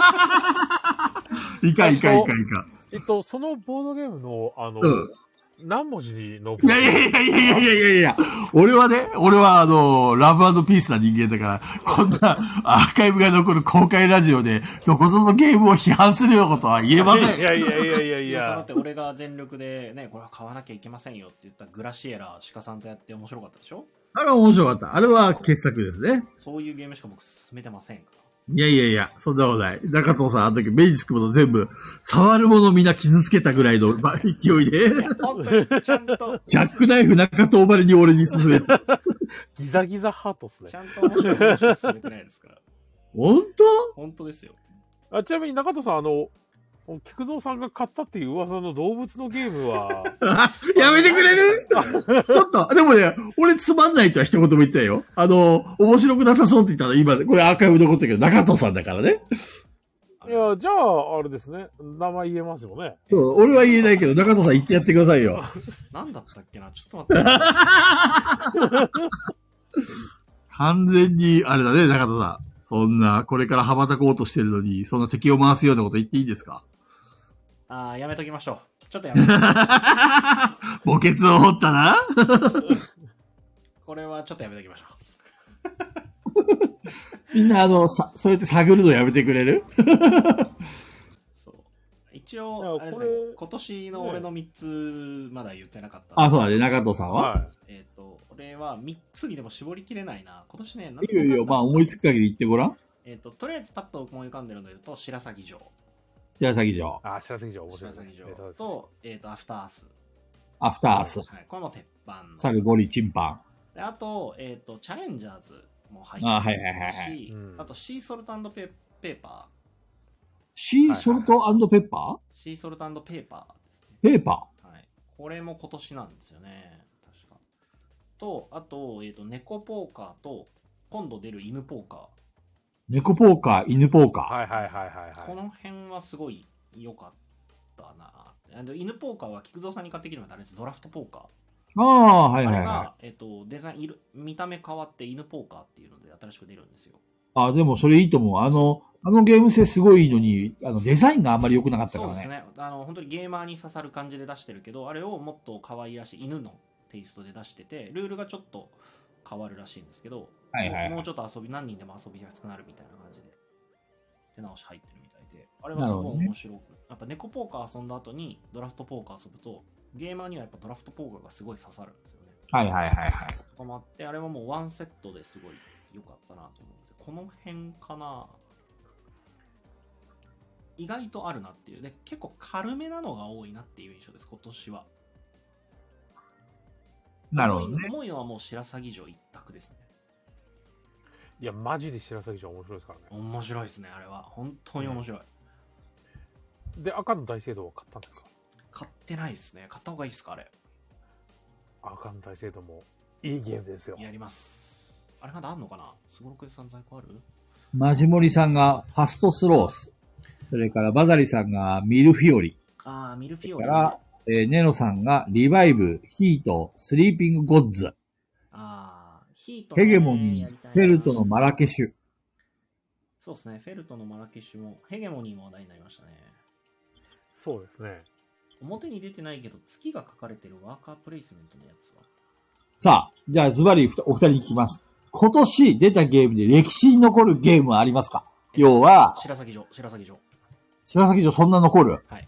う。いかいかいかいか。 えっと、そのボードゲームの、あの、うん、何文字のいやいやいやいやいやいやいやいや、俺はね、俺はあの、ラブ&ピースな人間だから、こんなアーカイブが残る公開ラジオで、どこぞのゲームを批判するようなことは言えません。 いやいやいやいやいや。 だって俺が全力でね、これは買わなきゃいけませんよって言ったグラシエラ、鹿さんとやって面白かったでしょ？ あれは面白かった。あれは傑作ですね。 そういうゲームしか僕進めてませんから。 いやいやいや、そんなことない。中藤さん、あの時目につくもの全部、触るものみんな傷つけたぐらいの勢いで。いや、 本当にちゃんと。 ジャックナイフ中藤ばりに俺に進めた。 ギザギザハートっすね。 ちゃんと面白い話は進めてないですから。 本当？ 本当ですよ。 あ、ちなみに中藤さん、あの、菊蔵さんが買ったっていう噂の動物のゲームは。 やめてくれる？ちょっと、でもね、俺つまんないとは一言も言ったよ。あの、面白くなさそうって言ったら今、これアーカイブ残ったけど、中藤さんだからね。 いや、じゃあ、あれですね。名前言えますよね。 そう、俺は言えないけど、中藤さん言ってやってくださいよ。 なんだったっけな？ちょっと待って。 完全に、あれだね、中藤さん。そんな、これから羽ばたこうとしてるのに、そんな敵を回すようなこと言っていいですか？ ああ、やめときましょう。ちょっとやめときましょう。墓穴を掘ったな。 これはちょっとやめときましょう。 みんなあの、さ、そうやって探るのやめてくれる？ そう。一応、あれですね、今年の俺のみっつまだ言ってなかった。 あ、そうだね、中藤さんは、 はい、 えっ、ー、と、俺はみっつにでも絞りきれないな。今年ね、 いいよいいよ、まあ思いつく限り言ってごらん。 えっ、ー、と、とりあえずパッと思い浮かんでるので言うと、白鷺城。 白鷺城。 あ、白鷺城、面白い、 白鷺城と、えっ、ー、と、アフターアース。 アフターアース。 はい、これも鉄板。 サルゴリチンパン。 であと、えっ、ー、と、チャレンジャーズも入ってるし、 あ、はいはいはいはい、 うん、あと、シーソルト&ペペーパー。 シーソルト&ペッパー、はいはいはい、 シーソルト&ペーパーですね。 ペーパー、はい。これも今年なんですよね。確か。と、あと、えっ、ー、と、猫ポーカーと、今度出る犬ポーカー。 猫ポーカー、犬ポーカー。 はいはいはいはい、はい。 この辺はすごい良かったな。あの犬ポーカーは菊蔵さんに買ってきるのはあれです。ドラフトポーカー。 ああ、はいはいはい。あれが、えっ、ー、と、デザイン、見た目変わって犬ポーカーっていうので新しく出るんですよ。 あ、でもそれいいと思う。あの、あのゲーム性すごいいいのに、あのデザインがあんまり良くなかったからね。 そうですね。あの、本当にゲーマーに刺さる感じで出してるけど、あれをもっと可愛らしい犬のテイストで出してて、ルールがちょっと変わるらしいんですけど、 はいはいはい、 もうちょっと遊び、何人でも遊びやすくなるみたいな感じで、手直し入ってるみたいで、あれはすごい面白く、ね、やっぱ猫ポーカー遊んだ後にドラフトポーカー遊ぶと、ゲーマーにはやっぱドラフトポーカーがすごい刺さるんですよね。 はいはいはいはい。 とかもあって、あれはもうワンセットですごい良かったなと思うんですよ。この辺かな。意外とあるなっていう。で、結構軽めなのが多いなっていう印象です、今年は。 なるほどね。 重いのはもう白鷺城一択ですね。 いや、マジで白鷺城面白いですからね。 面白いですね、あれは。本当に面白い。 うん、で、赤の大聖堂は買ったんですか？ 買ってないですね。買った方がいいですか、あれ。 赤の大聖堂もいいゲームですよ。 やります。あれまだあんのかな？すごろくさん在庫ある？ マジモリさんがファストスロース。それからバザリさんがミルフィオリ。 ああ、ミルフィオリ、 ね。から、えー、ネロさんがリバイブ、ヒート、スリーピングゴッズ。 ああ、ヒート、ね、 ヘゲモニー、フェルトのマラケシュ。 そうですね、フェルトのマラケシュも、ヘゲモニーも話題になりましたね。 そうですね。 表に出てないけど、月が書かれてるワーカープレイスメントのやつは。 さあ、じゃあズバリお二人に聞きます。今年出たゲームで歴史に残るゲームはありますか？要は、 白鷺城、白鷺城。 白鷺城そんな残る？ はい。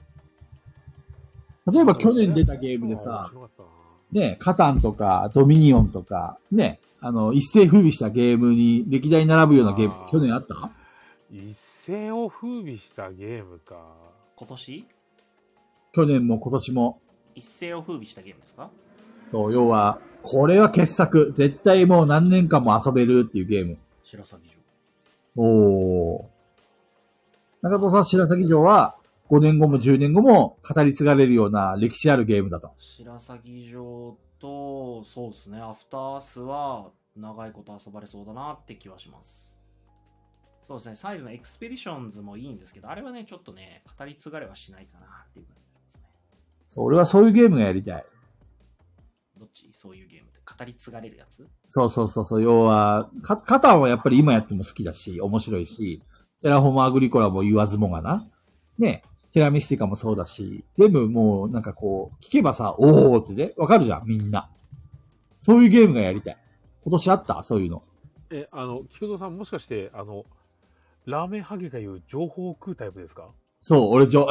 例えば去年出たゲームでさ、ね、カタンとかドミニオンとか、ね、あの、一世風靡したゲームに歴代に並ぶようなゲーム、去年あった？ 一世を風靡したゲームか。 今年？ 去年も今年も。 一世を風靡したゲームですか？ そう、要は、これは傑作。絶対もう何年間も遊べるっていうゲーム。 白鷺城。 おー。中藤さん、白鷺城はごねんごもじゅうねんごも語り継がれるような歴史あるゲームだと。 白鷺城と、そうですね、アフターアースは長いこと遊ばれそうだなって気はします。そうですね、サイズのエクスペディションズもいいんですけど、あれはね、ちょっとね、語り継がれはしないかなっていう感じですね。 そう、俺はそういうゲームがやりたい。 どっち？そういうゲームって語り継がれるやつ？ そうそうそうそう、要は、カカタンはやっぱり今やっても好きだし、面白いし、テラフォームアグリコラも言わずもがな。ね、テラミスティカもそうだし、全部もうなんかこう、聞けばさ、おーってね、わかるじゃん、みんな。そういうゲームがやりたい。今年あったそういうの。え、 あの、菊蔵さんもしかして、あの、ラーメンハゲが言う情報を食うタイプですか？ そう、俺、じょ、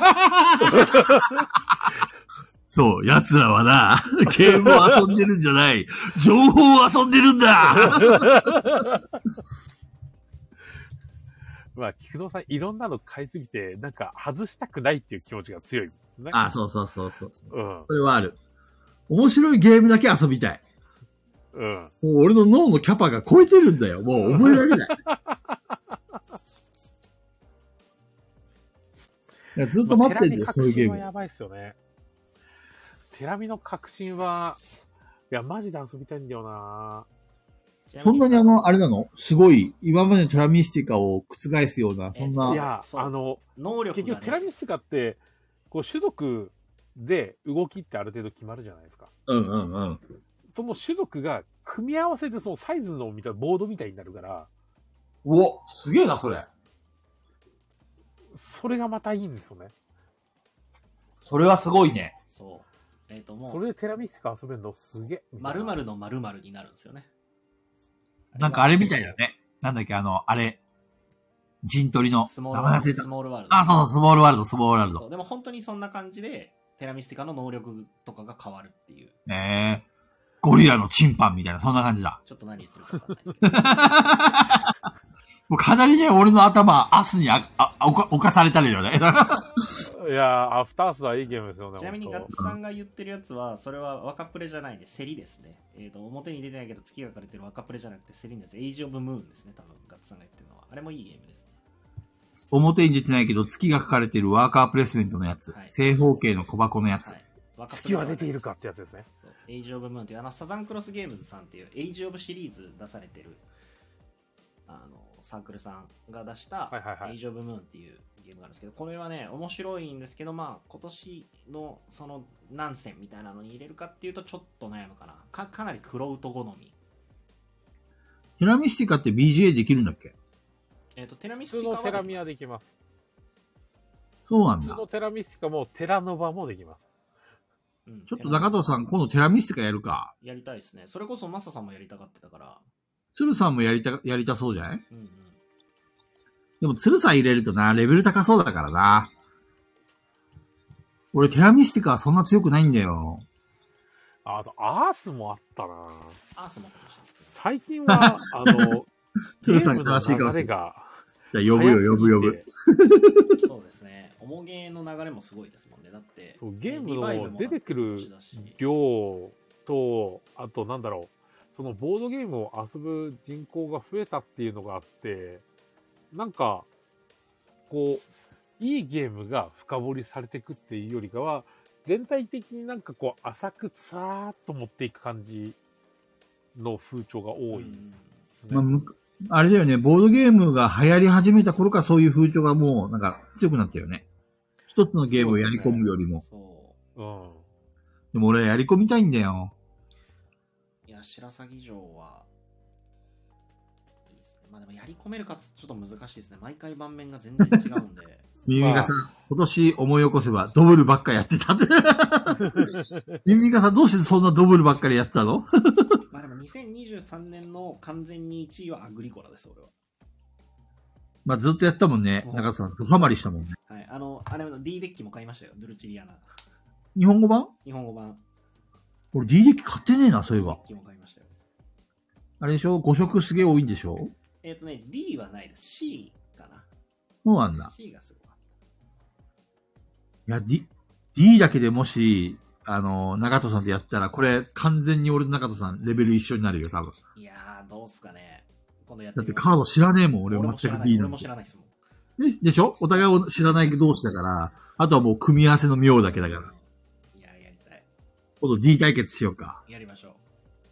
そう、奴らはな、ゲームを遊んでるんじゃない。情報を遊んでるんだまあ、菊蔵さんいろんなの買いすぎて、なんか外したくないっていう気持ちが強いですね。 あ、そうそうそうそうそう、 うん。 それはある。面白いゲームだけ遊びたい。 うん。 もう俺の脳のキャパが超えてるんだよ。もう覚えられない。いやずっと待ってんだよ、そういうゲーム。 テラミはやばいっすよね。テラミの革新は、いや、マジで遊びたいんだよな。 そんなにあの、あれなのすごい、今までのテラミスティカを覆すような、そんな。 いや、あの、能力がね、結局テラミスティカって、こう、種族で動きってある程度決まるじゃないですか。 うんうんうん。 その種族が組み合わせてそのサイズのみたいなボードみたいになるから。 うお、すげえな、それ。 それがまたいいんですよね。 それはすごいね。 そう。えっ、ー、ともう。 それでテラミスティカ遊べるのすげえ。 〇〇の〇〇になるんですよね。 なんかあれみたいだね。なんだっけ、あの、あれ。陣取りの。 スモールワールド。 ススモールワールド。 あ、そうそう、スモールワールド、スモールワールド。 そう、でも本当にそんな感じで、テラミスティカの能力とかが変わるっていう。 ええー、ゴリラのチンパンみたいな、そんな感じだ。 ちょっと何言ってるかわかんないですけど。 もうかなりね、俺の頭、アスにあ、あ、侵されたりよね。 いやー、アフタースはいいゲームですよね。 ちなみにガッツさんが言ってるやつは、それは若プレじゃないんで、競りですね。えっ、ー、と、表に出てないけど月が書かれてる若プレじゃなくて競りのやつ、エイジオブムーンですね、多分ガッツさんが言ってるのは。あれもいいゲームです。 表に出てないけど月が書かれてるワーカープレイスメントのやつ。はい、正方形の小箱のやつ。はい、 月は出ているかってやつですね。 エイジオブムーンっていう、あの、サザンクロスゲームズさんっていう、エイジオブシリーズ出されてる、あの、サークルさんが出した、エイジオブムーンっていうゲームがあるんですけど、これはね、面白いんですけど、まあ、今年のその何戦みたいなのに入れるかっていうと、ちょっと悩むかな。か、かなりクロウト好み。 テラミスティカって ビージーエー できるんだっけ？ えっと、テラミスティカは普通のテラミはできます。 そうなんだ。 普通のテラミスティカもテラノバもできます。 うん、ちょっと中藤さん、今度テラミスティカやるか。 やりたいですね。それこそマサさんもやりたがってたから。 鶴さんもやりた、やりたそうじゃない？ うんうん。 でも鶴さん入れるとな、レベル高そうだからな。俺テラミスティカはそんな強くないんだよ。 あと、アースもあったな。 アースも最近は、あの、 鶴さん正しいかもしれない。じゃあ呼ぶよ、呼ぶ呼ぶ。 そうですね。おもげの流れもすごいですもんね。だって、 そうゲームの出てくる量と、あとなんだろう、そのボードゲームを遊ぶ人口が増えたっていうのがあって、なんか、こう、いいゲームが深掘りされていくっていうよりかは、全体的になんかこう、浅くさーっと持っていく感じの風潮が多いですね。 まあ、あれだよね、ボードゲームが流行り始めた頃からそういう風潮がもうなんか強くなったよね。一つのゲームをやり込むよりも。 そう。 うん。 でも俺はやり込みたいんだよ。 いや、白鷺城は、いいですね。まあでもやり込めるかつちょっと難しいですね。毎回盤面が全然違うんで。 ミミカさん、まあ、今年思い起こせばドブルばっかやってたって。ミミカさんどうしてそんなドブルばっかりやってたの？ まあでもにせんにじゅうさんねんの完全にいちいはアグリコラです、俺は。 まあずっとやったもんね。中田さん、ドハマりしたもんね。 はい。あの、あれ、D デッキも買いましたよ。ドゥルチリアナ。 日本語版？ 日本語版。 俺 D デッキ買ってねえな、そういえば。 デッキも買いましたよ。 あれでしょ？ ご 色すげえ多いんでしょ？ えっ、ー、とね、D はないです。C かな。 そうなんだ。 C がすごかった。 いや、D、D だけでもし、あの、長戸さんとやったら、これ完全に俺と長戸さんレベル一緒になるよ、多分。 いやー、どうすかね。今度やってだってカード知らねえもん、俺全く D の。俺も知らないですもん。 で、でしょ？お互いを知らない同士だから、あとはもう組み合わせの妙だけだから。 いや、やりたい。 今度 D 対決しようか。 やりましょう。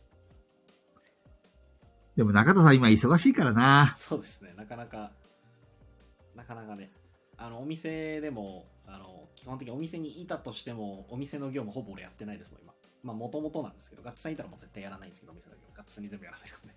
でも中戸さん今忙しいからな。 そうですね、なかなか、なかなかね、あの、お店でも、あの、基本的にお店にいたとしても、お店の業務ほぼ俺やってないですもん、今。まあ、もともとなんですけど、ガッツさんいたらもう絶対やらないんですけど、お店の業務。ガッツさんに全部やらせるんで。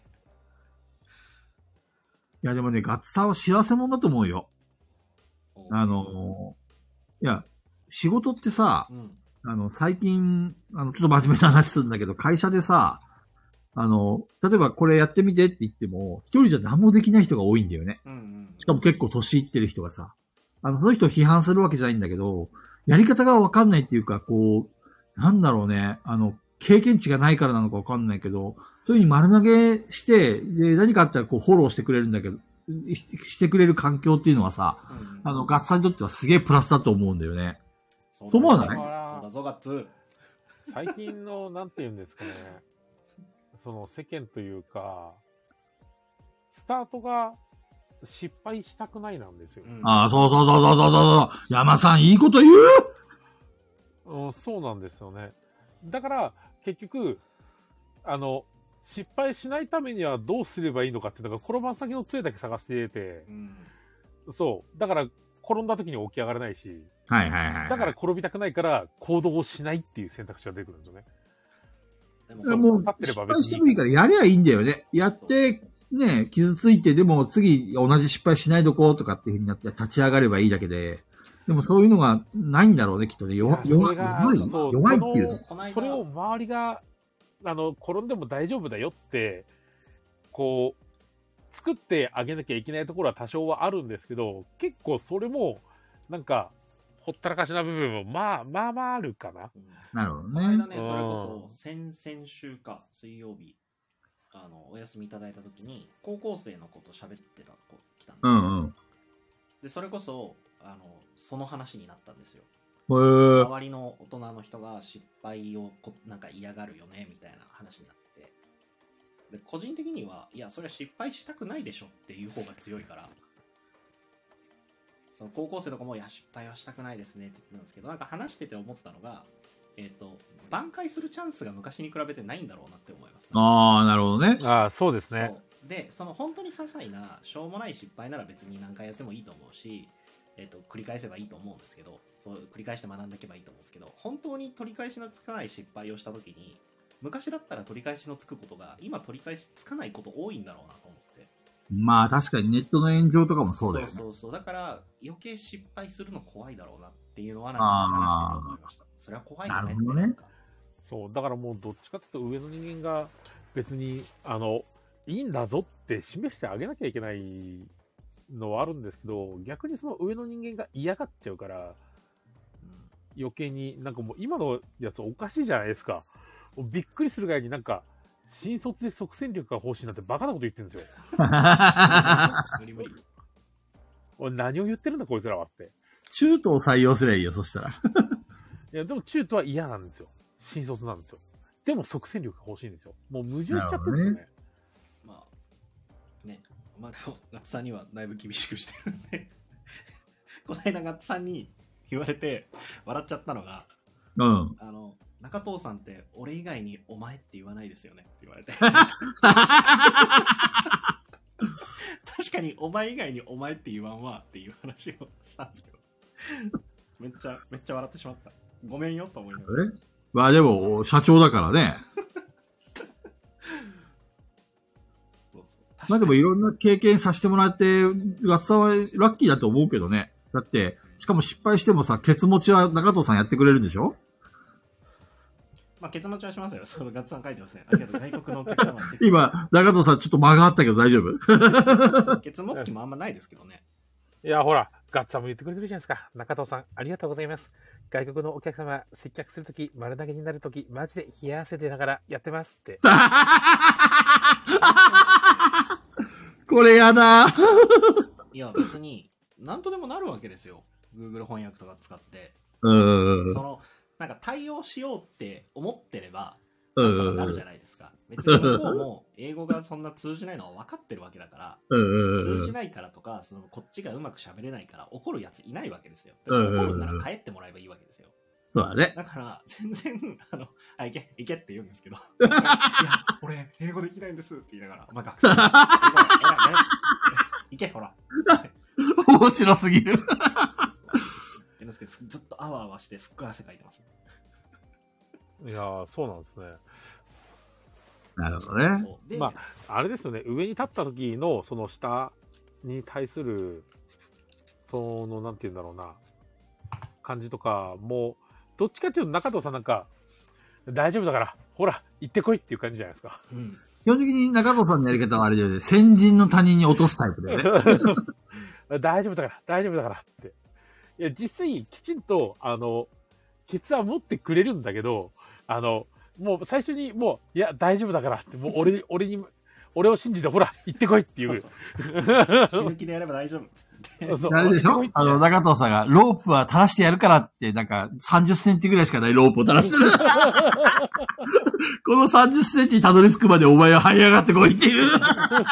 いや、でもね、ガッツさんは幸せ者だと思うよ。あの、いや、仕事ってさ、うん、あの、最近、あの、ちょっと真面目な話するんだけど、会社でさ、あの、例えばこれやってみてって言っても、一人じゃ何もできない人が多いんだよね。 うんうん、 しかも結構年いってる人がさ、あの、その人を批判するわけじゃないんだけど、やり方がわかんないっていうか、こう、なんだろうね、あの、経験値がないからなのかわかんないけど、そういうふうに丸投げして、で、何かあったらこうフォローしてくれるんだけど、し, してくれる環境っていうのはさ、うんうん、あの、ガッツさんにとってはすげえプラスだと思うんだよね。そう思わない？ そうだぞ、ガッツ。 最近の、なんて言うんですかね、その世間というか、スタートが失敗したくないなんですよ。うん、 ああ、そうそうそうそうそうそう。山さん、いいこと言う、うん、そうなんですよね。だから、結局、あの、失敗しないためにはどうすればいいのかっていうのが、転ばん先の杖だけ探してて、うん、そう。だから、転んだ時に起き上がれないし、 はいはいはい、はい。 だから転びたくないから行動をしないっていう選択肢が出てくるんですよね。 でも、もう立ってれば別に。失敗してもいいからやりゃいいんだよね。やって、ね、傷ついて、でも次同じ失敗しないどこうとかっていう風になって立ち上がればいいだけで、でもそういうのがないんだろうね、きっとね。弱い、弱い、弱いっていうの。 それを周りが、あの、転んでも大丈夫だよって、 こう、作ってあげなきゃいけないところは多少はあるんですけど、結構それも、なんか、ほったらかしな部分も、まあ、まあまああるかな。 うん、 なるほどこの間ね。 ね、それこそ、先々週か、水曜日、あの、お休みいただいたときに、高校生の子と喋ってた子来たんですよ。 うんうん。 で、それこそ、あの、その話になったんですよ。 へー。 周りの大人の人が失敗をこなんか嫌がるよね、みたいな話になって。で、個人的には、いや、それは失敗したくないでしょっていう方が強いから、その高校生とかも、いや、失敗はしたくないですねって言ってたんですけど、なんか話してて思ったのが、えっと、挽回するチャンスが昔に比べてないんだろうなって思います、ね。 ああ、なるほどね。 ああ、そうですね。 そうで、その本当に些細な、しょうもない失敗なら別に何回やってもいいと思うし、えっと、繰り返せばいいと思うんですけど、そう繰り返して学んでいけばいいと思うんですけど、本当に取り返しのつかない失敗をしたときに、昔だったら取り返しのつくことが、今取り返しつかないこと多いんだろうなと思って。 まあ確かにネットの炎上とかもそうだよね。 そうそうそう。だから余計失敗するの怖いだろうなっていうのはなんか話してて思いました。それは怖いよねって。なるほどね。 そう、だからもうどっちかっていうと上の人間が別に、あの、いいんだぞって示してあげなきゃいけないのはあるんですけど、逆にその上の人間が嫌がっちゃうから、余計になんかもう今のやつおかしいじゃないですか。もうびっくりするぐらいになんか、新卒で即戦力が欲しいなんてバカなこと言ってるんですよ。 無理無理。 俺何を言ってるんだこいつらはって。 中途を採用すればいいよ、そしたら。 いや、でも中途は嫌なんですよ。新卒なんですよ。でも即戦力が欲しいんですよ。もう矛盾しちゃってるんですよね。ねまあ、ね。まあでも、ガッツさんにはだいぶ厳しくしてるんで。この間ガッツさんに言われて笑っちゃったのが、 うん。 あの、中藤さんって俺以外にお前って言わないですよねって言われて。確かにお前以外にお前って言わんわっていう話をしたんですけど。めっちゃ、めっちゃ笑ってしまった。ごめんよと思いながら。 えまあでも、社長だからね。 そうそうまあでもいろんな経験させてもらって、ガッツさんはラッキーだと思うけどね。だって、しかも失敗してもさ、ケツ持ちは中藤さんやってくれるんでしょ？ まあ、ケツ持ちはしますよ。そのガッツさん書いてますね。ありがとう。外国のお客様今、中藤さんちょっと間があったけど大丈夫？ ケツ持つ気もあんまないですけどね。 いや、ほら、ガッツさんも言ってくれてるじゃないですか。中藤さん、ありがとうございます。外国のお客様、接客するとき、丸投げになるとき、マジで冷や汗出ながらやってますって。 これやだ。 いや、別に、なんとでもなるわけですよ。Google 翻訳とか使って。 うん。 その、なんか対応しようって思ってれば、 うんなんとかなるじゃないですか。別に向こうも英語がそんな通じないのは分かってるわけだから、通じないからとか、そのこっちがうまく喋れないから怒るやついないわけですよ。怒るなら帰ってもらえばいいわけですよ。 そうだね。 だから、全然、あの、あ、行け、行けって言うんですけど、いや、俺、英語できないんですって言いながら、お前学生だ。行け、ほら。 面白すぎる。 ずっとあわあわして、すっごい汗かいてます。 いやー、そうなんですね。 なるほどね。 まあ、あれですよね、上に立った時の、その下に対する、その、なんて言うんだろうな、感じとかも、どっちかっていうと中藤さんなんか、大丈夫だから、ほら、行ってこいっていう感じじゃないですか。 うん、 基本的に中藤さんのやり方はあれだよね、先人の他人に落とすタイプだよね。大丈夫だから、大丈夫だからって。いや、実際、きちんと、あの、ケツは持ってくれるんだけど、あの、もう最初にもう、いや、大丈夫だからって、もう俺に、俺に、俺を信じて、ほら、行ってこいっていう。 そうそう死ぬ気でやれば大丈夫っつって。 あれでしょ？あの、中藤さんが、ロープは垂らしてやるからって、なんか、さんじゅっセンチぐらいしかないロープを垂らしてる。このさんじゅっセンチにたどり着くまでお前は這い上がってこいっていう。そう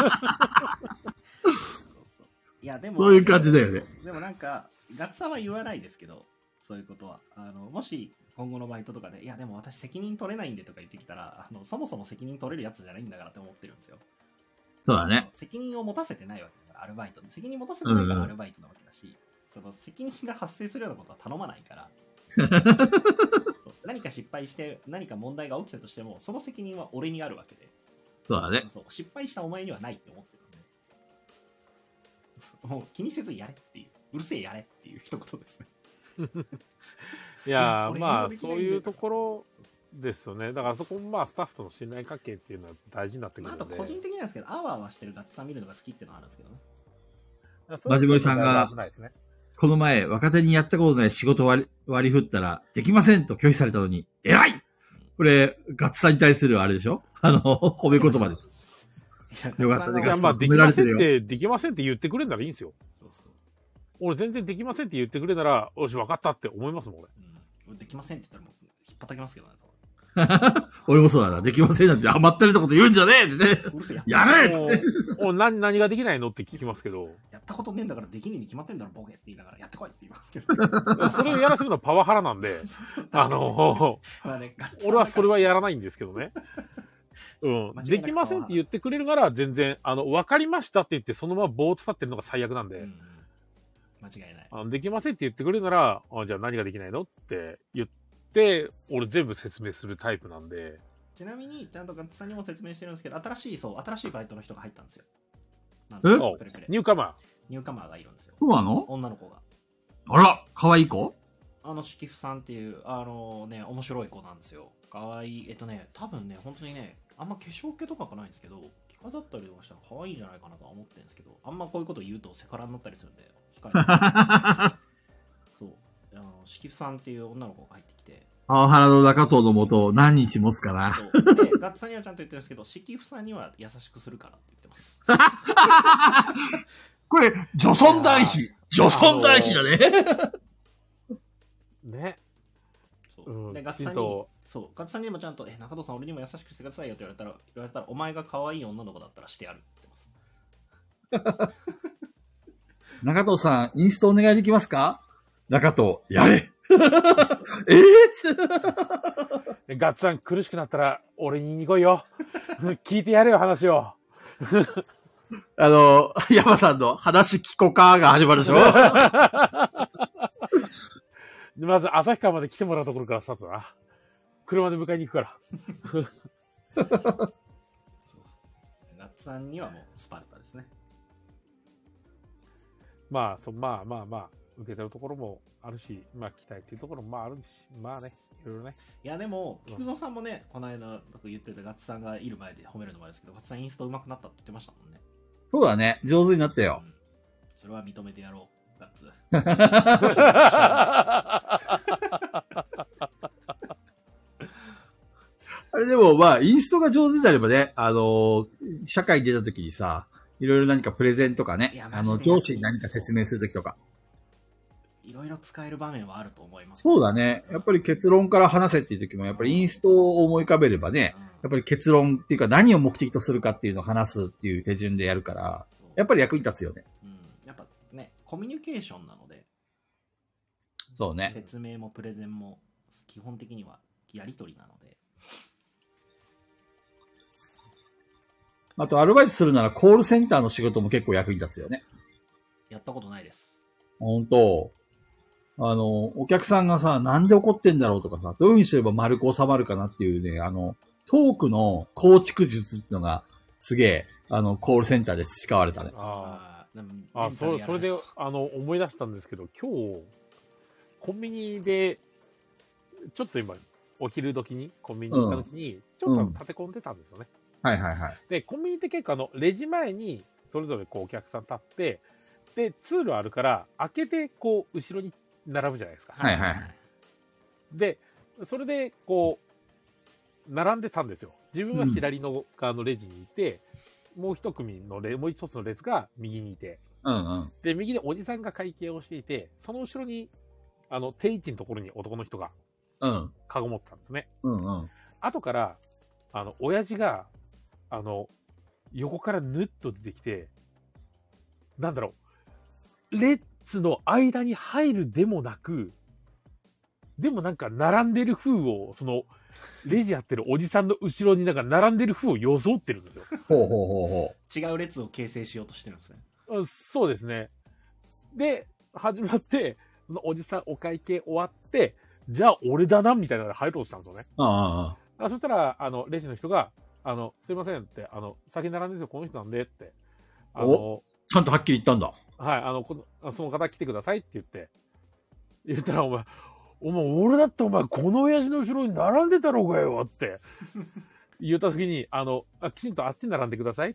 そういや、でも、 そういう感じだよね。 でもなんか、ガッツさんは言わないですけど、そういうことは。あの、もし、今後のバイトとかで、いや、でも私責任取れないんでとか言ってきたら、あの、そもそも責任取れるやつじゃないんだからって思ってるんですよ。 そうだね。 責任を持たせてないわけだから、アルバイトで。責任持たせてないからアルバイトなわけだし、うんうん、その責任が発生するようなことは頼まないから。そう何か失敗して、何か問題が起きたとしても、その責任は俺にあるわけで。 そうだね。 そう失敗したお前にはないって思ってるんで。もう気にせずやれっていう。うるせえやれっていう一言ですね。 いやー、まあ、そういうところですよね。だからそこもまあスタッフとの信頼関係っていうのは大事になってくるまあ、 ので。 あと個人的になんですけど、あわあわしてるガッツさん見るのが好きっていうのはあるんですけどね。 マジモリさんが危ないですね。 この前、若手にやったことない仕事割り割り振ったら、できませんと拒否されたのに、偉いこれ、ガッツさんに対するあれでしょあの、褒め言葉です。よかったね、 いや、 ガッツさん。 まあ、でき褒められてるよ。 ませんって、できませんって言ってくれるならいいんですよ。 そうそう。 俺全然できませんって言ってくれなら、よし、分かったって思いますもん、俺。 うん。俺できませんって言ったらもう、引っ叩きますけどね。 俺もそうだな。できませんなんて甘ったれたこと言うんじゃねえってね。 うるせえ、 やれもうお何、何ができないのって聞きますけど、 やったことねえんだからできねえに決まってんだろ、ボケって言いながら、やってこいって言いますけど。 それをやらせるのはパワハラなんで、あの、 まあね、ガッツさん俺はそれはやらないんですけどね。うん。 間違いなくできませんって言ってくれるなら全然、あの、分かりましたって言ってそのままぼーっと立ってるのが最悪なんで、 うんうん、間違いない。 あのできませんって言ってくれるなら、あじゃあ何ができないのって言って、俺全部説明するタイプなんで。 ちなみに、ちゃんとガッツさんにも説明してるんですけど、新しい、そう、新しいバイトの人が入ったんですよ。なんえとプレプレニューカマニューカマーがいるんですよ。 そうなの女の子が。 あら、可愛い子あの、式婦さんっていう、あのね、面白い子なんですよ。かわいい。えっとね、多分ね、本当にね、あんま化粧気とかがないんですけど、着飾ったりとかしたら可愛いんじゃないかなとは思ってるんですけど、あんまこういうこと言うとセカラになったりするんで、控えてそう。あの、式婦さんっていう女の子が入ってきて、 パワハラの中藤のもと何日持つかな。 そうで、ガッツさんにはちゃんと言ってるんですけど、式婦さんには優しくするからって言ってます。 これ、女尊男卑。女尊男卑だね。 ね。 そううんで、ガッツさんにきちんと、 そう、ガッツさんにもちゃんと、え、中藤さん俺にも優しくしてくださいよって言われたら、言われたら、お前が可愛い女の子だったらしてやるって言ってます。 中藤さん、インストお願いできますか中藤、やれええガッツさん苦しくなったら俺に言いに来いよ。聞いてやれよ話を。 あの、山さんの話聞こかが始まるでしょまず旭川まで来てもらうところからスタートだな。車で迎えに行くから。 そうそうガッツさんにはもうスパルタですね。 まあ、そまあまあまあ、受けてるところもあるし、まあ期待っていうところもまああるし、まあね、いろいろね。 いやでも、菊蔵さんもね、この間言ってたガッツさんがいる前で褒めるのもあれですけど、ガッツさんインスト上手くなったって言ってましたもんね。 そうだね。上手になったよう。ん、それは認めてやろう、ガッツ。 あれでも、まあ、インストが上手になればね、あのー社会に出た時にさ、いろいろ何かプレゼンとかねいや、 あの、 マジで上司に何か説明する時とか。 いろいろ使える場面はあると思います。 そうだね。やっぱり結論から話せっていう時も、やっぱりインストを思い浮かべればね、やっぱり結論っていうか何を目的とするかっていうのを話すっていう手順でやるから、やっぱり役に立つよね。 うん、やっぱね、コミュニケーションなので、 そうね。 説明もプレゼンも基本的にはやり取りなので。 あと、アルバイトするならコールセンターの仕事も結構役に立つよね。 やったことないです。 本当あの、お客さんがさ、なんで怒ってんだろうとかさ、どういう風にすれば丸く収まるかなっていうね、あの、トークの構築術っていうのが、すげえ、あの、コールセンターで培われたね。 ああーでもあ、あメンタルそそれでやられそう、 あの、思い出したんですけど、今日、コンビニで、ちょっと今、お昼時に、コンビニに行った時に、ちょっと立て込んでたんですよね。 はいはいはい。 で、コンビニって結構あの、レジ前に、それぞれこう、お客さん立って、で、通路あるから、開けて、こう、後ろに並ぶじゃないですか。 はいはいはいで、それで、こう、並んでたんですよ。自分は左の側のレジにいて、もう一組のレ、もう一つの列が右にいて、 うんうん。 で、右でおじさんが会計をしていて、その後ろに、あの、定位置のところに男の人が、 うん。 カゴ持ってたんですね。 うんうん。 後から、あの、親父が、あの、横からぬっと出てきて、なんだろう、レッツの間に入るでもなく、でもなんか並んでる風を、その、レジやってるおじさんの後ろになんか並んでる風を装ってるんですよ。 ほうほうほうほ違う列を形成しようとしてるんですね。 うんそうですね。で、始まって、そのおじさんお会計終わって、じゃあ俺だな、みたいなので入ろうとしたんですよね。 う。ああ、 あそしたら、あの、レジの人が、あの、すいませんって、あの、先並んでるんですよ、この人なんでって。あの、 ちゃんとはっきり言ったんだ。 はい、あの、このその方来てくださいって言って、言ったら、お前、 お前、俺だってお前、この親父の後ろに並んでたろうがよって言った時に、あの、あ、きちんとあっちに並んでくださいって。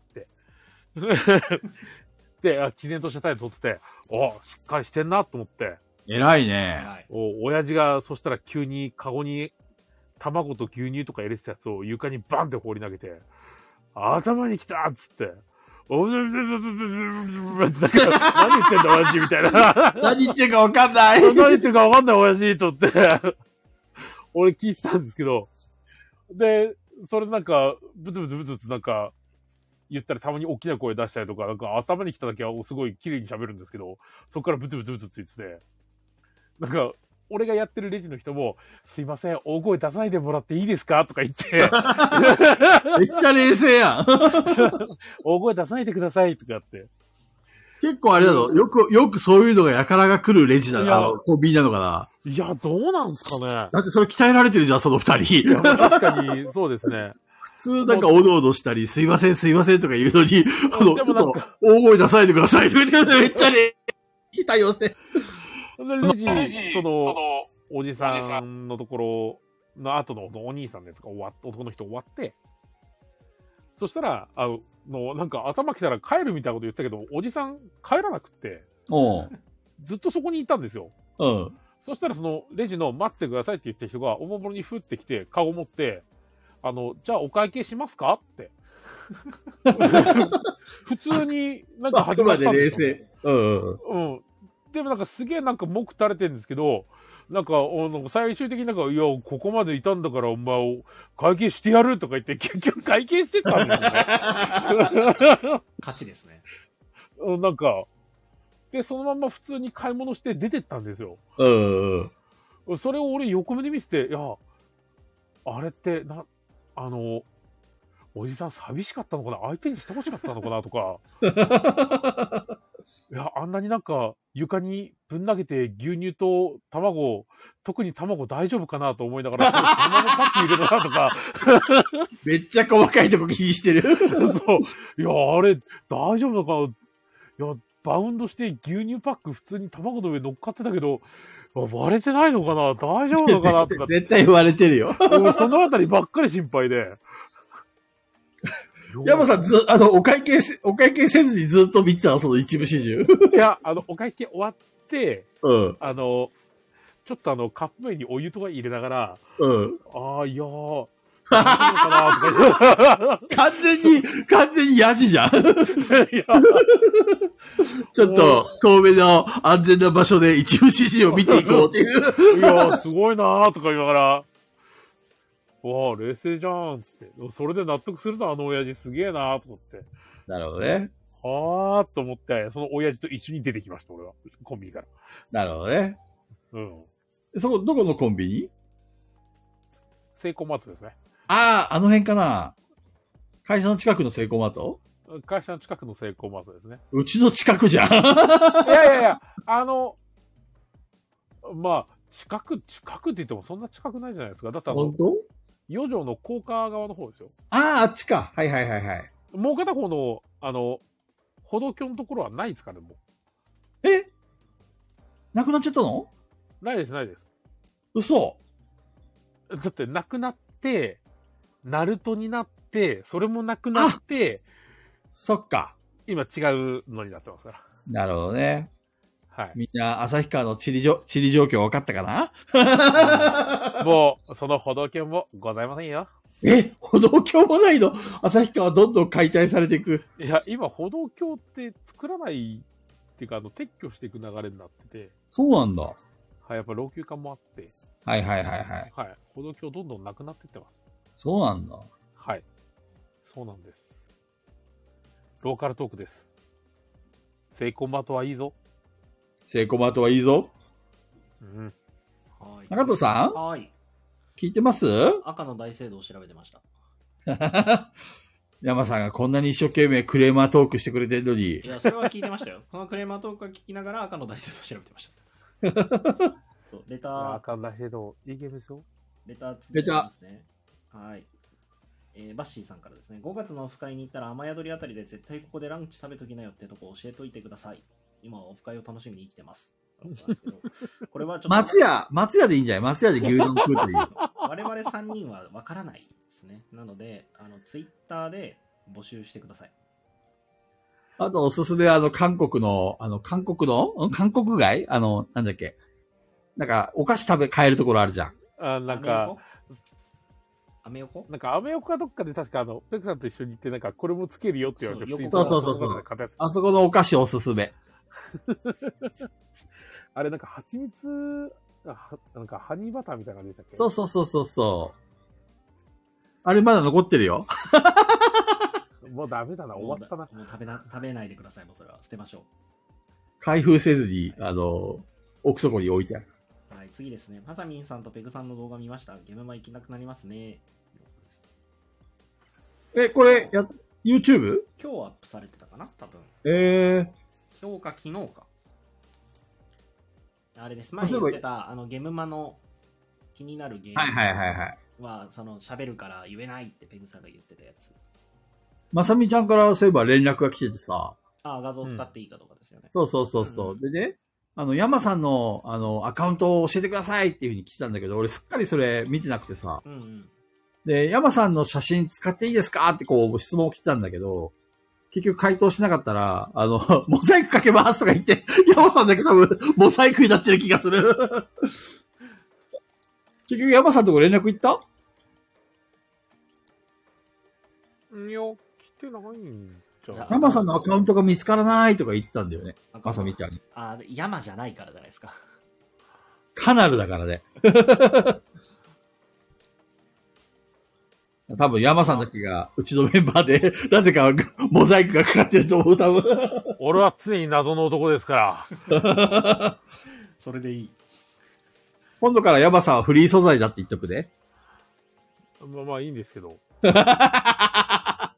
で、あ、毅然とした態度取ってて、お、しっかりしてんなと思って。 偉いね。 はい。 お、親父が、そしたら急にカゴに卵と牛乳とか入れてたやつを床にバンって放り投げて、頭に来たっつって、おぶぶぶぶぶぶぶぶ何言ってんだ親父みたいな。 何言ってるかわかんない。 何言ってるかわかんない親父とって、俺聞いてたんですけど、で、それなんか、ブツブツブツブツなんか、言ったらたまに大きな声出したりとか、なんか頭に来ただけはすごい綺麗に喋るんですけど、そこからブツブツブツついてて、なんか、俺がやってるレジの人も、すいません、大声出さないでもらっていいですかとか言って。 めっちゃ冷静やん。 大声出さないでくださいとかって。 結構あれだろ、よく、よくそういうのがやからが来るレジなの、あの、コンビニなのかな。 いや、どうなんすかね。 だってそれ鍛えられてるじゃん、その二人。 いや、確かに、そうですね。 普通なんかおどおどしたり、すいません、すいませんとか言うのに、あの、 でもなんか大声出さないでくださいとか言ってめっちゃね、対応して。 レジ、その、おじさんのところの後のお兄さんのやつが終わっ男の人終わって、そしたら、あの、なんか頭来たら帰るみたいなこと言ったけど、おじさん帰らなくって、 おうずっとそこにいたんですよ。 うん。 そしたらそのレジの待ってくださいって言った人がおもむろに降ってきて、カゴ持って、あの、じゃあお会計しますかって。普通になんか始まったんですよ。 あくまで冷静。うん。 うん。でもなんかすげえなんか文句垂れてるんですけど、なんか、おなんか最終的になんか、いや、ここまでいたんだから、お前、会計してやるとか言って、結局会計してたんですよね。 勝ちですね。 うんなんか、で、そのまま普通に買い物して出てったんですよ。 うんうん。 それを俺横目で見てて、いや、あれって、な、あの、おじさん寂しかったのかな相手にしてほしかったのかなとか。いや、あんなになんか床にぶん投げて牛乳と卵、特に卵大丈夫かなと思いながら、そのままパック入れたなとか。 めっちゃ細かいとこ気にしてる。 そう。いや、あれ、大丈夫なのかないや、バウンドして牛乳パック普通に卵の上乗っかってたけど、割れてないのかな大丈夫なのかなとか。 絶対言われてるよ。 そのあたりばっかり心配で。 山さん、ず、あの、お会計せ、お会計せずにずっと見てたのその一部始終。 いや、あの、お会計終わって、 うん。 あの、ちょっとあの、カップ麺にお湯とか入れながら、 うん。 ああ、いやー、大丈夫かなとか完全に、完全にヤジじゃん。 いや、 ちょっと、遠目の安全な場所で一部始終を見ていこうっていう。 いや、すごいなーとか言いながら、わあ、冷静じゃん、つって。それで納得するのあの親父すげえなーと思って。 なるほどね。 はーと思って、その親父と一緒に出てきました、俺は。コンビニから。 なるほどね。 うん。 そこ、どこのコンビニ？ セイコーマートですね。 ああ、あの辺かな。会社の近くのセイコーマート？ 会社の近くのセイコーマートですね。 うちの近くじゃん。 いやいやいや、あの、まあ、近く、近くって言ってもそんな近くないじゃないですか。だってあの、 本当？ 余剰の高架側の方ですよ。 ああ、あっちか。はいはいはいはい。 もう片方の、あの、歩道橋のところはないですかね、もえ？なくなっちゃったの？ う。ないです、ないです。 嘘。 だって、なくなって、ナルトになって、それもなくなって、 そっか。 今違うのになってますから。 なるほどね。 はい。 みんな、旭川の地理状、地理状況分かったかな？ もう、その歩道橋もございませんよ。 え、歩道橋もないの？旭川どんどん解体されていく。 いや、今歩道橋って作らないっていうか、あの、撤去していく流れになってて。 そうなんだ。 はい、やっぱ老朽化もあって。 はいはいはいはい。 はい、歩道橋どんどんなくなってってます。 そうなんだ。 はい。そうなんです。ローカルトークです。セイコーマートはいいぞ。 セイコーマートはいいぞ。 うん。 はい。 中藤さんはい。 聞いてます？ 赤の大聖堂を調べてました。 山さんがこんなに一生懸命クレーマートークしてくれてるのに。 いや、それは聞いてましたよ。このクレーマートークは聞きながら赤の大聖堂を調べてました。そう、レター。 赤の大聖堂、いいゲームですよ。 レター続きですね。はい。えー、バッシーさんからですね。ごがつのオフ会に行ったら雨宿りあたりで絶対ここでランチ食べときなよってとこ教えといてください。今はオフ会を楽しみに生きてます。 思ったんですけど、これはちょっと。 松屋、松屋でいいんじゃない？松屋で牛丼食うといい。 我々さんにんはわからないですね。なので、あの、ツイッターで募集してください。 あとおすすめは、あの、韓国の、あの、韓国の、ん韓国街あの、なんだっけ。なんか、お菓子食べ、買えるところあるじゃん。 あ、なんか、 アメ横なんか、アメ横かどっかで確かあの、ペクさんと一緒に行って、なんか、これもつけるよって言われて、 そう普通にそうそうそうそう買ったやつあそこのお菓子おすすめ。 あれ、なんか、蜂蜜、あはなんか、ハニーバターみたいな感じでしたっけ？ そうそうそうそうそう。あれまだ残ってるよ。 もうダメだな、終わったな。 もう食べな、食べないでください。もうそれは捨てましょ開封せずに、あの、奥底に置いてある。 う。はい、次ですね。パサミンさんとペグさんの動画見ました。ゲームマ行きなくなりますね。 え、これ、や、YouTube？ 今日アップされてたかな多分。 え今日か昨日か。あれです。前言ってた、あの、ゲムマの気になるゲームはいはいはいはい。 は、その、喋るから言えないってペグさんが言ってたやつ。 まさみちゃんからそういえば連絡が来ててさ。 ああ、画像使っていいかどうかですよね。 そうそうそうそう。 うんでね、あの、山さんの、あの、アカウントを教えてくださいっていう風に来てたんだけど、俺すっかりそれ見てなくてさ。 うんうん。 で、山さんの写真使っていいですかってこう、質問来てたんだけど、結局回答しなかったら、あの、モザイクかけますとか言って、山さんだけ多分、モザイクになってる気がする。結局山さんとこ連絡行った？ いや、来てないんじゃない？ 山さんのアカウントが見つからないとか言ってたんだよね。まさみちゃんに。 ああ、山じゃないからじゃないですか。 カナルだからね。多分山さんだけが、うちのメンバーで、なぜかモザイクがかかってると思う、多分。 俺は常に謎の男ですから。 それでいい。 今度から山さんはフリー素材だって言っとくね。 まあまあいいんですけど。はい。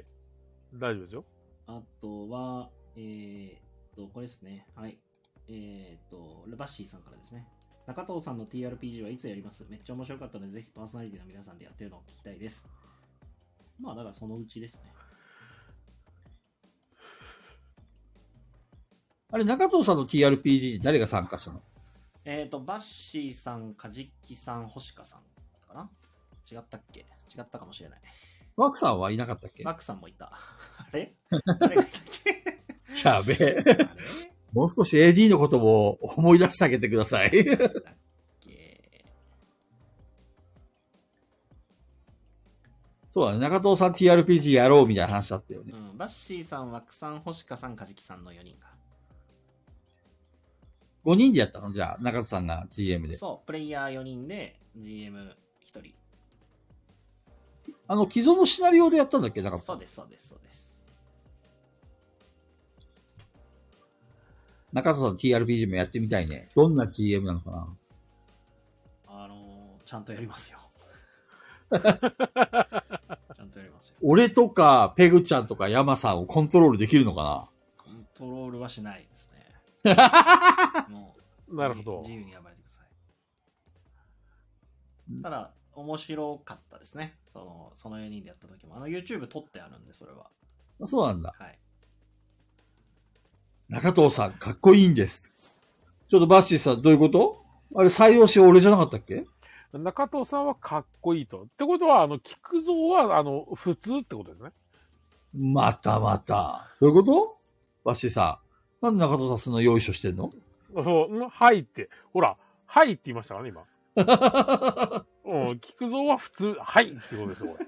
大丈夫ですよ。 あとは、えー、っと、これですね。はい。えー、っと、バッシーさんからですね。中藤さんの ティーアールピージー はいつやります？めっちゃ面白かったので、ぜひパーソナリティの皆さんでやってるのを聞きたいです。まあ、だからそのうちですね。 あれ、中藤さんの ティーアールピージー に誰が参加したの？ えー、っと、バッシーさん、カジキさん、星香さんかな？違ったっけ？違ったかもしれない。 ワクさんはいなかったっけ？ バックさんもいた。あれ誰がいたっけ？ やべえ。 あれもう少し エーディー のことも思い出してあげてください。そうだね。中藤さん ティーアールピージー やろうみたいな話だったよね。 うん、バッシーさん、ワクさん、星香さん、カジキさんのよにんか。 ごにんでやったの？じゃあ、中藤さんが ジーエム で。 そう、プレイヤーよにんで ジーエムひとり。 あの、既存のシナリオでやったんだっけ？中藤さん。 そうです、そうです、そうです。 中藤さんの ティーアールピージー もやってみたいね。どんな ジーエム なのかな？ あのー、ちゃんとやりますよ。ちゃんとやりますよ。 俺とか、ペグちゃんとかヤマさんをコントロールできるのかな？ コントロールはしないですね。もう、 なるほど自由に暴れてください。ただ、面白かったですね。その、そのよにんでやった時も。あの YouTube 撮ってあるんで、それは。 そうなんだ。 はい。 中藤さん、かっこいいんです。ちょっとバッシーさん、どういうこと？あれ採用し俺じゃなかったっけ？ 中藤さんはかっこいいと。ってことは、あの、菊蔵は、あの、普通ってことですね。 またまた。どういうことバッシーさん。なんで中藤さんそんな用意書してんの？ そう、んはいって。ほら、はいって言いましたからね、今。うん、菊蔵は普通、はいってことですよ、こ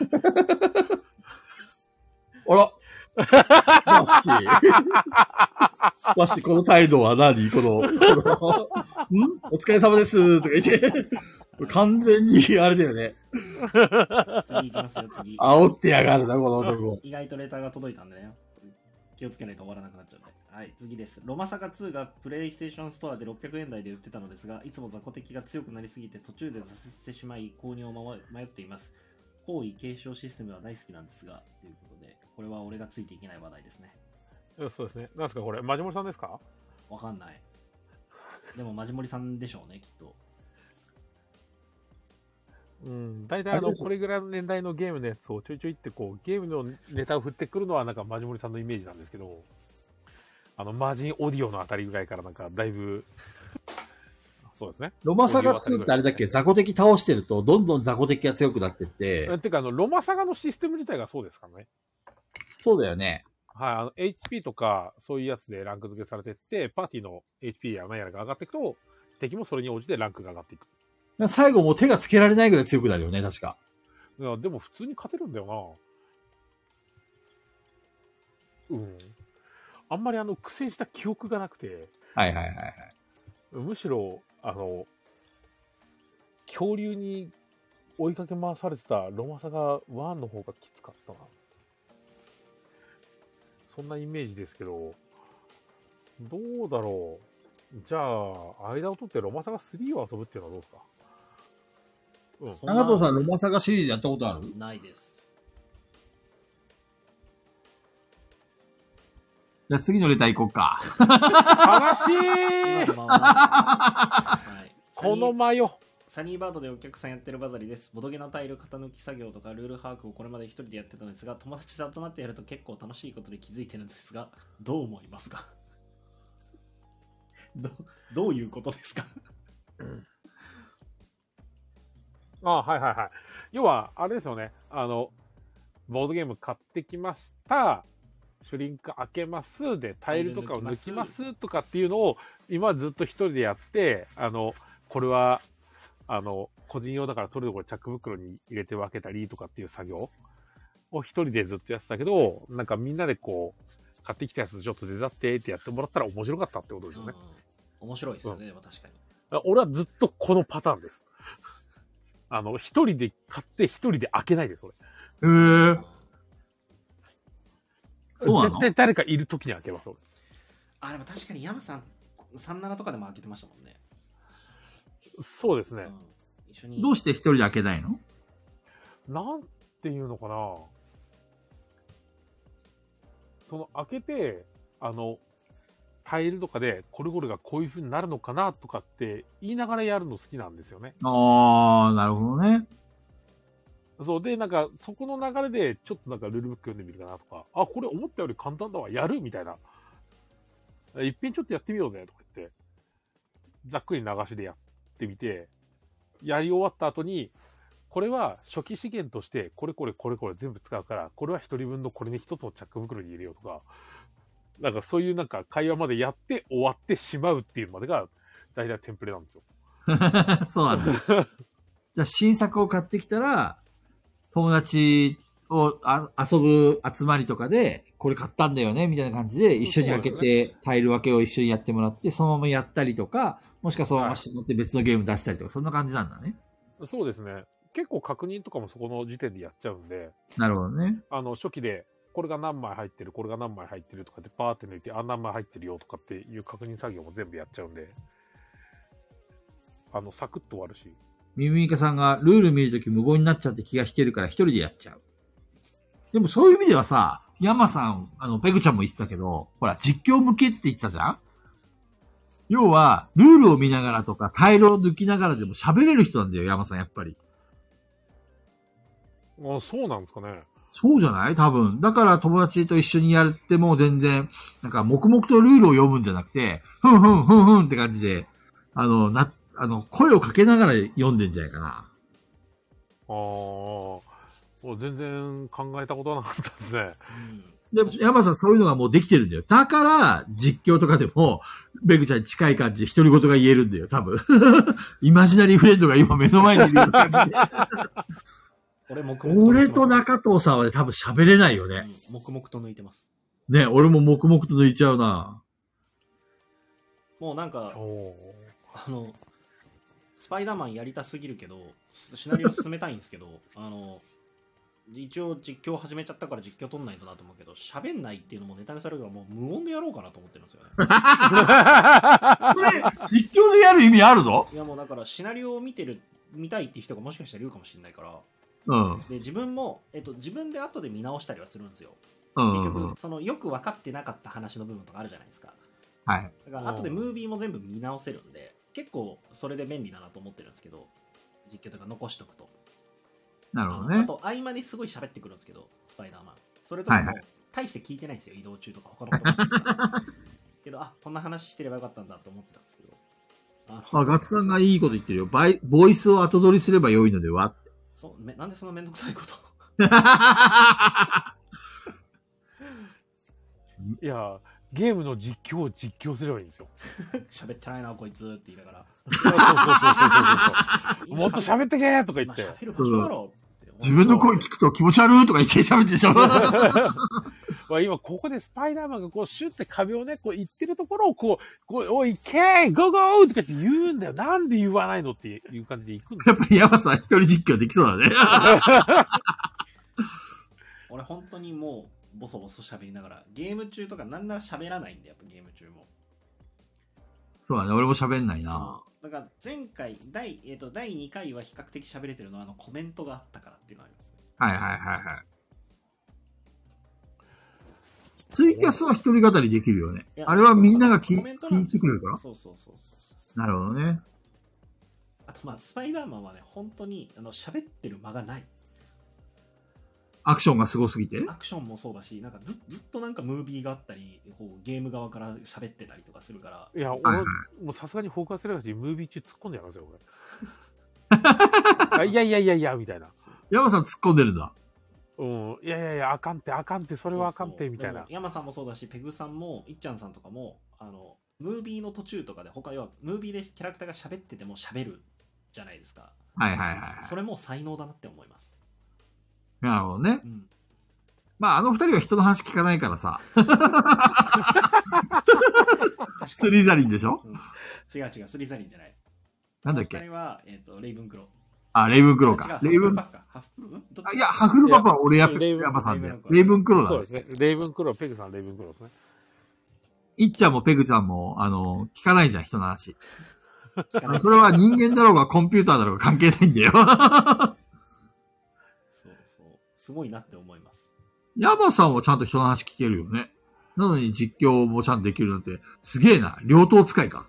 れ。 あら。バッシー。バッシー、この態度は何？この、この、んお疲れ様ですとか言って。完全にあれだよね。 次行きますよ、次。 煽ってやがるな、この男。 意外とレターが届いたんでね。気をつけないと終わらなくなっちゃうんで。はい、次です。ロマサガツーがプレイステーションストアでろっぴゃくえん台で売ってたのですが、いつも雑魚敵が強くなりすぎて途中で挫折してしまい、購入を迷っています。方位継承システムは大好きなんですが、ということで、これは俺がついていけない話題ですね。 そうですね。なんですか、これ。マジモリさんですか？ わかんない。でも、マジモリさんでしょうね、きっと。 うん。大体あの、これぐらいの年代のゲームのやつをちょいちょいってこう、ゲームのネタを振ってくるのはなんかマジモリさんのイメージなんですけど、 あの、マージンオーディオのあたりぐらいからなんか、だいぶ、そうですね。 ロマサガツーってあれだっけ、雑魚敵倒してると、どんどん雑魚敵が強くなってって。 てか、あの、ロマサガのシステム自体がそうですからね。 そうだよね。 はい、あの、エイチピー とか、そういうやつでランク付けされてって、パーティーの エイチピー や何やらが上がっていくと、敵もそれに応じてランクが上がっていく。 最後もう手がつけられないぐらい強くなるよね、確か。 いや、でも普通に勝てるんだよな。うん。あんまりあの、苦戦した記憶がなくて。 はいはいはいはい。 むしろ、あの、恐竜に追いかけ回されてたロマサガワンの方がきつかったな。そんなイメージですけど、どうだろう。じゃあ、間を取ってロマサガスリーを遊ぶっていうのはどうですか？うん。 長藤さん、ロマサガシリーズやったことある？ ないです。 じゃあ次のレター行こうか。 悲しいはい、 この間よ。 サニーバードでお客さんやってるバザリです。ボドゲのタイル型抜き作業とかルール把握をこれまで一人でやってたのですが、友達と集まってやると結構楽しいことで気づいてるんですが、どう思いますか？ど, どういうことですか？ ああ、はいはいはい。要は、あれですよね。あの、ボードゲーム買ってきました。シュリンク開けますで、タイルとかを抜きますとかっていうのを、今ずっと一人でやって、あの、これは、あの、個人用だからそれぞれ着袋に入れて分けたりとかっていう作業を一人でずっとやってたけど、なんかみんなでこう、買ってきたやつちょっと手伝ってってやってもらったら面白かったってことですよね。 うん、面白いですよね、でも確かに。 俺はずっとこのパターンです。あの、一人で買って一人で開けないです、それ。 へー。 絶対誰かいるときに開けます、俺。 あ、でも確かに山さん、さんじゅうななとかでも開けてましたもんね。 そうですね。 うん、一緒にどうして一人で開けないの？ なんていうのかな。その開けて、あの、タイルとかでこれこれがこういう風になるのかなとかって言いながらやるの好きなんですよね。 あー、なるほどね。 そうで、なんか、そこの流れで、ちょっとなんかルールブック読んでみるかなとか、あ、これ思ったより簡単だわ、やるみたいな。いっぺんちょっとやってみようぜ、とか言って、ざっくり流しでやってみて、やり終わった後に、これは初期資源として、これこれこれこれ全部使うから、これは一人分のこれに一つのチャック袋に入れようとか、なんかそういうなんか会話までやって終わってしまうっていうまでが、大体テンプレなんですよ。 そうなんだ。じゃあ新作を買ってきたら、友達をあ遊ぶ集まりとかで、これ買ったんだよね、みたいな感じで、一緒に開けて、ね、タイル分けを一緒にやってもらって、そのままやったりとか、もしくはそのまましまって別のゲーム出したりとか、はい、そんな感じなんだね。 そうですね。結構確認とかもそこの時点でやっちゃうんで。 なるほどね。 あの、初期で、これが何枚入ってる、これが何枚入ってるとかってパーって抜いて、あ、何枚入ってるよとかっていう確認作業も全部やっちゃうんで、あの、サクッと終わるし。 ミミミカさんがルール見るとき無言になっちゃって気が引けるから一人でやっちゃう。でもそういう意味ではさ、山さん、あの、ペグちゃんも言ってたけど、ほら、実況向けって言ってたじゃん？要は、ルールを見ながらとか、タイルを抜きながらでも喋れる人なんだよ、山さん、やっぱり。 あ、そうなんですかね。 そうじゃない？多分。だから友達と一緒にやっても全然、なんか黙々とルールを読むんじゃなくて、ふんふんふんふんって感じで、あの、な、あの、声をかけながら読んでんじゃないかな。ああ、もう全然考えたことなかったですね。 で、山さんそういうのがもうできてるんだよ。だから、実況とかでも、ベグちゃんに近い感じで独り言が言えるんだよ、多分。イマジナリーフレンドが今目の前にいるような感じで。俺、黙々と俺と中藤さんは、ね、多分喋れないよね、 うん。黙々と抜いてます。 ね、俺も黙々と抜いちゃうな。 もうなんか、あの、スパイダーマンやりたすぎるけど、シナリオ進めたいんですけど、あの、一応実況始めちゃったから実況取んないとなと思うけど、喋んないっていうのもネタにされるからもう無音でやろうかなと思ってるんですよね。 これ、実況でやる意味あるの？ いやもうだからシナリオを見てる、見たいっていう人がもしかしたらいるかもしれないから、 うん。 で、自分も、えっと、自分で後で見直したりはするんですよ。 うん。 結局、そのよく分かってなかった話の部分とかあるじゃないですか。 はい。 だから後でムービーも全部見直せるんで、結構それで便利だなと思ってるんですけど、実況とか残しとくと。 なるほどね。 あと合間にすごい喋ってくるんですけど、スパイダーマン。それとかも大して聞いてないんですよ、移動中とか他のこと。 けど、あ、こんな話してればよかったんだと思ってたんですけど。ああ、ガッツさんがいいこと言ってるよ。バイ、ボイスを後取りすれば良いのではって。 そうめなんでそんなめんどくさいこといや、ゲームの実況を実況すればいいんですよ。 喋ってないな、こいつって言いながら。 そうそうそうそうそうそう。もっと喋ってけーとか言って。 喋る場所だろって。 自分の声聞くと気持ち悪いとか言って喋ってでしょ。 まあ今ここでスパイダーマンがこうシュッて壁をね、こう行ってるところをこう、こうおい、けーゴーゴーとかって言うんだよ。なんで言わないのっていう感じで行くんですよ。 やっぱり山さん一人実況できそうだね。 俺本当にもうボソボソ喋りながら、ゲーム中とかなんなら喋らないんだよ、やっぱゲーム中も。 そうだね、俺も喋んないな。 だから前回、第、えー、とだいにかいは比較的喋れてるのはあのコメントがあったからっていうのがありますね。 はいはいはいはい。ツイキャスは一人語りできるよね。あれはみんなが聞聞いてくれるからそうそうそうそう。 なるほどね。 あとまあ、スパイダーマンはね、本当にあの喋ってる間がない。 アクションがすごすぎてアクションもそうだし、なんかずずっとなんかムービーがあったり、こうゲーム側から喋ってたりとかするから。 いや、 はいはい俺、もうさすがにフォーカスレガシームービー中突っ込んでやりますよ、俺。あいやいやいやいや、みたいな。 山さん突っ込んでるんだ。 うん。いやいやいや、あかんって、あかんって、それはあかんって、みたいな。 山さんもそうだし、ペグさんも、いっちゃんさんとかも、あの、ムービーの途中とかで、他要は、ムービーでキャラクターが喋ってても喋るじゃないですか。 はいはいはい。 それも才能だなって思います。 なるほどね。 うん。 まあ、あの二人は人の話聞かないからさ。スリザリンでしょ、 うん、違う違う、スリザリンじゃない。 なんだっけ。 あれは、えっ、ー、と、レイブンクロー。 あ、レイブンクローか。レイブン。 ハフプルパあいや、ハフルパパは俺やっぱ、ヤマさんだよ。レイブンクローだ。 そうですね。レイブンクロー、ペグさんレイブンクローですね。 いっちゃんもペグちゃんも、あの、聞かないじゃん、人の話。それは人間だろうがコンピューターだろうが関係ないんだよ。 そうそう。すごいなって思います。 ヤマさんはちゃんと人の話聞けるよね。なのに実況もちゃんとできるなんて、すげえな。両党使いか。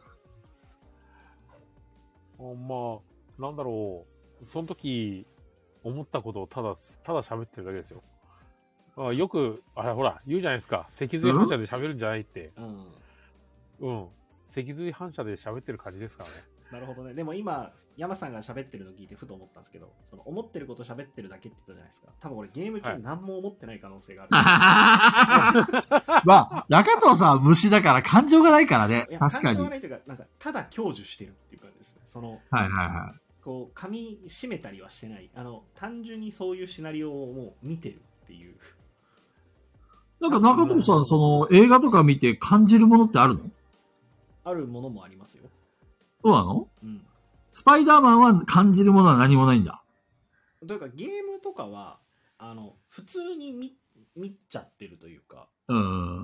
あまあ、なんだろう。その時、思ったことをただ、ただ喋ってるだけですよ。あよく、あれほら、言うじゃないですか。脊髄反射で喋るんじゃないって。うん。うん。脊髄反射で喋ってる感じですからね。 なるほどね。でも今、山さんが喋ってるの聞いてふと思ったんですけど、その思ってること喋ってるだけって言ったじゃないですか。多分俺ゲーム中何も思ってない可能性がある。 はい、まあ、中藤さんは虫だから感情がないからね。確かに。 感情がないというか、なんか、ただ享受してるっていう感じですね。その、 はいはいはい。 こう、噛み締めたりはしてない。あの、単純にそういうシナリオをもう見てるっていう。 なんか中藤さん、その、映画とか見て感じるものってあるの？ あるものもありますよ。 そうなの？ うん。 スパイダーマンは感じるものは何もないんだ。 というかゲームとかはあの普通に 見, 見ちゃってるというか、 うん。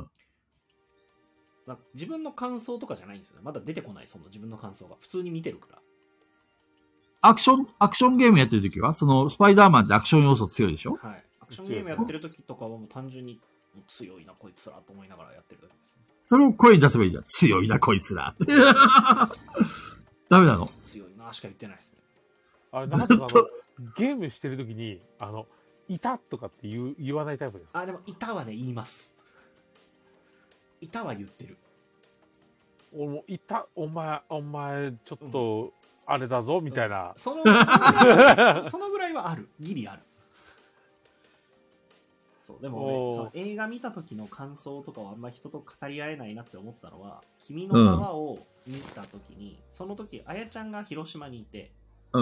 なんか自分の感想とかじゃないんですよね。まだ出てこないその自分の感想が普通に見てるから。 アクションアクションゲームやってるときは、そのスパイダーマンってアクション要素強いでしょ？ はい。アクションゲームやってるときとかはもう単純に強いなこいつらと思いながらやってるだけです、ね。 それを声に出せばいいじゃん。強いなこいつら。ダメなの？ 強いなしか言ってないですね。 あれ、なんかあの、ゲームしてるときに、あの、いたとかって言う言わないタイプです。 あ、でも、いたはね、言います。いたは言ってる。 俺も、いた、お前、お前、ちょっと、あれだぞ、みたいな。 その、そのぐらい、そのぐらいはある。ギリある。そうでもね、その映画見た時の感想とかはあんま人と語り合えないなって思ったのは、君の名はを見た時に、うん、その時あやちゃんが広島にいて、 うん、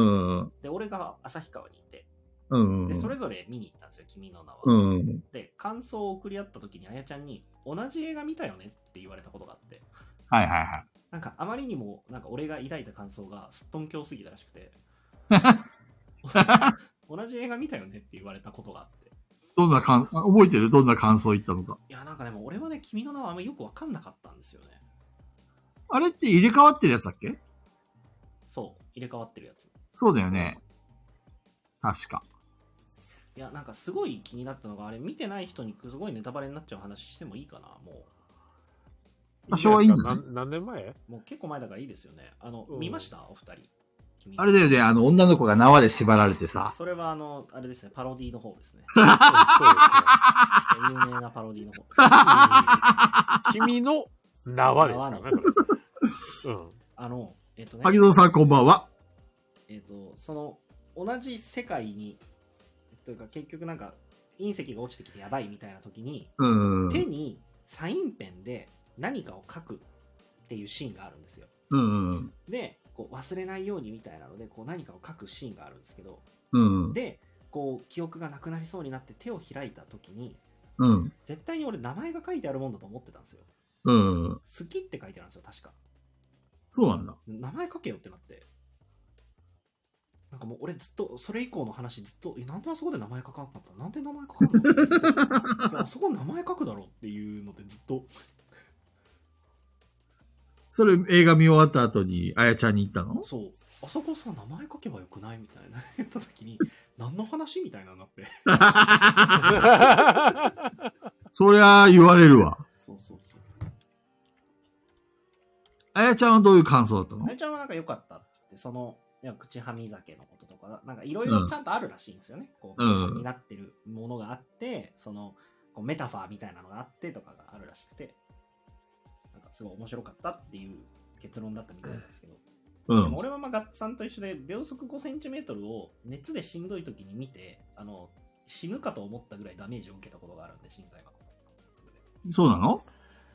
で俺が旭川にいて、 うん、 でそれぞれ見に行ったんですよ、君の名は、 うん、 で感想を送り合った時にあやちゃんに同じ映画見たよねって言われたことがあって、 はいはいはい、 なんかあまりにもなんか俺が抱いた感想がすっとんきょうすぎたらしくて同じ映画見たよねって言われたことがあって、 どんな感、覚えてる？どんな感想言ったのか。 いや、なんかね、もう俺はね、君の名はあんまよくわかんなかったんですよね。 あれって入れ替わってるやつだっけ？ そう、入れ替わってるやつ。 そうだよね。確か。 いや、なんかすごい気になったのが、あれ見てない人にすごいネタバレになっちゃう話してもいいかな、もう。多少はいいんじゃない？ 何年前？ もう結構前だからいいですよね。あの、うん、見ましたお二人。 あれだよね、あの、女の子が縄で縛られてさ。 それはあの、あれですね、パロディの方ですね。 そうですね。 有名なパロディの方。 君の縄ですからね、これ。うん。 あの、えっとね、 萩蔵さんこんばんは。 えっと、その、同じ世界に、というか結局なんか、隕石が落ちてきてやばいみたいな時に、 うん。 手にサインペンで何かを書くっていうシーンがあるんですよ。 うん。 で、こう忘れないようにみたいなので、こう何かを書くシーンがあるんですけど、 うん。 で、こう記憶がなくなりそうになって手を開いた時に、 うん。 絶対に俺名前が書いてあるもんだと思ってたんですよ。 うん。 好きって書いてあるんですよ、確か。 そうなんだ。 名前書けよってなって。なんかもう俺ずっと、それ以降の話ずっと、え、なんであそこで名前書かなかったなんで名前書かなかったいやあそこ名前書くだろっていうのでずっと。 それ映画見終わった後に、あやちゃんに言ったの？ そう。あそこさ、名前書けばよくないみたいな言った時に、何の話みたいなのになって。 そりゃ言われるわ。 そうそうそう。 あやちゃんはどういう感想だったの？ あやちゃんはなんか良かったって、その、いや口はみ酒のこととか、なんかいろいろちゃんとあるらしいんですよね。こう、ベースになってるものがあって、その、こうメタファーみたいなのがあってとかがあるらしくて、なんかすごい面白かったっていう結論だったみたいなんですけど、 うん。 でも俺はまあガッツさんと一緒で秒速ごセンチメートルを熱でしんどい時に見て、あの、死ぬかと思ったぐらいダメージを受けたことがあるんで、深海誠。 そうなの？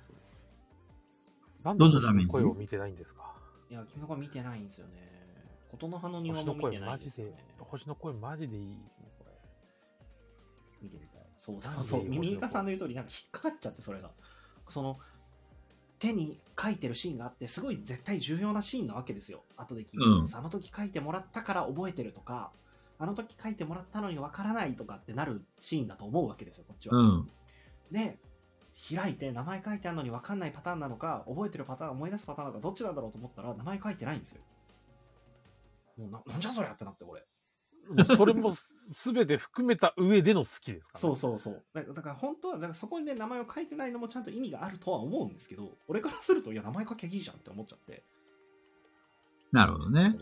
なんで私の声を見てないんですか？ いや、君の声見てないんですよね。琴の葉の庭も見てないんですよね。 星の声マジでいい。これ見てみたい。そうそうそう。ミミイカさんの言う通り、なんか引っかかっちゃって、それが。その、手に書いてるシーンがあって、すごい絶対重要なシーンなわけですよ。後で聞いて、うん、あの時書いてもらったから覚えてるとか、あの時書いてもらったのにわからないとかってなるシーンだと思うわけですよ、こっちは。 うん、 で、開いて名前書いてあるのに分かんないパターンなのか、覚えてるパターン、思い出すパターンなのか、どっちなんだろうと思ったら、名前書いてないんですよ。もうな、なんじゃそりゃってなって、俺。 それも全て含めた上での好きですから、ね、そうそうそう。だから、だから本当は、だからそこにね、名前を書いてないのもちゃんと意味があるとは思うんですけど、俺からすると、いや、名前書きゃいいじゃんって思っちゃって。 なるほどね。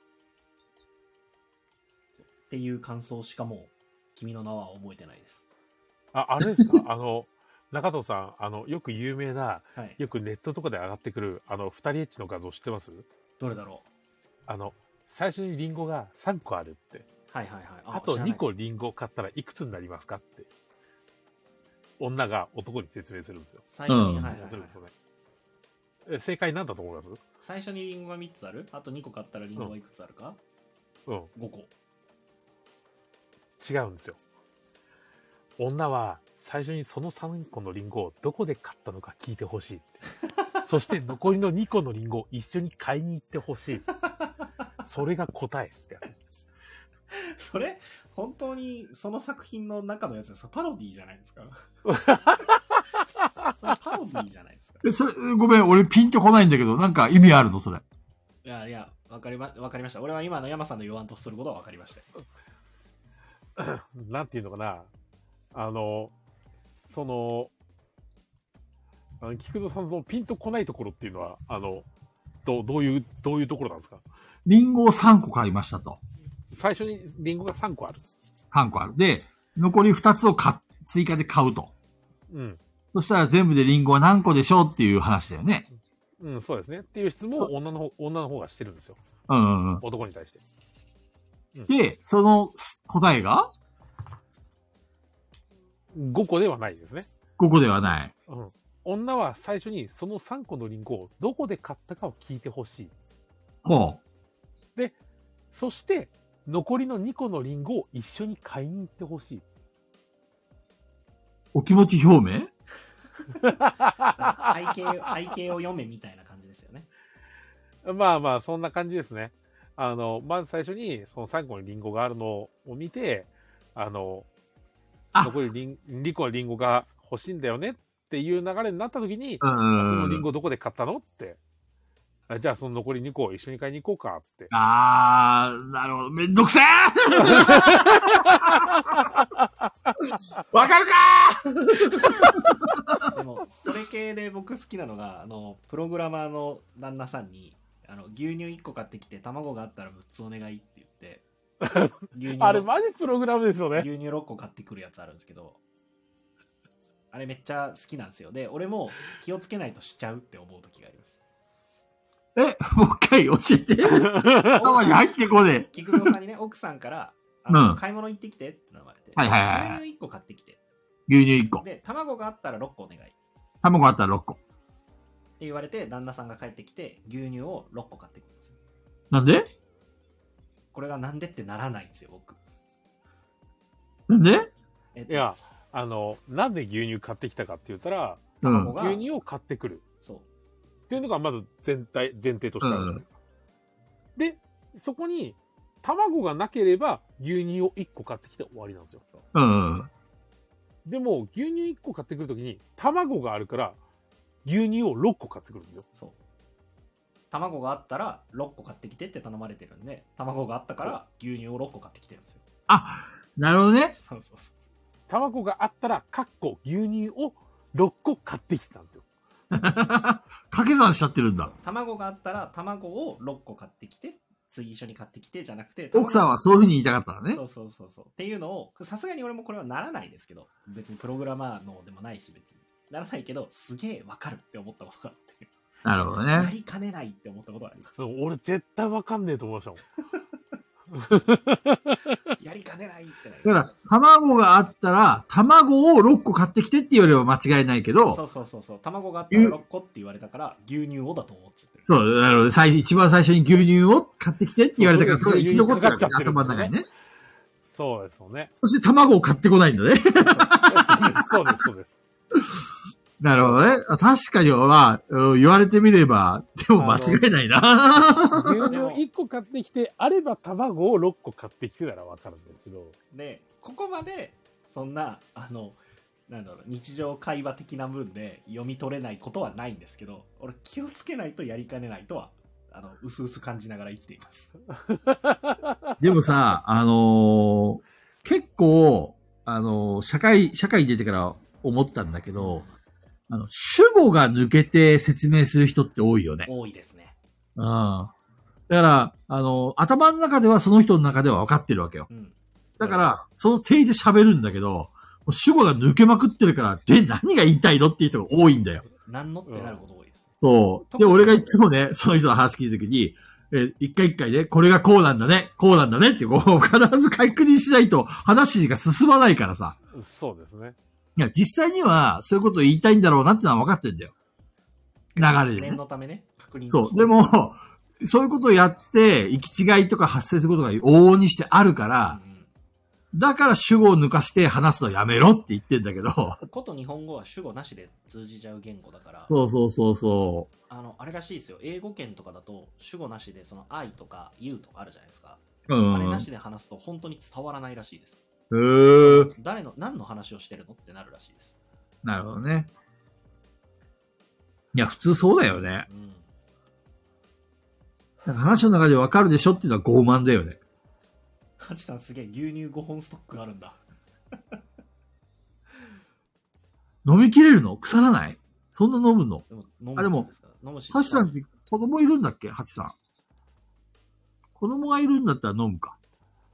っていう感想しかもう、君の名は覚えてないです。 あ、あれですかあの、中藤さん、あの、よく有名な、 はい、 よくネットとかで上がってくる、あの、二人エッチの画像知ってます？ どれだろう？ あの、最初にリンゴがさんこあるって。 はいはいはい。 あ, あとにこリンゴ買ったらいくつになりますかって。女が男に説明するんですよ。 最初に、 説明するんですよね。え、正解なんだと思います？ 最初にリンゴがみっつある？あとにこ買ったらリンゴがいくつあるか？ うん。 ごこ。 違うんですよ。女は最初にそのさんこのリンゴをどこで買ったのか聞いてほしいって。そして残りのにこのリンゴを一緒に買いに行ってほしい。それが答えってやつ。それ本当にその作品の中のやつですか？パロディーじゃないですか？それパロディーじゃないですか？ え、それ、ごめん、俺ピンとこないんだけど、なんか意味あるのそれ？ いやいや、わかりま、わかりました。俺は今の山さんの言わんとすることはわかりました。 なんていうのかな。あの、その、あの菊蔵さんのピンとこないところっていうのは、あの、ど, どういう、どういうところなんですか？ リンゴをさんこ買いましたと。 最初にリンゴがさんこある。 さんこある。で、残りふたつをか追加で買うと。 うん。 そしたら全部でリンゴは何個でしょうっていう話だよね。 うん、そうですね。っていう質問を女の方、女の方がしてるんですよ。 うんうんうん。 男に対して。 うん、で、その答えがごこではないですね。 ごこではない。 うん。女は最初にそのさんこのリンゴをどこで買ったかを聞いてほしい。 ほう。で、そして残りのにこのリンゴを一緒に買いに行ってほしい。 お気持ち表明背景、背景を読めみたいな感じですよね。 まあまあ、そんな感じですね。あの、まず最初にそのさんこのリンゴがあるのを見て、あの、残りリンにこのリンゴが欲しいんだよねっていう流れになった時に、そのリンゴどこで買ったのって。じゃあその残りにこを一緒に買いに行こうかって。 あー、なるほど。めんどくせーわかるかーでも、それ系で僕好きなのが、あの、プログラマーの旦那さんに、あの、牛乳いっこ買ってきて、卵があったらむっつお願いって言って、牛乳あれマジプログラムですよね。 牛乳ろっこ買ってくるやつあるんですけど、 あれめっちゃ好きなんですよ。で、俺も気をつけないとしちゃうって思う時があります。 え、もう一回教えて。頭に入ってこねえ。 菊蔵さんにね、奥さんから、あの、 うん買い物行ってきてって言われて、 はいはいはいはい牛乳いっこ買ってきて。 牛乳いっこ。 で、卵があったらろっこお願い。って卵あったらろっこ。 言われて、旦那さんが帰ってきて、牛乳をろっこ買ってくるんですよ。 なんでこれがなんでってならないんですよ、僕。 なんでえっと、 いや、あの、なんで牛乳買ってきたかって言ったら、 うん。 卵が牛乳を買ってくる。 そう。 っていうのがまず全体、前提としてある、 うんで、そこに、卵がなければ牛乳をいっこ買ってきて終わりなんですよ。 うん。 でも、牛乳いっこ買ってくるときに、卵があるから、牛乳をろっこ買ってくるんですよ。 そう。卵があったらろっこ買ってきてって頼まれてるんで、卵があったから牛乳をろっこ買ってきてるんですよ。 あ、なるほどね。 そうそうそう。 卵があったら、かっこ牛乳をろっこ買ってきてたんですよ。 掛け算しちゃってるんだ。 卵があったら卵をろっこ買ってきて、次一緒に買ってきてじゃなくて、 奥さんはそういう風に言いたかったのねそ。うそうそうそうっていうのを、さすがに俺もこれはならないですけど、別にプログラマーのでもないし別にならないけど、すげえわかるって思ったことがあってなるほどね。 やりかねないって思ったことがあります。 そう俺絶対わかんねえと思いましたもん。 やりかねないってなりだます。 から、卵があったら、卵をろっこ買ってきてって言われれば間違いないけど、 そうそうそうそう、卵があったらろっこって言われたから牛乳をだと思っちゃってる。 そう、なるほど。最一番最初に牛乳を買ってきてって言われたから、 そうそれが生き残ってるわけ牛乳かかっちゃってる頭の中にね。 そうですよね。 そして卵を買ってこないんだね。 そうです、そうです。 なるほどね。あ確かに、まあ、うん言われてみれば、でも間違いないな。 牛乳をいっこ買ってきて、あれば卵をろっこ買ってきてたらわかるんですけど。 で、ここまでそんなあのなんだろう日常会話的な分で読み取れないことはないんですけど、俺気をつけないとやりかねないとはあの薄々感じながら生きています。 でもさ、あのー結構、あのー社会、社会に出てから思ったんだけど、あの、主語が抜けて説明する人って多いよね。 多いですね。 うん。だから、あのー頭の中ではその人の中では分かってるわけよ。 うん。 だから、その定義で喋るんだけど、もう主語が抜けまくってるから、で、何が言いたいのっていう人が多いんだよ。 何のってなること多いです。 そう。で、俺がいつもね、その人の話聞いたときに、え、一回一回ね、これがこうなんだね、こうなんだねって、こう、必ず確認しないと話が進まないからさ。 そうですね。 いや、実際には、そういうことを言いたいんだろうなってのは分かってんだよ。流れで念ね。 のためね、確認そう。でも、そういうことをやって、行き違いとか発生することが往々にしてあるから、 うんうんだから主語を抜かして話すのやめろって言ってんだけど。 こと日本語は主語なしで通じちゃう言語だから、 そうそうそうそあの、あれらしいですよ。英語圏とかだと主語なしでその I とか You とかあるじゃないですか。 う。うん。 あれなしで話すと本当に伝わらないらしいです。 へー。 誰の、何の話をしてるのってなるらしいです。 なるほどね。いや、普通そうだよね。 うん。 なんか話の中でわかるでしょっていうのは傲慢だよね。 ハチさんすげえ牛乳ごほんストックあるんだ。 飲みきれるの腐らないそんな飲むのでも飲むあでもんですから飲むし。 ハチさんって子供いるんだっけハチさん。子供がいるんだったら飲むか。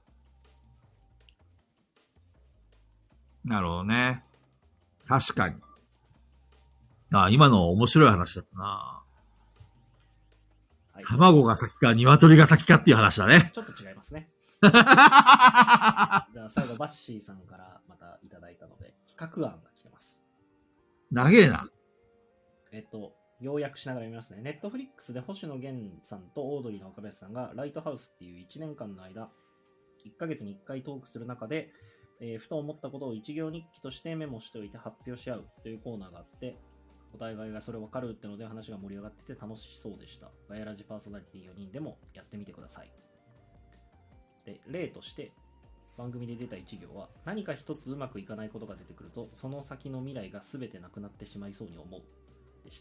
なるほどね。確かに。あ、今の面白い話だったな。 はい、 卵が先か鶏が先かっていう話だね。 ちょっと違いますね。じゃあ最後バッシーさんからまたいただいたので企画案が来てます。 長えな。 えっと要約しながら読みますね。ネットフリックスで星野源さんとオードリーの岡部さんがライトハウスっていういちねんかんの間いっかげつにいっかいトークする中で、えーふと思ったことを一行日記としてメモしておいて発表し合うというコーナーがあって、お互いがそれ分かるってので話が盛り上がってて楽しそうでした。ガヤラジパーソナリティよにんでもやってみてください。で、例として番組で出た一行は、何か一つうまくいかないことが出てくるとその先の未来が全てなくなってしまいそうに思うでした。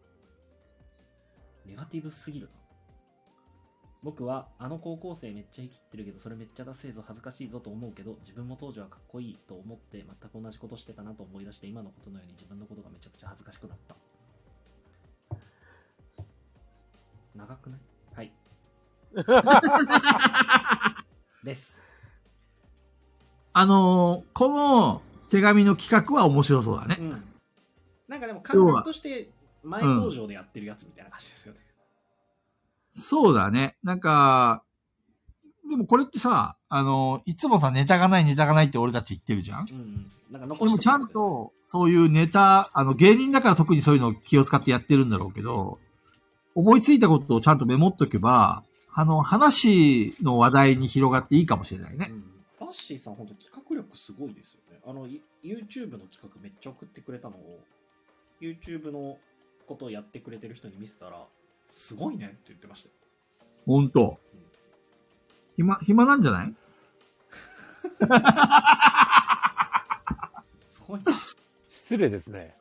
ネガティブすぎるな。僕はあの高校生めっちゃ生きってるけどそれめっちゃダセえぞ恥ずかしいぞと思うけど、自分も当時はかっこいいと思って全く同じことしてたなと思い出して、今のことのように自分のことがめちゃくちゃ恥ずかしくなった。長くない？はいです。 あのーこの手紙の企画は面白そうだね。 うん。なんかでも感覚として前工場でやってるやつみたいな感じですよね。 うん、そうだね。なんか、でもこれってさ、あの、いつもさ、ネタがないネタがないって俺たち言ってるじゃん。 うんうん。なんか残でもちゃんと、そういうネタ、あの、芸人だから特にそういうのを気を使ってやってるんだろうけど、思いついたことをちゃんとメモっとけば、あの、話の話題に広がっていいかもしれないね。 うん、バッシーさん本当企画力すごいですよね。あの、YouTube の企画めっちゃ送ってくれたのを、YouTube のことをやってくれてる人に見せたら、すごいねって言ってましたよ。 ほんと。うん、暇、暇なんじゃないすごいね。 失礼ですね。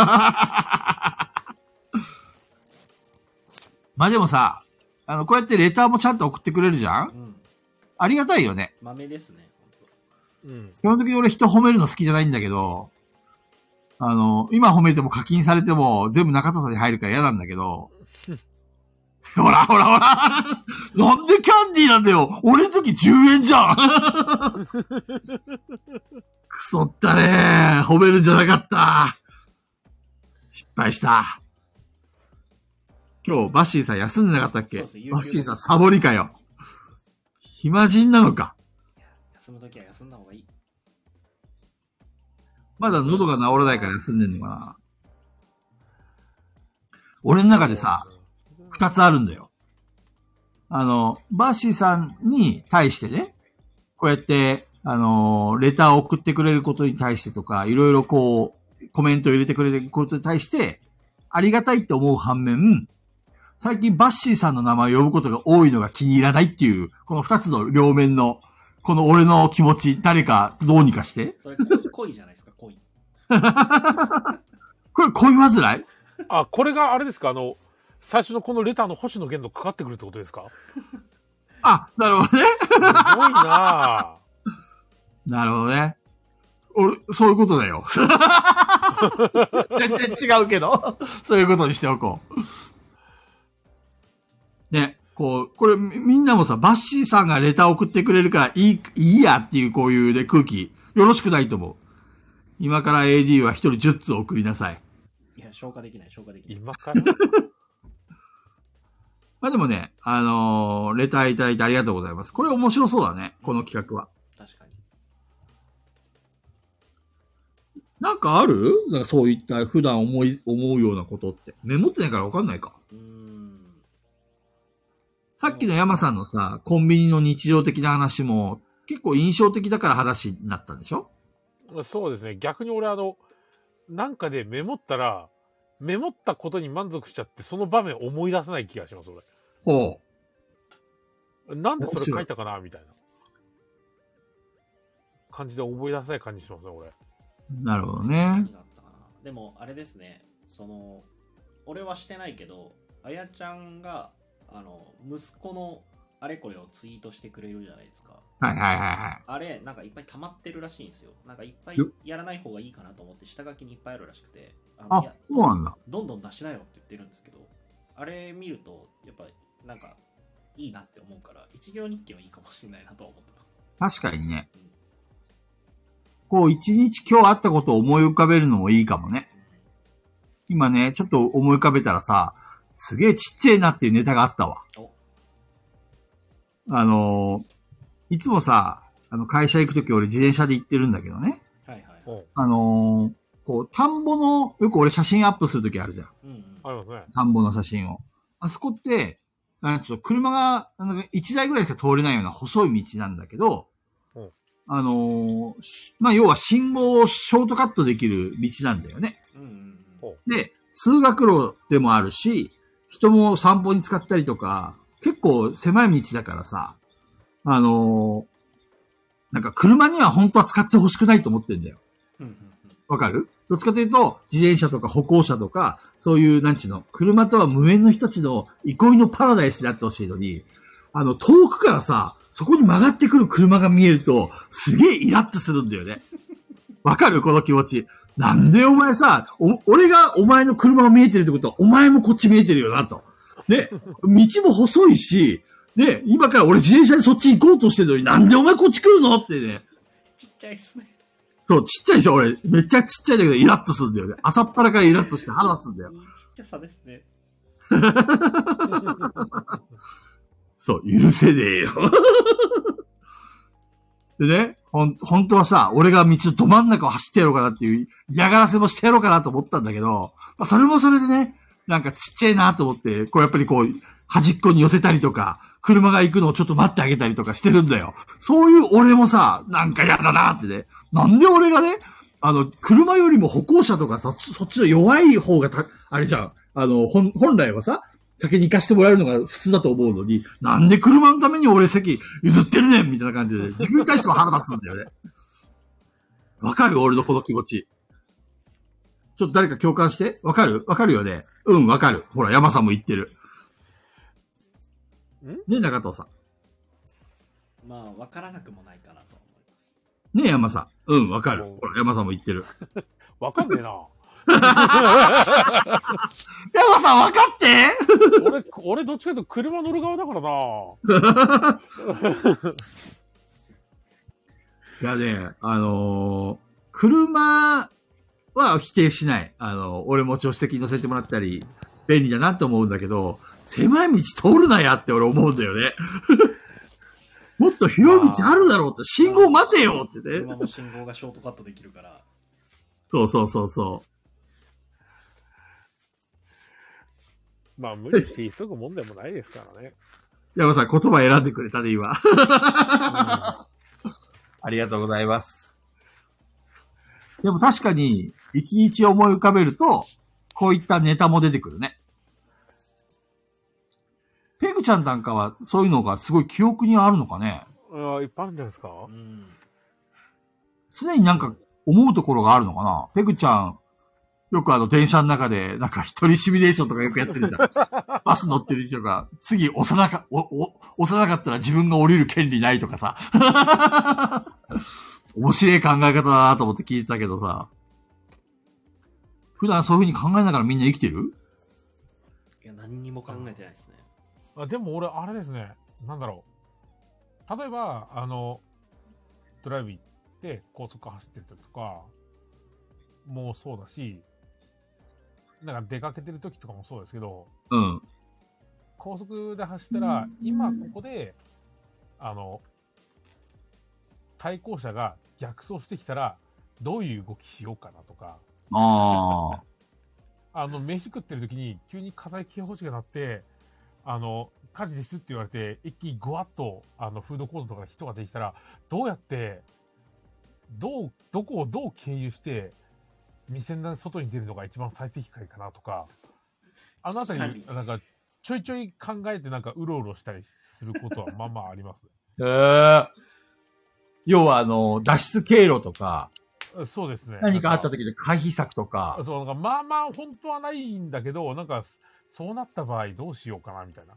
まあでもさ、あの、こうやってレターもちゃんと送ってくれるじゃん、うん、ありがたいよね。 豆ですね。 うん。基本的に俺人褒めるの好きじゃないんだけど、あの、今褒めても課金されても全部中戸さんに入るから嫌なんだけど、ほらほらほらなんでキャンディーなんだよ俺の時じゅうえんじゃんくそったねー褒めるんじゃなかった失敗した。今日バッシーさん休んでなかったっけ？バッシーさんサボりかよ。暇人なのか。 休むときは休んだ方がいい。 まだ喉が治らないから休んでんのかな。俺の中でさ、二つあるんだよ。あの、バッシーさんに対してね、こうやって、あの、レターを送ってくれることに対してとか、いろいろこう、コメントを入れてくれることに対して、ありがたいって思う反面、最近バッシーさんの名前を呼ぶことが多いのが気に入らないっていう、この二つの両面の、この俺の気持ち、誰かどうにかして。 それ恋、恋じゃないですか、恋。 これ恋煩い？ あ、これがあれですか、あの、最初のこのレターの星野源のかかってくるってことですか？ あ、なるほどね。 すごいなぁ。 なるほどね。俺、そういうことだよ。全然違うけど、そういうことにしておこう。ね、こう、これみんなもさ、バッシーさんがレター送ってくれるからいい、いいやっていうこういうね、空気、よろしくないと思う。今から エーディー は一人じゅっつ送りなさい。 いや、消化できない、消化できない。 今からまあでもね、あのー、レターいただいてありがとうございます。これ面白そうだね、この企画は。 確かに。 なんかある？なんかそういった普段思い、思うようなことって。メモってないからわかんないか。うーん。さっきの山さんのさ、コンビニの日常的な話も結構印象的だから話になったんでしょ？ そうですね。逆に俺あの、なんかでメモったら、メモったことに満足しちゃって、その場面思い出せない気がします、俺。 ほう。なんでそれ書いたかなみたいな感じで思い出せない感じしますね、俺。 なるほどね。 でも、あれですね、その、俺はしてないけど、あやちゃんが、あの、息子のあれこれをツイートしてくれるじゃないですか。 はいはいはいはい。 あれ、なんかいっぱい溜まってるらしいんですよ。なんかいっぱいやらない方がいいかなと思って、下書きにいっぱいあるらしくて。 あ、あそうなんだ。 どんどん出しなよって言ってるんですけど、あれ見ると、やっぱり、なんか、いいなって思うから、一行日記はいいかもしれないなとは思ってます。確かにね。うん、こう、一日今日あったことを思い浮かべるのもいいかもね。うん、今ね、ちょっと思い浮かべたらさ、すげえちっちゃいなっていうネタがあったわ。あのー、いつもさ、あの、会社行くとき俺自転車で行ってるんだけどね。 はいはい。 あのー、こう、田んぼの、よく俺写真アップするときあるじゃん。うんうん。 ありますね。 田んぼの写真を。あそこって、あちょっと車が、なんか一台ぐらいしか通れないような細い道なんだけど、うん、あのー、まあ、要は信号をショートカットできる道なんだよね。うんうんうん、で、通学路でもあるし、人も散歩に使ったりとか、結構狭い道だからさ、あのー、なんか車には本当は使ってほしくないと思ってんだよ。わかる？どっちかというと、自転車とか歩行者とか、そういう、なんちゅうの、車とは無縁の人たちの憩いのパラダイスであってほしいのに、あの、遠くからさ、そこに曲がってくる車が見えると、すげえイラッとするんだよね。わかる？この気持ち。なんでお前さ、お、俺がお前の車が見えてるってことは、お前もこっち見えてるよな、と。で、道も細いし、で、今から俺自転車でそっち行こうとしてるのに、なんでお前こっち来るのってね。 ちっちゃいっすね。 そう、ちっちゃいでしょ俺。めっちゃちっちゃいんだけど、イラッとするんだよね。朝っぱらからイラッとして腹立つんだよ。 いいちっちゃさですね。 そう、許せねえよ。でね、ほん、本当はさ、俺が道のど真ん中を走ってやろうかなっていう嫌がらせもしてやろうかなと思ったんだけど、まあ、それもそれでね、なんかちっちゃいなと思って、こうやっぱりこう、端っこに寄せたりとか、車が行くのをちょっと待ってあげたりとかしてるんだよ。そういう俺もさ、なんか嫌だなってね。なんで俺がね、あの、車よりも歩行者とかさ、そっちの弱い方がた、あれじゃん。あの、本、本来はさ、先に行かしてもらえるのが普通だと思うのに、なんで車のために俺席譲ってるねんみたいな感じで、自分に対しても腹立つんだよね。わかる俺のこの気持ち。ちょっと誰か共感してわかるわかるよね。うん、わかる。ほら、山さんも言ってる。 んね、中藤さん。 まあ、わからなくもないかなと思います。 ね、山さん。うん、わかる。ほら、山さんも言ってる。 わかんねえな。 山さん、わかって俺、俺どっちかというと車乗る側だからな。 いやね、あのー、車は否定しない。あのー、俺も助手席に乗せてもらったり、便利だなって思うんだけど、狭い道通るなやって俺思うんだよね。もっと広い道あるだろうって、信号待てよってね。 車も信号がショートカットできるから。 そうそうそうそう。 まあ、無理して急ぐもんでもないですからね。 山さん、言葉選んでくれたね、今。うん、ありがとうございます。でも確かに、一日思い浮かべると、こういったネタも出てくるね。ペグちゃんなんかは、そういうのがすごい記憶にあるのかね。 いや、いっぱいあるんじゃないですか。 うん。 常になんか思うところがあるのかな。ペグちゃん、よくあの電車の中で、なんか一人シミュレーションとかよくやってるじゃん。バス乗ってる人が、次押さなか、お、お、押さなかったら自分が降りる権利ないとかさ。面白い考え方だなと思って聞いてたけどさ。普段そういう風に考えながらみんな生きてる？ いや、何にも考えてないですね。 あ、でも俺、あれですね。なんだろう。例えば、あの、ドライブ行って高速走ってる時とか、もうそうだし、なんか出かけてる時とかもそうですけど、 うん。 高速で走ったら、今ここで、あの、対向車が逆走してきたら、どういう動きしようかなとか、 ああの、飯食ってる時に急に火災警報器が鳴って、あの、火事ですって言われて、一気にゴワッと、あの、フードコートとかに人ができたら、どうやって、どう、どこをどう経由して、店の外に出るのが一番最適解かなとか、あのあたり、なんか、ちょいちょい考えてなんかうろうろしたりすることはまあまああります。 へー。要はあの、脱出経路とか、 そうですね。 何かあった時で回避策とか。 そう、なんかまあまあ本当はないんだけど、なんか、そうなった場合どうしようかなみたいな。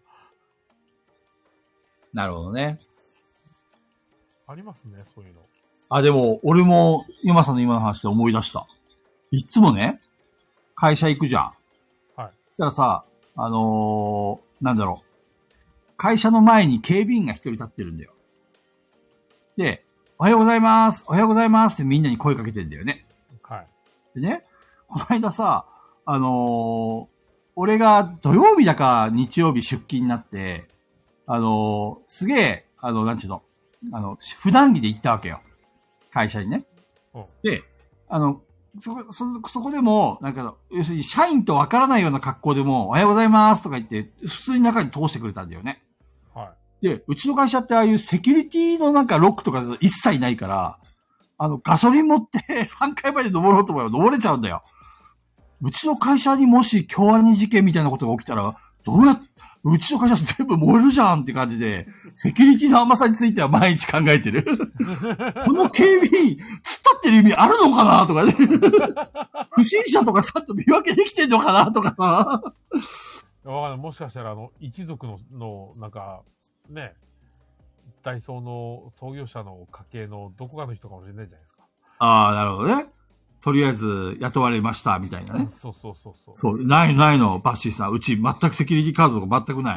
なるほどね。 ありますね、そういうの。 あ、でも、俺も、山さんの今の話で思い出した。いつもね、会社行くじゃん。 はい。 そしたらさ、あのー、なんだろう。会社の前に警備員が一人立ってるんだよ。で、おはようございます。おはようございますってみんなに声かけてんだよね。 はい。 でね、この間さ、あのー、俺が土曜日だか日曜日出勤になって、あのー、すげえ、あの、なんちゅうの、あの、普段着で行ったわけよ。会社にね。 うん、 で、あの、そこ、そ、そこでも、なんか、要するに社員とわからないような格好でも、おはようございますとか言って、普通に中に通してくれたんだよね。 はい。 で、うちの会社ってああいうセキュリティのなんかロックとか一切ないから、あの、ガソリン持ってさんかいまで登ろうと思えば登れちゃうんだよ。うちの会社にもし京アニ事件みたいなことが起きたら、どうやっ、うちの会社全部燃えるじゃんって感じで、セキュリティの甘さについては毎日考えてる。その警備員、突っ立ってる意味あるのかなとかね。不審者とかちゃんと見分けできてんのかなとかさ。 わかんない。もしかしたら、あの、一族の、の、なんか、ね、ダイソーの創業者の家系のどこかの人かもしれないじゃないですか。 ああ、なるほどね。とりあえず雇われました、みたいなね。 そうそうそうそう。 そう、ないないの、バッシーさん。うち全くセキュリティカードとか全くない。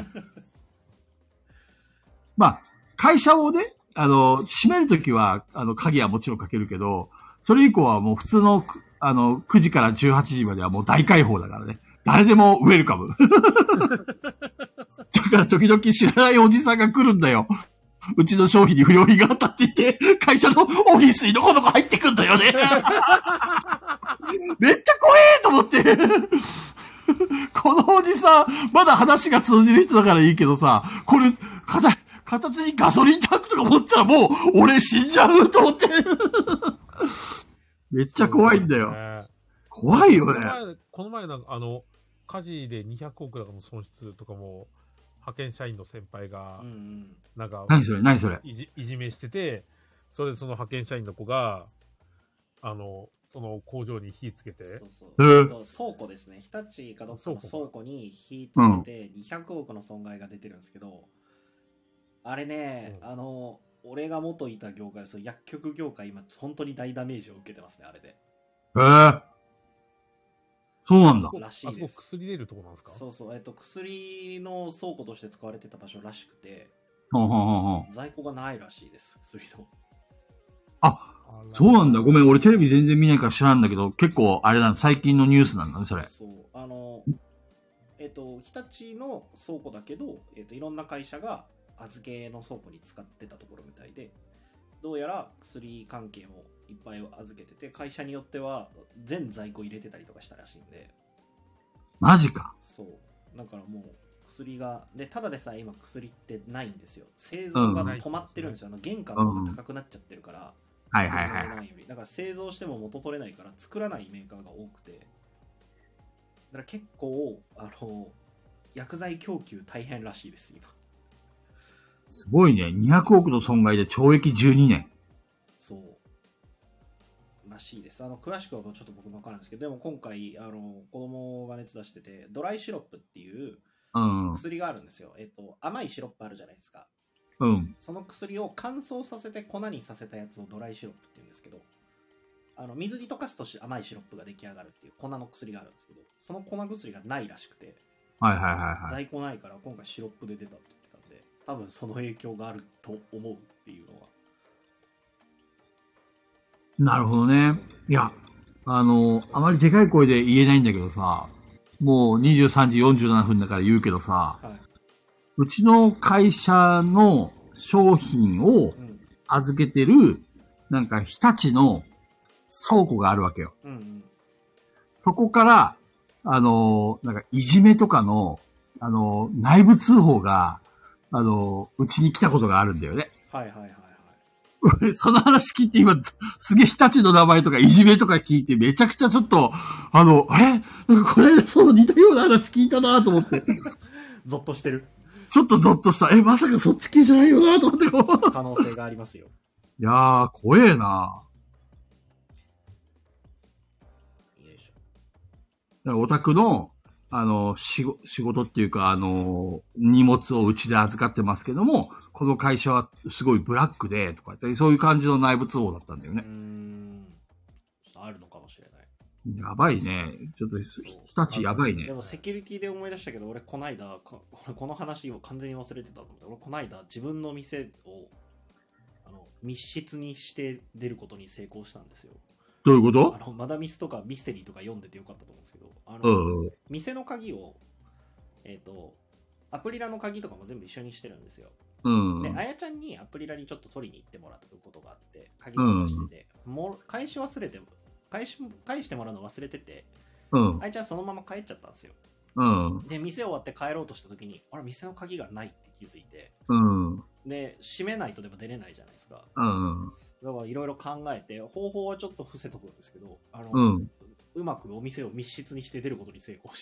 まあ、会社をね、あの、閉めるときは、あの、鍵はもちろんかけるけど、 それ以降はもう普通の、あの、くじからじゅうはちじまではもう大開放だからね。誰でもウェルカム。だから時々知らないおじさんが来るんだよ。うちの商品に不良品があったって言って、会社のオフィスにどこどこ入ってくんだよね。めっちゃ怖えと思って。このおじさん、まだ話が通じる人だからいいけどさ、これ、片、片手にガソリンタンクとか持ったらもう、俺死んじゃうと思って。めっちゃ怖いんだよ。ね、怖いよね。 この前、この前なんかあの、火事でにひゃくおくだかの損失とかも、派遣社員の先輩が、なんか、 何それ何それいじ、いじめしてて、それでその派遣社員の子が、あの、その工場に火つけて。 そうそう。えっと、倉庫ですね。日立かどっかの倉庫に火つけてにひゃくおくの損害が出てるんですけど、うん、あれね、うん、あの、俺が元いた業界、そう薬局業界今本当に大ダメージを受けてますね、あれで。 へえ。そうなんだ。 らしいです。あそこ薬出るとこなんですか？ そうそう。えっと、薬の倉庫として使われてた場所らしくて、 はあはあはあ、 在庫がないらしいです、薬の。 あ、そうなんだ。ごめん、俺テレビ全然見ないから知らんだけど、結構あれなの、最近のニュースなんだね、それ。 そう。あの、えっと、日立の倉庫だけど、えっと、いろんな会社が預けの倉庫に使ってたところみたいで、どうやら薬関係もいっぱい預けてて、会社によっては全在庫入れてたりとかしたらしいんで。 マジか。 そう。だからもう薬が、で、ただでさえ今薬ってないんですよ。製造が止まってるんですよ。うん、あの原価が高くなっちゃってるから。うんはいはいはい。 だから製造しても元取れないから作らないメーカーが多くて、だから結構あの薬剤供給大変らしいです今。 すごいね。にひゃくおくの損害で懲役じゅうにねん。 そうらしいです。あの詳しくはちょっと僕も分からないんですけど、でも今回あの子供が熱出してて、ドライシロップっていう薬があるんですよ。うん、えっと甘いシロップあるじゃないですか。 うん、 その薬を乾燥させて粉にさせたやつをドライシロップって言うんですけど、あの水に溶かすと甘いシロップが出来上がるっていう粉の薬があるんですけど、その粉薬がないらしくて、 はいはいはいはい、 在庫ないから今回シロップで出たって言ってたんで、多分その影響があると思うっていうのは。 なるほどね。いや、あの、あまりでかい声で言えないんだけどさ、もうにじゅうさんじよんじゅうななふんだから言うけどさ、はい、うちの会社の商品を預けてる、なんか日立の倉庫があるわけよ。うんうん、そこから、あの、なんかいじめとかの、あの、内部通報が、あの、うちに来たことがあるんだよね。 はいはいはいはい。 俺、その話聞いて今、すげえ日立の名前とかいじめとか聞いてめちゃくちゃちょっと、あの、あれなんかこれ、そう似たような話聞いたなと思って。 ゾッとしてる。 ちょっとゾッとした。え、まさかそっち系じゃないよなと思ってこう。 可能性がありますよ。 いやー、怖えな。よいしょ。だからオタクの、あの、仕事っていうか、あの、荷物をうちで預かってますけども、この会社はすごいブラックで、とか言って、そういう感じの内部通報だったんだよね。うーん。 あるのかもしれない。 やばいね。ちょっと、日立やばいね。 でもセキュリティで思い出したけど、俺こないだ、この話を完全に忘れてたと思って、俺こないだ自分の店をあの密室にして出ることに成功したんですよ。 どういうこと？ あのマダミスとかミステリーとか読んでてよかったと思うんですけど、あの、 うんうん、 店の鍵を、えっと、アプリラの鍵とかも全部一緒にしてるんですよ。 うん、 で、あやちゃんにアプリラにちょっと取りに行ってもらうことがあって、鍵を出してて、うん、もう返し忘れて、返し、返してもらうの忘れてて、 うん、 あやちゃんそのまま帰っちゃったんですよ。 うん、で、 店終わって帰ろうとした時に、あれ、店の鍵がないって気づいて、 うん、 で、閉めないとでも出れないじゃないですか。 うん、 だからいろいろ考えて、方法はちょっと伏せとくんですけど、あの、 うん、 うまくお店を密室にして出ることに成功して。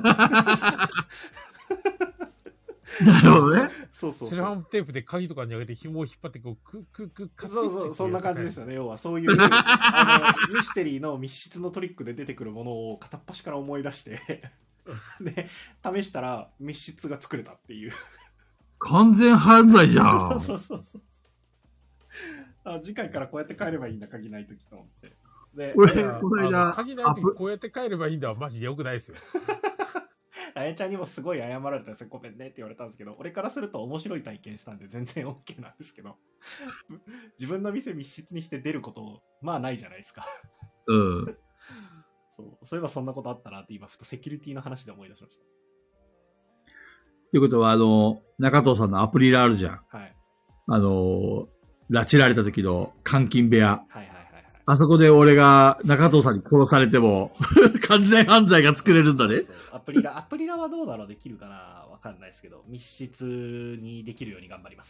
なるほどね。 そうそうそう。 セロハンテープで鍵とかに上げて紐を引っ張ってこう、クックックッカチッそうそう、そんな感じですよね。要はそういう、あの、ミステリーの密室のトリックで出てくるものを片っ端から思い出して、で、試したら密室が作れたっていう。 完全犯罪じゃん。 そうそうそうそう。あ、次回からこうやって帰ればいいんだ、鍵ないときと思って。で、 俺、この間、鍵ないときこうやって帰ればいいんだはマジで良くないですよ。 あやちゃんにもすごい謝られたんですよ。ごめんねって言われたんですけど、俺からすると面白い体験したんで全然 OK なんですけど、自分の店密室にして出ること、まあないじゃないですか。 うん。 そう、そういえばそんなことあったなって今、ふとセキュリティの話で思い出しましということは、あの、中藤さんのアプリラあるじゃん。 た。はい。 あの、拉致られた時の監禁部屋。 はいはいはいはい。 あそこで俺が中藤さんに殺されても、完全犯罪が作れるんだね。 そうそうアプリラ、アプリラはどうだろうできるかなわかんないですけど、密室にできるように頑張ります。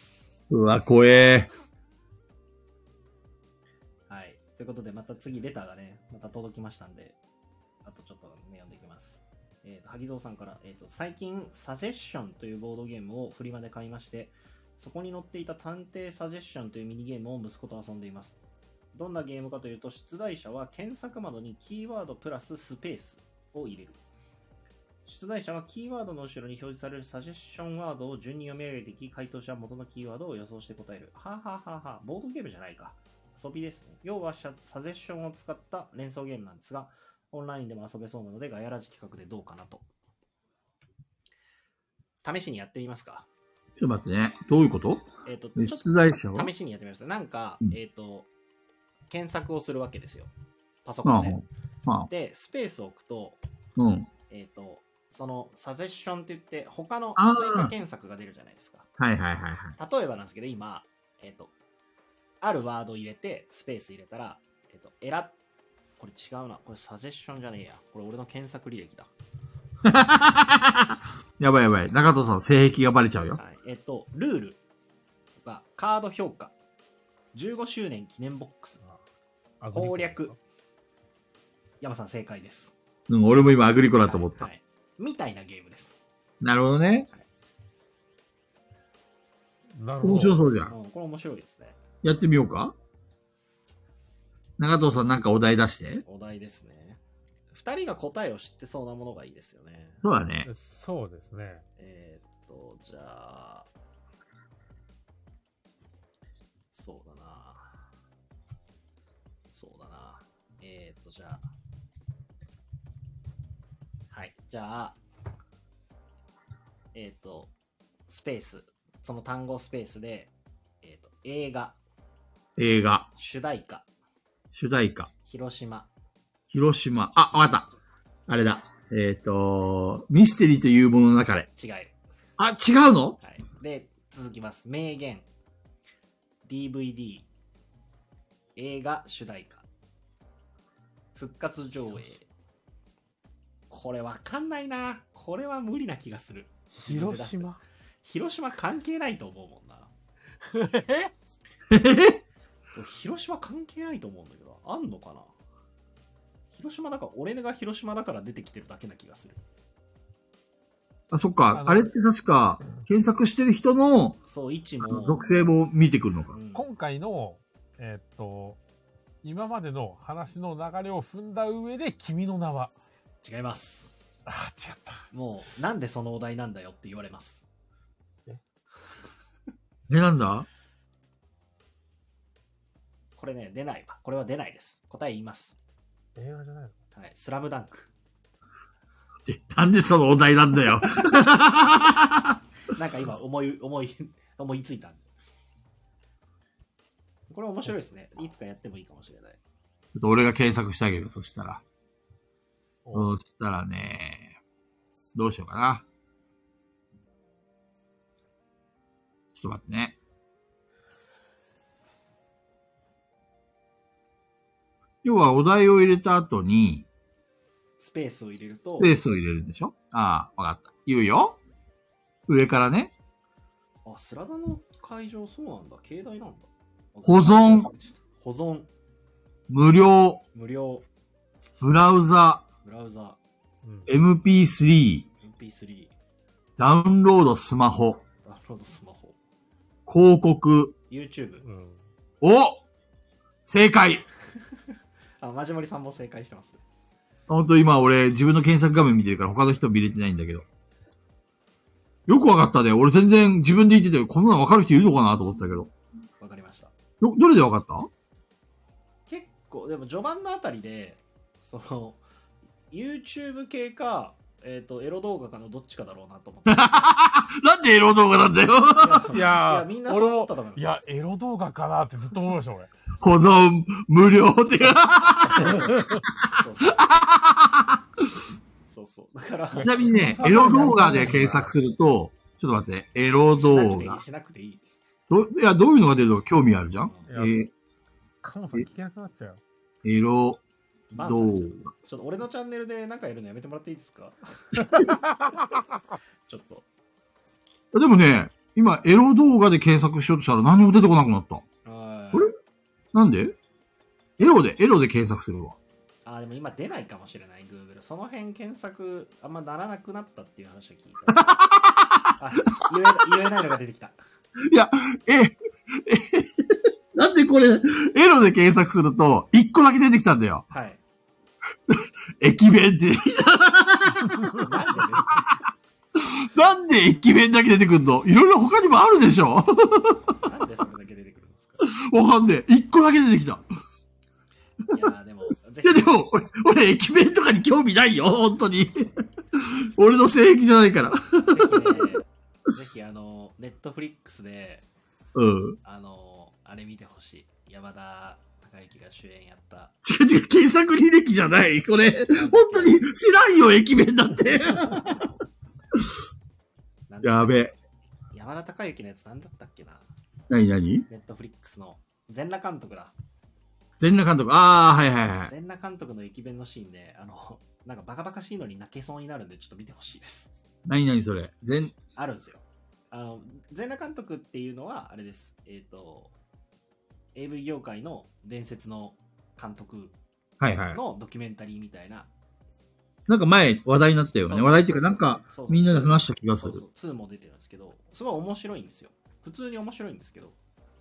うわ、怖え。 はい。ということで、また次レターがね、また届きましたんで、あとちょっと、ね、読んでいきます。えっ、と、萩蔵さんから、えっ、と、最近、サジェッションというボードゲームをフリマで買いまして、そこに載っていた探偵サジェッションというミニゲームを息子と遊んでいます。どんなゲームかというと、出題者は検索窓にキーワードプラススペースを入れる。出題者はキーワードの後ろに表示されるサジェッションワードを順に読み上げていき、回答者は元のキーワードを予想して答える。はぁはぁはぁはぁ、ボードゲームじゃないか。遊びですね。要はサジェッションを使った連想ゲームなんですが、オンラインでも遊べそうなので、ガヤラジ企画でどうかなと。試しにやってみますか。 ちょっと待ってね。どういうこと？ えっ、と、 出題者は試しにやってみます。なんか、 うん、 えっ、と、検索をするわけですよ。パソコンで。 ああで、スペースを置くと、 うん。 えっ、と、そのサジェッションって言って、他のあー追加検索が出るじゃないですか。 はいはいはいはい。 例えばなんですけど、今、えっ、と、あるワード入れて、スペース入れたら、えっ、と、選っ、これ違うな。これサジェッションじゃねえや。これ俺の検索履歴だ。 やばいやばい。中藤さん、性癖がバレちゃうよ。 はい。えっ、と、ルールとか、カード評価、じゅうごしゅうねん記念ボックス、攻略。山さん正解です。 うん、俺も今アグリコラと思った。 はいはい、みたいなゲームです。 なるほどね。はい、 なるほど。 面白そうじゃん。 うん、これ面白いですね。 やってみようか。中藤さんなんかお題出して。 お題ですね。二人が答えを知ってそうなものがいいですよね。 そうだね。 そうですね。 えー、っと、じゃあ、そうだな。そうだな。えー、っと、じゃあ、はい。じゃあ、えー、っと、スペース。その単語スペースで、えー、っと、映画。 映画。 主題歌。 主題歌。 広島。 広島。あ、わかった。あれだ。えっ、ー、と、ミステリーというものの中で。 違い。 あ、違うの？ はい。で、続きます。名言。ディーブイディー。映画主題歌。復活上映。これわかんないな。これは無理な気がする。 広島広島関係ないと思うもんな。広島関係ないと思うんだけど、あんのかな。広島だから、俺が広島だから出てきてるだけな気がする。 あ、そっか。あれって確か、検索してる人の、 そう、位置も。 属性も見てくるのか。 うん、今回の、えー、っと、今までの話の流れを踏んだ上で、君の名は。 違います。 あ、違った。 もう、なんでそのお題なんだよって言われます。 ええ、なんだ？ これね、出ないわ。これは出ないです。答え言います。 映画じゃないの？ はい、スラムダンク。 なんでそのお題なんだよ。 なんか今思い、思い、思いついたんで。これ面白いですね。いつかやってもいいかもしれない。 ちょっと俺が検索してあげる。そしたら。そしたらね、どうしようかな。ちょっと待ってね。要はお題を入れた後に、 スペースを入れると、 スペースを入れるんでしょ？ああ、わかった。言うよ。上からね。 あ、スラダの会場そうなんだ。境内なんだ。 保存。 保存。 無料。 無料。 ブラウザ。 ブラウザ。 うん、エムピースリー。 エムピースリー。 ダウンロードスマホ。 ダウンロードスマホ。 広告。 YouTube。 うん、お！正解あ、マジモリさんも正解してます。 ほんと今俺自分の検索画面見てるから他の人見れてないんだけど。よくわかったね。俺全然自分で言ってて、こんなのわかる人いるのかなと思ったけど。 わかりました。 ど、どれでわかった？ 結構、でも序盤のあたりで、その、YouTube 系か、 えっ、ー、と、エロ動画かのどっちかだろうなと思って。 なんでエロ動画なんだよ。 いやー、 いやみんなそう思ったと思います。 いや、エロ動画かなってずっと思いました、俺。 保存無料って。 そうそう。だから。 ちなみにね、エロ動画で検索すると、ちょっと待って、エロ動画。 しなくていい。 ど、いや、どういうのが出るの興味あるじゃん。えー、カモさん聞けなくなっちゃう。 エロ動画。 ちょっと俺のチャンネルでなんかやるのやめてもらっていいですかちょっと。 でもね、今、エロ動画で検索しようとしたら何も出てこなくなった。 あれなんでエロで、エロで検索するわ。 あ、でも今出ないかもしれない、Google。その辺検索あんまならなくなったっていう話を聞いた。あ、言え、言えないのが出てきた。 いや、え、え、なんでこれ、エロで検索すると、一個だけ出てきたんだよ。 はい。 駅弁って出てきた。 なんでですか？ なんで駅弁だけ出てくるの？いろいろ他にもあるでしょ。 なんでそれだけ出てくるんですか？ わかんねえ。一個だけ出てきた。 いやでも、 いやでも、俺、俺駅弁とかに興味ないよ、本当に。俺の性癖じゃないから。 ぜひね、ぜひあの、ネットフリックスで、 うん。 あの、あれ見てほしい。山田孝之が主演やった。 違う違う、検索履歴じゃない。これ、本当に知らんよ、駅弁だって。やべえ。 山田孝之のやつなんだったっけな。 なになに？ ネットフリックスの全裸監督だ。 全裸監督。ああ、はいはいはい。 全裸監督の駅弁のシーンで、あの、なんかバカバカしいのに泣けそうになるんで、ちょっと見てほしいです。 なになにそれ？全、 あるんですよ。あの、全裸監督っていうのは、あれです。えっ、ー、と、エーブイ 業界の伝説の監督はいはい。 のドキュメンタリーみたいな。 なんか前話題になったよね。話題っていうかなんかみんなで話した気がする。 そうそう、にも出てるんですけど、すごい面白いんですよ。普通に面白いんですけど。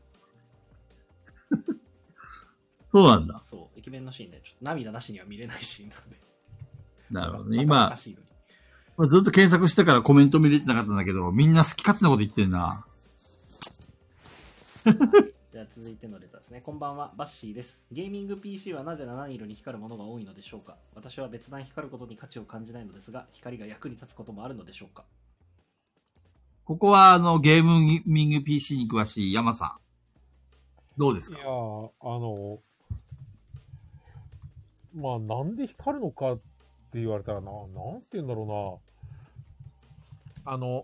そうなんだ。 そう、駅弁のシーンでちょっと涙なしには見れないシーンなんで。 なるほどね。今、まあ、ずっと検索してからコメント見れてなかったんだけど、みんな好き勝手なこと言ってんな。 じゃあ続いてのレターですね。こんばんは、バッシーです。ゲーミング ピーシー はなぜなな色に光るものが多いのでしょうか？私は別段光ることに価値を感じないのですが、光が役に立つこともあるのでしょうか？ ここはあのゲーミング ピーシー に詳しい山さん。どうですか？ いやー、あの、まあなんで光るのかって言われたらな、なんて言うんだろうな。あの、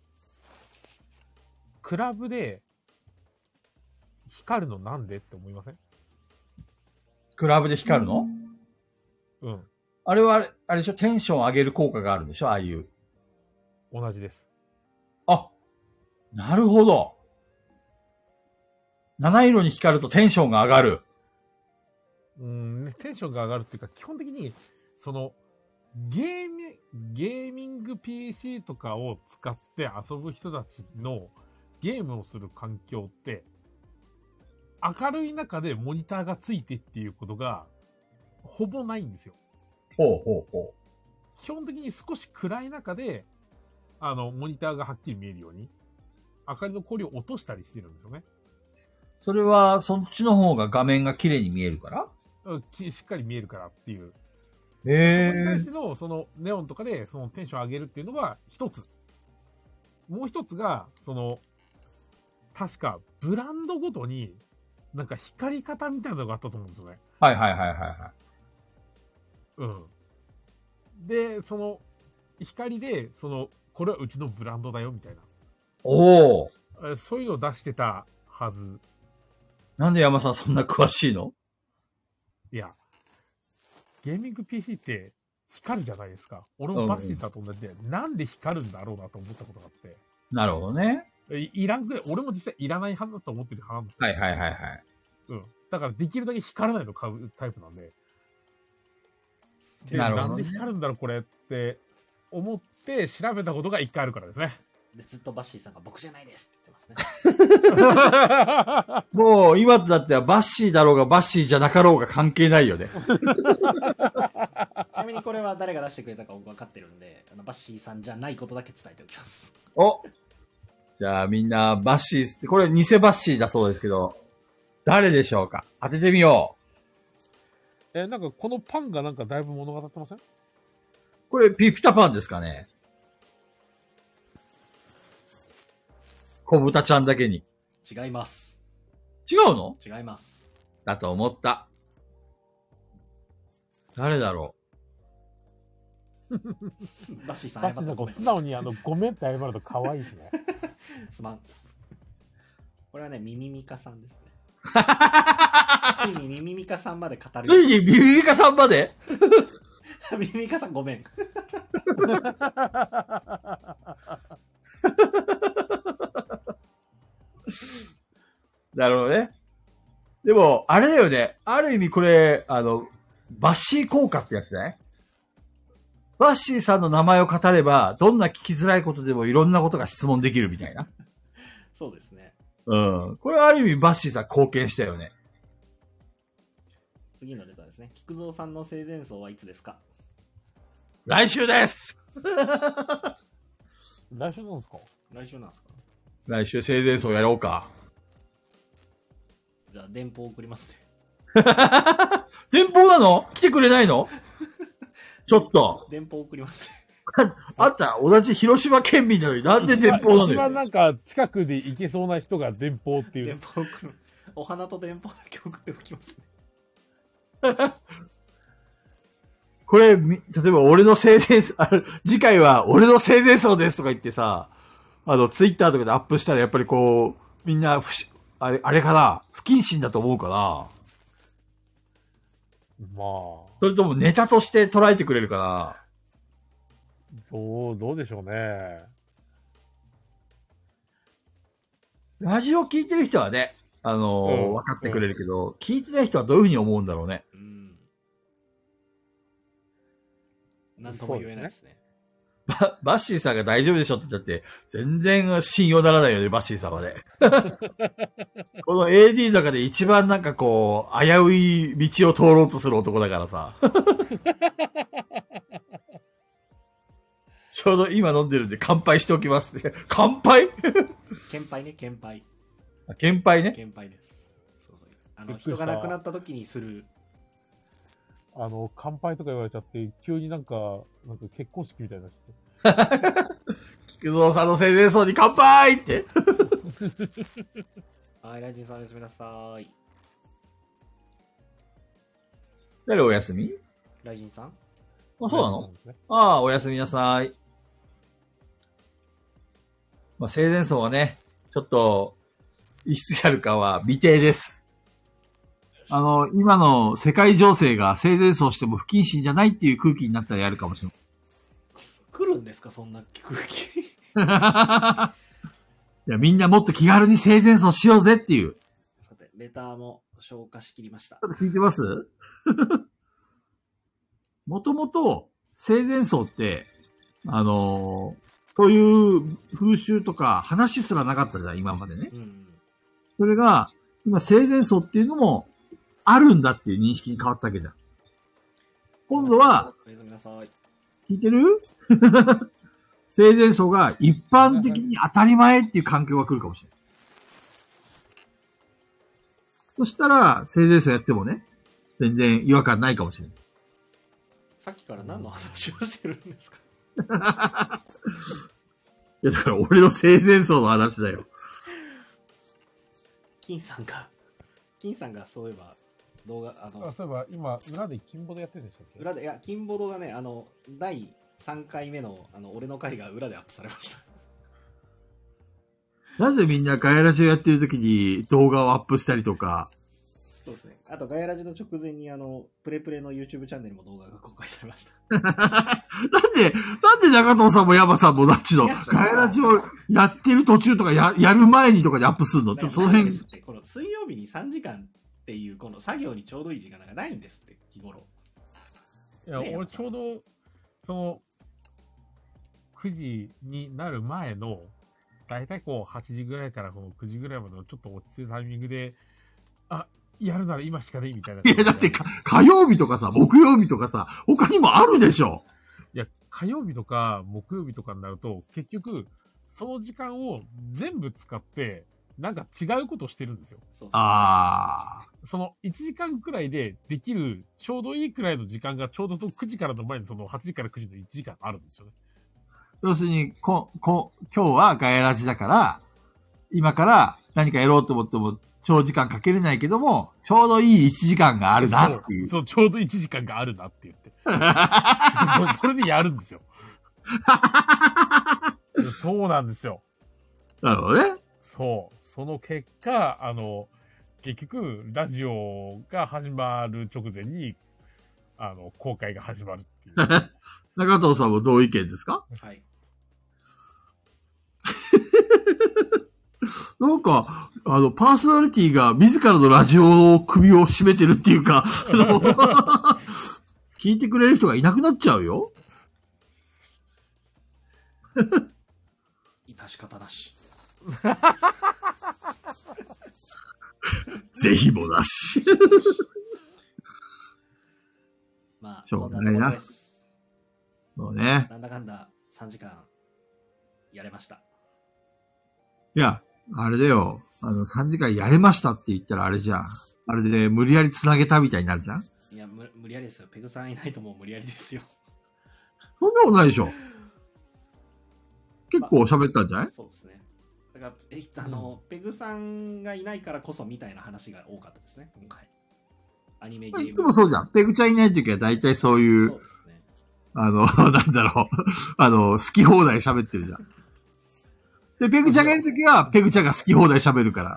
クラブで光るのなんでって思いません？ クラブで光るの？ うん。 あれはあれ、あれでしょ？テンション上げる効果があるんでしょ？ああいう。 同じです。 あ、なるほど。七色に光るとテンションが上がる。 うん、テンションが上がるっていうか、基本的に、その、ゲーミ、ゲーミング ピーシー とかを使って遊ぶ人たちのゲームをする環境って、明るい中でモニターがついてっていうことが、ほぼないんですよ。 ほうほうほう。 基本的に少し暗い中で、あの、モニターがはっきり見えるように、明かりの光量を落としたりしてるんですよね。 それは、そっちの方が画面が綺麗に見えるから？ しっかり見えるからっていう。 へそこに対しての、その、ネオンとかで、そのテンション上げるっていうのは、一つ。もう一つが、その、確か、ブランドごとに、なんか光り方みたいなのがあったと思うんですよね。 はいはいはいはいはい。 うん。で、その、光で、その、これはうちのブランドだよ、みたいな。 おお。 そういうのを出してたはず。 なんで山さんそんな詳しいの？ いや、ゲーミング ピーシー って光るじゃないですか。俺もバッシーさんと同じで、うん、なんで光るんだろうなと思ったことがあって。 なるほどね。 い, いらんぐらい、俺も実際いらないはずだと思ってる派なんですよ。 はいはいはいはい。 うん。だからできるだけ光らないの買うタイプなんで。でなるほど、ね。 なんで光るんだろうこれって思って調べたことが一回あるからですね。 で、ずっとバッシーさんが僕じゃないですって言ってますね。 もう今とだってはバッシーだろうがバッシーじゃなかろうが関係ないよね。 ちなみにこれは誰が出してくれたか僕分かってるんで、あのバッシーさんじゃないことだけ伝えておきます。 お、じゃあみんなバッシーって、これ偽バッシーだそうですけど、誰でしょうか？当ててみよう。え、なんかこのパンがなんかだいぶ物語ってません？ これピピタパンですかね。小豚ちゃんだけに。 違います。 違うの？ 違います。 だと思った。誰だろバッシーさんバッシーさん、こう素直にあの、ごめんって謝ると可愛いですね。 すまん。これはね、ミミミカさんですね。ついにミミミカさんまで語る。 ついにミミミカさんまでミミミカさんごめん。 なるほどね。でも、あれだよね。ある意味これ、あの、バッシー効果ってやつね。バッシーさんの名前を語れば、どんな聞きづらいことでもいろんなことが質問できるみたいな。 そうですね。 うん。これはある意味バッシーさん貢献したよね。 次のレターですね。菊蔵さんの生前葬はいつですか？ 来週です来週なんですか？ 来週なんですか？ 来週生前葬やろうか。 じゃあ、電報送りますね。 電報なの？来てくれないの？ちょっと。 電報送りますね。 あんた、同じ広島県民なのになんで電報なの一番よ。 なんか近くで行けそうな人が電報っていう。 電報送る。お花と電報だけ送っておきますね。 これ、み例えば俺の生前葬、あ次回は俺の生前葬ですとか言ってさ、あの、ツイッターとかでアップしたらやっぱりこう、みんな不し、あれ、あれかな、不謹慎だと思うかな。 まあ、 それともネタとして捉えてくれるかな。 どう、どうでしょうね。 ラジオ聞いてる人はね、あのーうん分かってくれるけど、聞いてない人はどういうふうに思うんだろうね。 うん。なんとも言えないですね。 ババッシーさんが大丈夫でしょって言ったって、全然信用ならないよね、バッシーさんはね。この エーディー の中で一番なんかこう、危うい道を通ろうとする男だからさ。ちょうど今飲んでるんで乾杯しておきますね。乾杯献杯ね、献杯。 乾杯ね。 献杯です。そうそう。あの、 びっくりした人が亡くなった時にする。 あの、乾杯とか言われちゃって、急になんか、なんか結婚式みたいになっちゃって。 菊蔵さんの生前葬に乾杯って。 はい、ライジンさんおやすみなさい。 誰お休み？ ライジンさんあ、そうなの？ ですね。 ああ、おやすみなさい。まあ、生前葬はね、ちょっと、いつやるかは未定です。あの、今の世界情勢が生前葬しても不謹慎じゃないっていう空気になったらやるかもしれない。 来るんですか、そんな空気。 いや、みんなもっと気軽に生前葬しようぜっていう。 さて、レターも消化しきりました。 ちょっと聞いてますもともと、生前葬って、あのー、そういう風習とか話すらなかったじゃん、今までね。 うん。 それが、今生前葬っていうのも、あるんだっていう認識に変わったわけじゃん。今度は、 おやすみなさい。 聞いてる生前葬が一般的に当たり前っていう環境が来るかもしれない。そしたら、生前葬やってもね、全然違和感ないかもしれない。 さっきから何の話をしてるんですか？ いや、だから俺の生前葬の話だよ。 金さんが、金さんがそういえば動画、あの、 あ、そういえば今、裏で金ボでやってるんでしたっけ？ 裏で、いや、金ボードがね、あの、だいさんかいめの、あの、俺の回が裏でアップされました。 なぜみんなガヤラジオやってる時に動画をアップしたりとか。 そうですね。あと、ガヤラジの直前に、あの、プレプレの YouTube チャンネルも動画が公開されました。 なんで、なんで中藤さんも山さんもどっちのガヤラジオやってる途中とかや、やる前にとかにアップするのちょっとその辺。 ですって、この水曜日にさんじかんっていう、この作業にちょうどいい時間がないんですって、日頃。 いや、 ねえ俺ちょうど、その、くじになる前の、だいたいこうはちじぐらいからこのくじぐらいまでのちょっと落ち着いたタイミングで、あ、やるなら今しかねえみたいな。 いや、だってか火曜日とかさ、木曜日とかさ、他にもあるでしょ。 いや、火曜日とか木曜日とかになると、結局、その時間を全部使って、 なんか違うことしてるんですよ。 そうそう。 ああ。 そのいちじかんくらいでできる、ちょうどいいくらいの時間がちょうどくじからの前にそのはちじからくじのいちじかんあるんですよね。 要するに、こ、こ、今日はガヤラジだから、今から何かやろうと思っても長時間かけれないけども、ちょうどいいいちじかんがあるなっていう。 そう、そうちょうどいちじかんがあるなって言って。そそれでやるんですよ。そうなんですよ。 なるほどね。 そう。その結果、あの、結局、ラジオが始まる直前に、あの、公開が始まるっていう。 中藤さんも同意見ですか？ はい。 なんか、あの、パーソナリティが自らのラジオの首を絞めてるっていうか、あの聞いてくれる人がいなくなっちゃうよ。 致し方なし。 ぜひもなし。 まあ、 しょうがないなそんなところです。 もうね。 なんだかんださんじかんやれました。 いや、あれだよ。あの、さんじかんやれましたって言ったらあれじゃん。あれで無理やり繋げたみたいになるじゃん。 いや、無無理やりですよ。ペグさんいないともう無理やりですよ。 そんなことないでしょ。結構喋ったんじゃない？ そうですね。だから、えあの、うん、ペグさんがいないからこそみたいな話が多かったですね、今回。アニメゲーム。 いつもそうじゃん。ペグちゃんいないときは大体そういう、そうですね。あの、なんだろう。あの、好き放題喋ってるじゃん。で、ペグちゃんがいるときは、ペグちゃんが好き放題喋るから。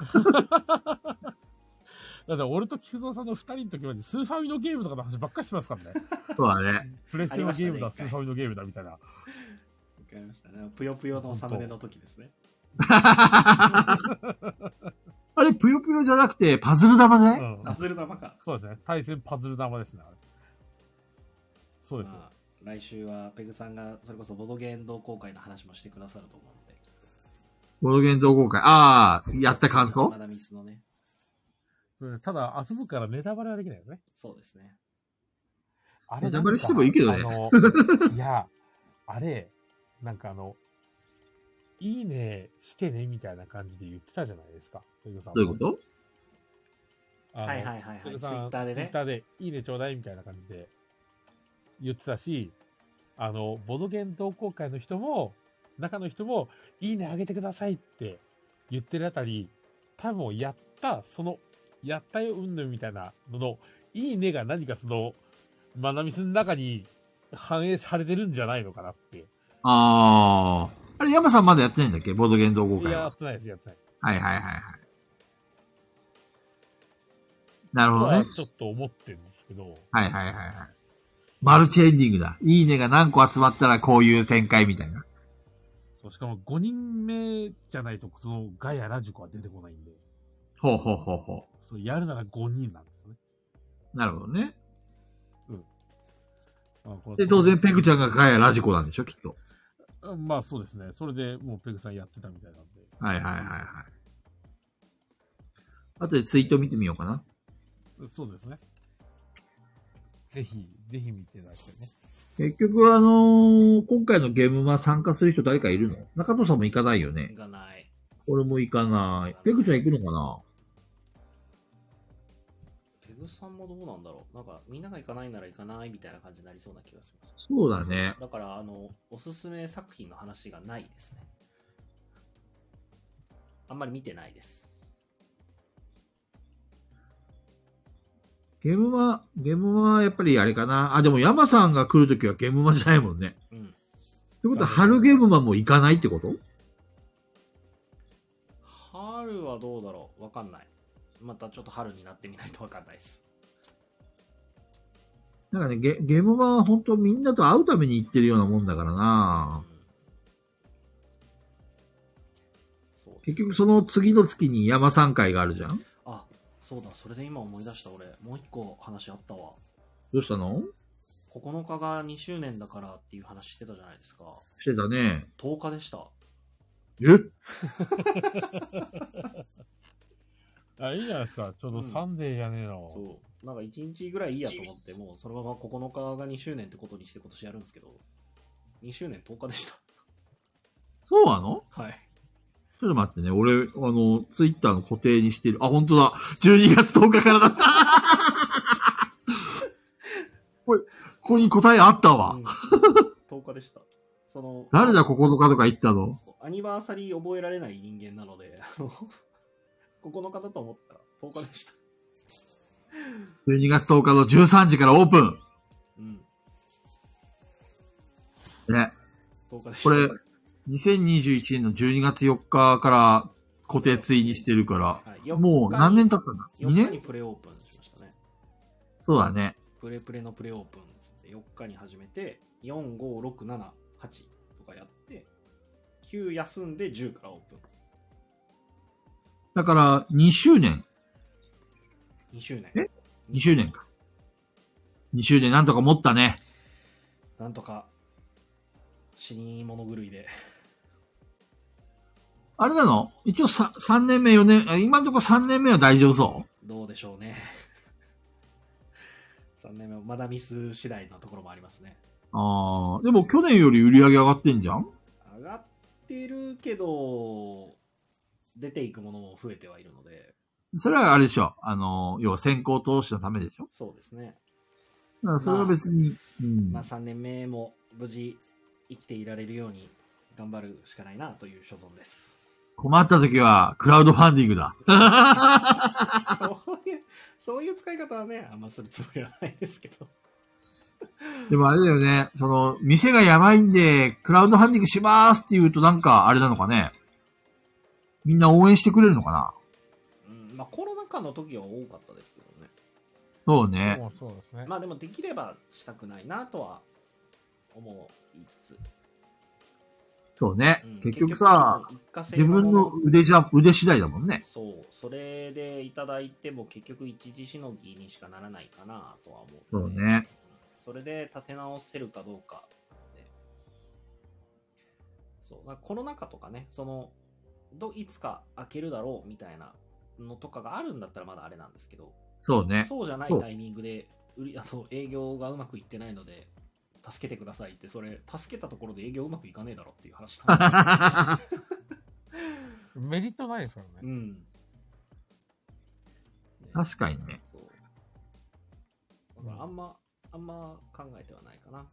だって俺と菊蔵さんの二人の時までスーファミのゲームとかの話ばっかりしてますからね。 そうだね。 プレステのゲームだ、ね、スーファミのゲームだみたいな。 わかりましたね。ぷよぷよのサムネの時ですね。 あれ、ぷよぷよじゃなくて、パズル玉じゃない？うん、 パズル玉か。 そうですね。対戦パズル玉ですね。あれそうですよ、まあ。 来週はペグさんがそれこそボドゲン同好会の話もしてくださると思うので。 ボドゲン同好会。ああ、やった感想？ まだミスのね。 ただ、遊ぶからネタバレはできないよね。 そうですね。 あれネタバレしてもいいけどね。 あのいや、あれ、なんかあの、いいねしてねみたいな感じで言ってたじゃないですか。ペグさん。 どういうこと？ はいはいはいはい。ツイッターでね。 ツイッターでいいねちょうだいみたいな感じで言ってたし、あの、ボドゲン同好会の人も、中の人も、いいねあげてくださいって言ってるあたり、多分やった、その、やったよ、うんぬんみたいなのの、いいねが何かその、マナミスの中に反映されてるんじゃないのかなって。 ああ。あれ、山さんまだやってないんだっけ？ボードゲーム同好会は。 いや、やってないです、やってない。 はいはいはいはい。なるほどね。 ちょっと思ってるんですけど。 はいはいはいはい。マルチエンディングだ。いいねが何個集まったらこういう展開みたいな。 そう、しかもごにんめじゃないと、そのガヤラジコは出てこないんで。 ほうほうほうほう。 そう、やるならごにんなんですね。 なるほどね。 うん。 で、当然ペグちゃんがガヤラジコなんでしょ、きっと。 まあそうですね。それでもうペグさんやってたみたいなんで。 はいはいはいはい。あとでツイート見てみようかな。 そうですね。ぜひ、ぜひ見ていただきたいね。 結局あのー、今回のゲームは参加する人誰かいるの？中藤さんも行かないよね。 行かない。 俺も行かない。ペグちゃん行くのかな？ ペグさんもどうなんだろう。なんかみんなが行かないなら行かないみたいな感じになりそうな気がします。 そうだね。 だからあのおすすめ作品の話がないですね。あんまり見てないです。 ゲームマ、ゲームマはやっぱりあれかな。あ、でも山さんが来るときはゲームマじゃないもんね。うん。ってことは春ゲームマも行かないってこと？ 春はどうだろう。わかんない。またちょっと春になってみないとわかんないです。 なんかね、ゲ、ゲームマは本当みんなと会うために行ってるようなもんだからな、うん、結局その次の月に山さん会があるじゃん。 あ、そうだ、それで今思い出した俺、もう一個話あったわ。 どうしたの？ ここのかがにしゅうねんだからっていう話してたじゃないですか。 してたね。 とおかでした。 えあ、いいじゃないですか。ちょうどサンデーじゃねえの。 うん、そう。なんかいちにちぐらいいいやと思って、もうそのままここのかがにしゅうねんってことにして今年やるんですけど、にしゅうねんとおかでした。 そうなの？ はい。 ちょっと待ってね。俺、あの、ツイッターの固定にしてる。あ、本当だ。じゅうにがつとおかからだった。これ、ここに答えあったわ。 うん、とおかでした。その、 誰だここのかとか言ったの？ アニバーサリー覚えられない人間なので、あの、ここのかだと思ったらとおかでした。 じゅうにがつとおかのじゅうさんじからオープン。 うん。 ね。 とおかでした。 これ、にせんにじゅういちねんのじゅうにがつよっかから固定ツイにしてるから、はい、もう何年経ったんだ ?に 年にプレオープンしましたね。 そうだね。 プレプレのプレオープンってよっかに始めて、よん、ご、ろく、なな、はちとかやって、きゅう休んでじゅうからオープン。 だから、にしゅうねん。 にしゅうねん。え ?に 周年か。にしゅうねんなんとか持ったね。 なんとか、死に物狂いで。 あれなの？一応ささんねんめ、よねん、今のところさんねんめは大丈夫そう？ どうでしょうね。さんねんめはまだミス次第のところもありますね。 ああ、でも去年より売り上げ上がってんじゃん？ 上がってるけど、出ていくものも増えてはいるので。 それはあれでしょ。あの、要は先行投資のためでしょ？ そうですね。 だからそれは別に、 まあ、 うん。 まあさんねんめも無事生きていられるように頑張るしかないなという所存です。 困った時はクラウドファンディングだ。 そういう、そういう使い方はね、あんまするつもりはないですけど。 でもあれだよね、その、店がやばいんで、クラウドファンディングしますって言うとなんかあれなのかね。みんな応援してくれるのかな。 うん、まあコロナ禍の時は多かったですけどね。 そうね。 そうですね。 まあでもできればしたくないなとは思いつつ。 そうね。 うん、 結局さ、自分の腕じゃ、腕次第だもんね。 そう。それでいただいても結局一時しのぎにしかならないかなとは思う。 そうね。 それで立て直せるかどうか。そう。コロナ禍とかね、その、どいつか開けるだろうみたいなのとかがあるんだったらまだあれなんですけど。 そうね。 そうじゃないタイミングで、売り、あと営業がうまくいってないので、助けてくださいって、それ、助けたところで営業うまくいかねえだろっていう話なんでメリットないですからね。 うん。ね、 確かにね。 そう。だからあんま、あんま考えてはないかな。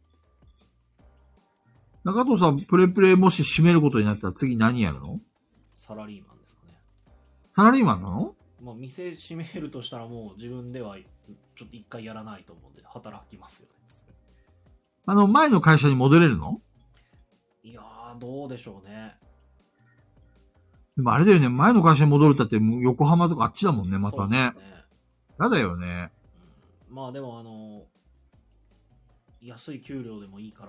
中藤さん、プレプレもし閉めることになったら次何やるの？ サラリーマンですかね。 サラリーマンなの？ まあ、店閉めるとしたらもう自分ではちょっと一回やらないと思うんで、働きますよね。 あの、前の会社に戻れるの？ いやー、どうでしょうね。 でもあれだよね、前の会社に戻るったって横浜とかあっちだもんね、またね。ね。やだよね、 うん。まあでもあの、安い給料でもいいから、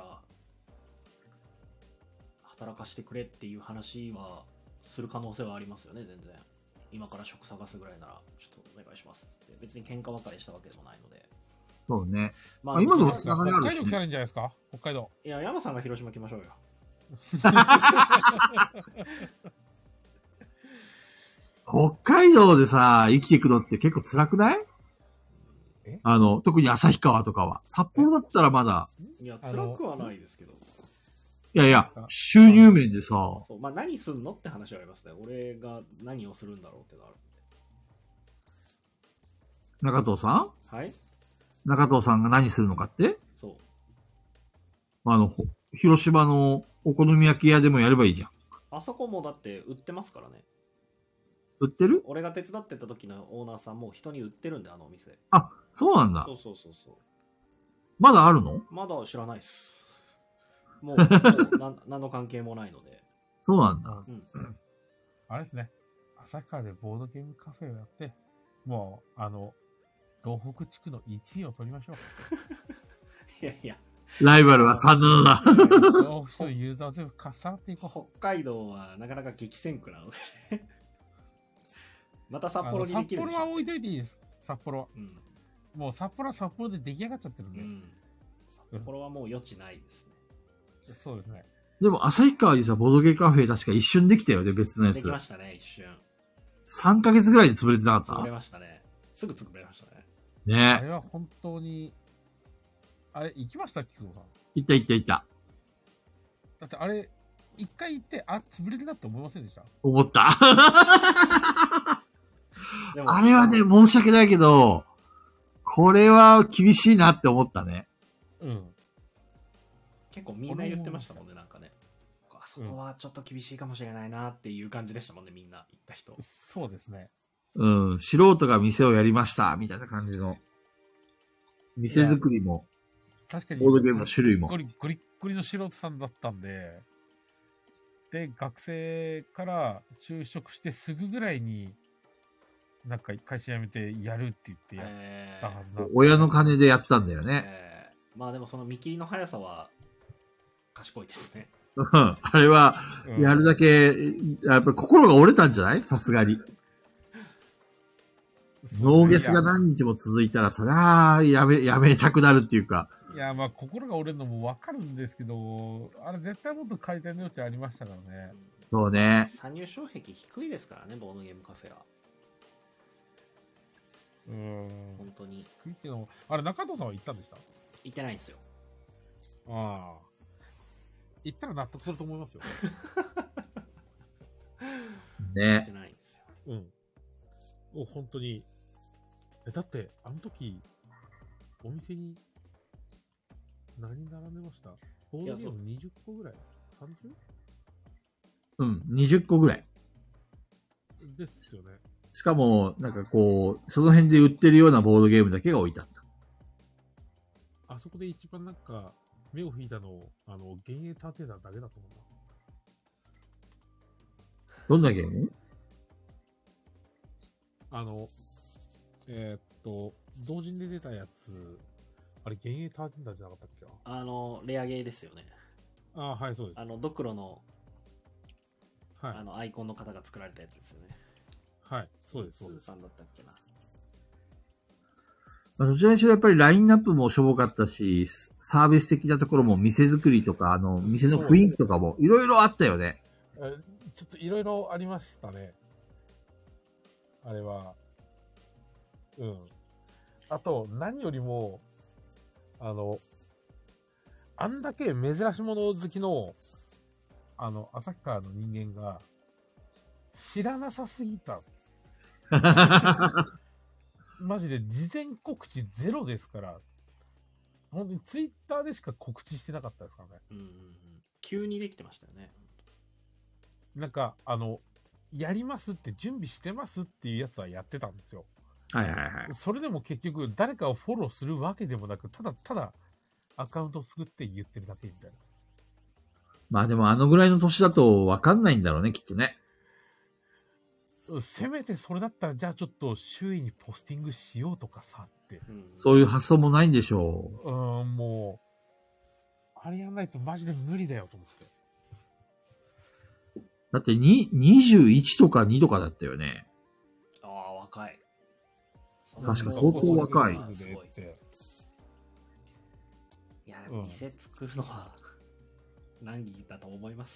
働かしてくれっていう話はする可能性はありますよね、全然。今から職探すぐらいなら、ちょっとお願いしますって。別に喧嘩別れしたわけでもないので。 そうね。 まあ、 今の北海道来たらいいんじゃないですか？北海道。 いや、山さんが広島来ましょうよ。 北海道でさ、生きていくのって結構辛くない？あの、特に旭川とかは。札幌だったらまだ。 いや、辛くはないですけど。 いやいや、収入面でさ。 そう、まあ何すんのって話はありますね。俺が何をするんだろうってのがあるんで。中藤さん？ はい。 中藤さんが何するのかって？ そう。 あの、広島のお好み焼き屋でもやればいいじゃん。 あそこもだって売ってますからね。 売ってる？ 俺が手伝ってた時のオーナーさんも人に売ってるんで、あのお店。 あ、そうなんだ。 そうそうそうそう。 まだあるの？ まだ知らないっす。もう、もうな何の関係もないので。 そうなんだ。 うん。 あれですね。旭川でボードゲームカフェをやって、もう、あの、東北地区のいちいを取りましょう。 いやいや。 ライバルはさんななだ。 東北のユーザーを全部かっさらっていこう。北海道はなかなか激戦区なのでまた札幌にできるでしょ。 札幌は置いといていいです。札幌は。 うん、 もう札幌は札幌で出来上がっちゃってるんで。うん、 札幌はもう余地ないですね。 そうですね。 でも、旭川にさ、ボドゲカフェ確か一瞬できたよね、別のやつ。 できましたね、一瞬。 さんかげつぐらいで潰れてなかった？ 潰れましたね。すぐ潰れましたね。 ねあれは本当に、あれ、行きました？菊野さん。 行った行った行った。 だってあれ、 一回行って、あ、潰れるなって思いませんでした？ 思った。 でもあれはね、申し訳ないけど、これは厳しいなって思ったね。 うん。 結構みんな言ってましたもんね、なんかね。あそこはちょっと厳しいかもしれないなっていう感じでしたもんね、みんな行った人。 そうですね。 うん、素人が店をやりました、みたいな感じの。店作りも、 確かに、 ボードゲームの種類もゴ。リゴリッゴリの素人さんだったんで、で、学生から就職してすぐぐらいに、なんか会社辞めてやるって言ってやったはずなんで、 親の金でやったんだよね。 えー、まあでもその見切りの速さは賢いですね。 うん。あれは、やるだけ、やっぱり心が折れたんじゃない？さすがに。ノーゲスが何日も続いたら、そりゃあ、やめ、やめたくなるっていうか。 いや、まあ、心が折れるのもわかるんですけど、あれ絶対もっと改善の余地ありましたからね。 そうね。 参入障壁低いですからね、ボードゲームカフェは。 うーん。 本当に。 低いけど、あれ、中藤さんは行ったんでした？ 行ってないんですよ。 ああ。行ったら納得すると思いますよ。 ね。 行ってないんですよ。 うん。もう本当に。え、だって、あの時、お店に、何並んでました？ボードゲームにじゅっこぐらい ?さんじゅう？ うん、にじゅっこぐらい。 ですよね。 しかも、なんかこう、その辺で売ってるようなボードゲームだけが置いてあった。 あそこで一番なんか、目を引いたの、あの、幻影探偵団だけだと思うな。 どんなゲーム？ あの、えー、っと、同人で出たやつ、あれ、幻影探偵団じゃなかったっけ？ あの、レアゲーですよね。 ああ、はい、そうです。 あの、ドクロの、 はい、 あの、アイコンの方が作られたやつですよね。 はい、そうです、そうです。 スーさんだったっけな。 どちらにしろやっぱりラインナップもしょぼかったし、サービス的なところも店作りとか、あの、店の雰囲気とかもいろいろあったよね。 えちょっといろいろありましたね。あれは。うん。あと、何よりも、あの、あんだけ珍し物好きの、あの、旭川の人間が、知らなさすぎた。マジで事前告知ゼロですから、本当にツイッターでしか告知してなかったですからね。 うんうんうん。急にできてましたよね。 なんか、あの、やりますって準備してますっていうやつはやってたんですよ。 はいはいはい。 それでも結局誰かをフォローするわけでもなく、ただただアカウントを作って言ってるだけみたいな。 まあでもあのぐらいの年だとわかんないんだろうね、きっとね。 せめてそれだったら、じゃあちょっと周囲にポスティングしようとかさって。 うん、 そういう発想もないんでしょう。うーん、もう、あれやんないとマジで無理だよと思って。 だってに、にじゅういちとかにとかだったよね。 ああ、若い。 確か相当若い。 すごい。いや、でも店作るのは難儀だと思います。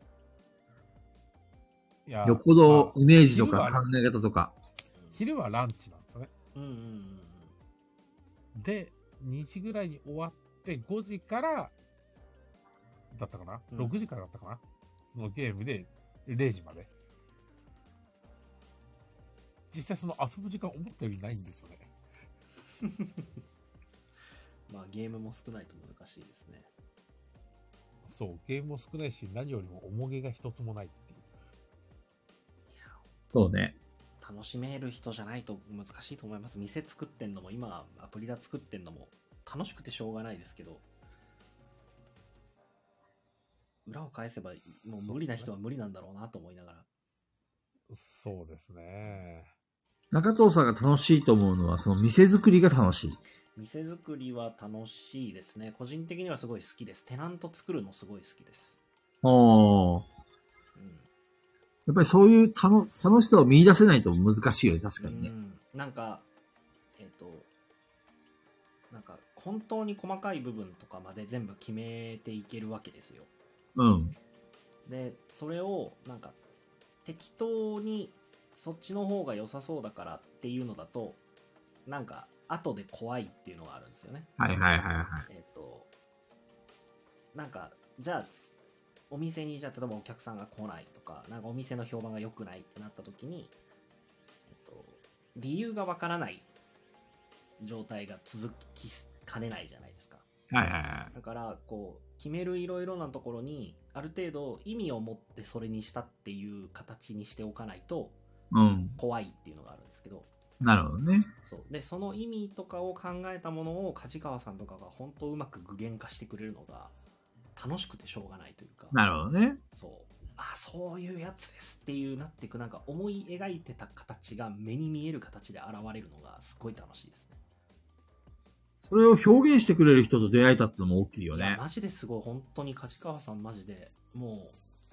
いやよっぽどイメージとか考え方とか。 昼はランチなんですよね。 うんうんうんうん。 で、にじぐらいに終わってごじからだったかな、うん、ろくじからだったかなのゲームでれいじまで。実際その遊ぶ時間思ったよりないんですよね。 まあゲームも少ないと難しいですね。 そう、ゲームも少ないし、何よりも重げが一つもないっていう。 いや、 そうね。 楽しめる人じゃないと難しいと思います。店作ってんのも、今アプリだ作ってんのも楽しくてしょうがないですけど、裏を返せばもう無理な人は無理なんだろうなと思いながら。 そうですね。 中藤さんが楽しいと思うのは、その店作りが楽しい。 店作りは楽しいですね。個人的にはすごい好きです。テナント作るのすごい好きです。 おー。うん、やっぱりそういう楽楽しさを見出せないと難しいよね、確かにね。 うん、なんか、えっと、なんか本当に細かい部分とかまで全部決めていけるわけですよ。 うん。 で、それをなんか適当にそっちの方が良さそうだからっていうのだと、なんか後で怖いっていうのがあるんですよね。 はいはいはいはい。 えっと、なんか、じゃあ、 お店にじゃあ例えばお客さんが来ないとか、なんかお店の評判が良くないってなった時に、えっと、理由がわからない状態が続きかねないじゃないですか。 はいはいはい。 だからこう決めるいろいろなところにある程度意味を持ってそれにしたっていう形にしておかないとうん。 怖いっていうのがあるんですけど、 なるほどね。 そうでその意味とかを考えたものを梶川さんとかが本当うまく具現化してくれるのが楽しくてしょうがないというか、 なるほどね。 そうあそういうやつですっていうなっていく、なんか思い描いてた形が目に見える形で現れるのがすごい楽しいですね。 それを表現してくれる人と出会えたってのも大きいよね。 いやマジですごい、本当に梶川さんマジでもう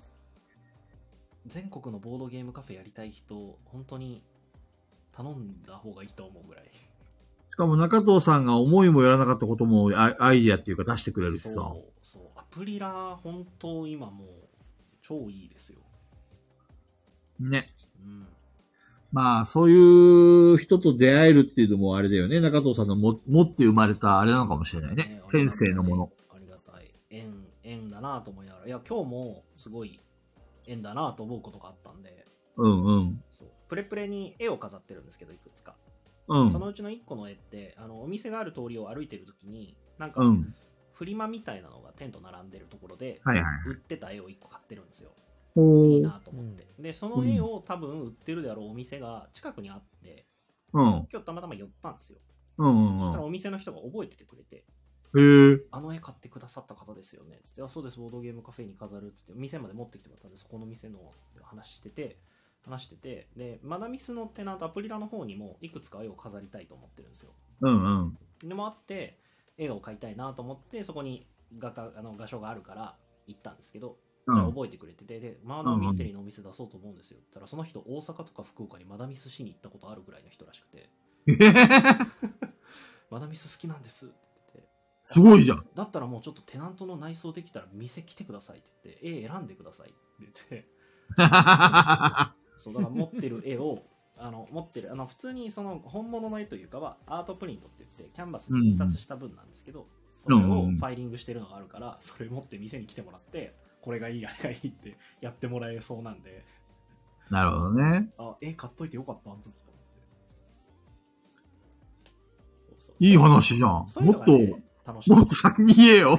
全国のボードゲームカフェやりたい人本当に頼んだ方がいいと思うぐらい。 しかも中藤さんが思いもよらなかったこともアアイディアっていうか出してくれるしさ。 そうそうアプリラ本当今もう超いいですよ。 ね。 うん。 まあ、そういう人と出会えるっていうのもあれだよね。中藤さんのも持って生まれたあれなのかもしれないね。 ね天性のもの。 ありがたい。縁、縁だなと思いながら。いや、今日もすごい縁だなと思うことがあったんで。 うんうん。 そう。プレプレに絵を飾ってるんですけど、いくつか。 うん。 そのうちのいっこの絵って、あの、お店がある通りを歩いてるときに、なんか、 うん。 フリマみたいなのがテント並んでるところで、 はいはい。 売ってた絵をいっこ買ってるんですよ。 おー。 いいなと思って。で、その絵を多分売ってるであろうお店が近くにあって、 うん。 今日たまたま寄ったんですよ。 うんうんうん。 そしたらお店の人が覚えててくれて、 へえ。 あの絵買ってくださった方ですよねつって、あ、そうです、ボードゲームカフェに飾るっつって、店まで持ってきてもらったんで、そこの店の話してて、話してて、で、マダミスのテナントアプリラの方にもいくつか絵を飾りたいと思ってるんですよ。 うんうん。 でもあって、絵を描いたいなと思って、そこに画家あの画所があるから行ったんですけど、 うん。 覚えてくれてて、で、マーダーミステリーのお店出そうと思うんですよって言ったら、その人大阪とか福岡にマダミスしに行ったことあるぐらいの人らしくて、マダミス好きなんですって言って、 すごいじゃん。 だったらもうちょっとテナントの内装できたら店来てくださいって言って、絵選んでくださいって言ってそうだから持ってる絵をあの持ってるあの普通にその本物の絵というかはアートプリントって言ってキャンバスで印刷した分なんですけど、それをファイリングしてるのがあるから、それ持って店に来てもらってこれがいいあれがいいってやってもらえそうなんで、 なるほどね。 あ、絵買っといてよかったあの時と思って。そうそういい話じゃん。 そういうもっと、 のがね楽しい。 もっと先に言えよ。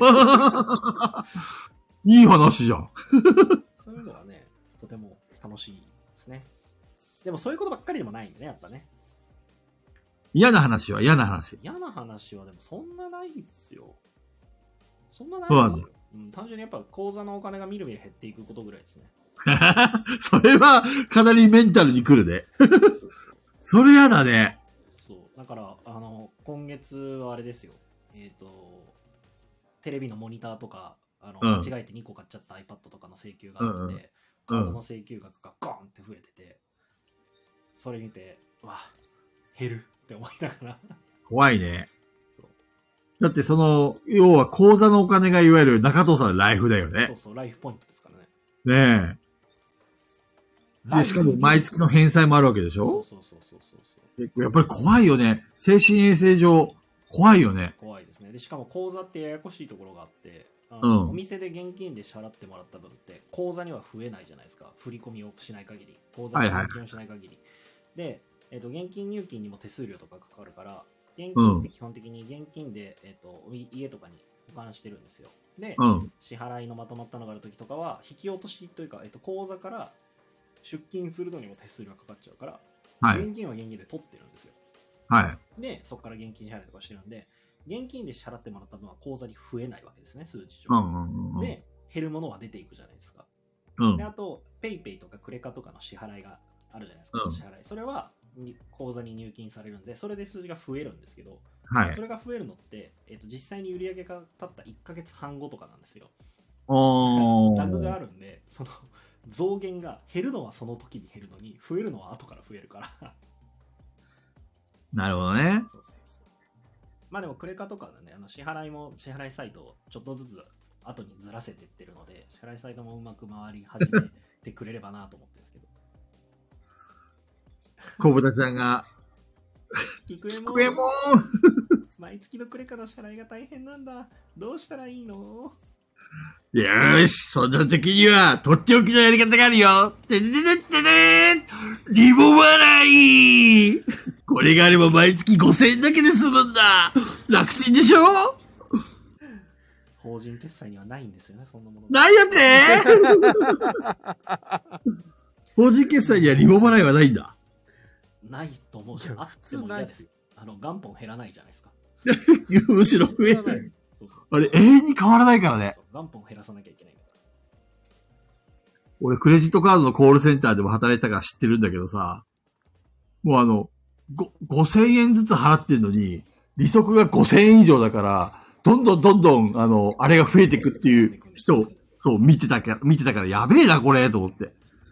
いい話じゃん。 そういうのはね、とても楽しいですね。でもそういうことばっかりでもないんでね、やっぱね。 嫌な話は嫌な話。 嫌な話はでもそんなないっすよ。そんなないですよ。うん、単純にやっぱ口座のお金がみるみる減っていくことぐらいですね。 それはかなりメンタルに来るね。それ嫌だね。 そう。だから、あの、今月はあれですよ。えっ、と、テレビのモニターとか、あの、 うん間違えてにこ買っちゃった iPad とかの請求があるので、 うんうんカードの請求額がゴーンって増えてて、それ見て、うわ、減るって思いながら。 怖いね。 そうだってその、要は口座のお金がいわゆる中藤さんのライフだよねそう。そう、ライフポイントですからね。 ねえ。で、しかも毎月の返済もあるわけでしょ？ そうそうそうそうそうそう。 やっぱり怖いよね。精神衛生上、怖いよね。 怖いですね。で、しかも口座ってややこしいところがあって、あのうんお店で現金で支払ってもらった分って口座には増えないじゃないですか。振り込みをしない限り、口座に入金をしない限り。で、えっ、と現金入金にも手数料とかかかるから、現金って基本的に現金で、えっ、とい家とかに保管してるんですよ。で、 うん。 支払いのまとまったのがある時とかは引き落としというか、えっ、と口座から出金するのにも手数料がかかっちゃうから、 はい。 現金は現金で取ってるんですよ。 はい。 で、そこから現金支払いとかしてるんで、現金で支払ってもらった分は口座に増えないわけですね、数字上。 うんうんうんうん。 で、減るものは出ていくじゃないですか。 うんで、。あと、ペイペイとかクレカとかの支払いがあるじゃないですか、 うん支払い。それはに口座に入金されるんで、それで数字が増えるんですけど、 はいそ。れが増えるのって、えっと実際に売り上げが立ったいっかげつはんごとかなんですよ。 おー。 ラグがあるんで、その増減が減るのはその時に減るのに、増えるのは後から増えるから。 なるほどね。 そうそうそう。まあでもクレカとかでね、あの支払いも支払いサイトをちょっとずつ後にずらせてってるので、支払いサイトもうまく回り始めてくれればなと思ってるんですけど。 小豚ちゃんが、 キクエモンクエモン毎月のクレカの支払いが大変なんだ。どうしたらいいの？ よーし、そんな時には、とっておきのやり方があるよ。ててててててリボ払いこれがあれば毎月ごせんえんだけで済むんだ。楽ちんでしょ？ 法人決済にはないんですよね、そんなもの。 ないやって法人決済にはリボ払いはないんだ。 ないと思うし、あっても嫌ですよ。あの、元本減らないじゃないですか。 むしろ増える。 そうそう。 あれ、永遠に変わらないからね。 そう元本減らさなきゃいけないから。 俺、クレジットカードのコールセンターでも働いたから知ってるんだけどさ、もうあの、ご、ごせんえんずつ払ってんのに、利息がごせんえん以上だから、どんどんどんどん、あの、あれが増えていくっていう人を、そう、見てたから、見てたから、やべえな、これ、と思って。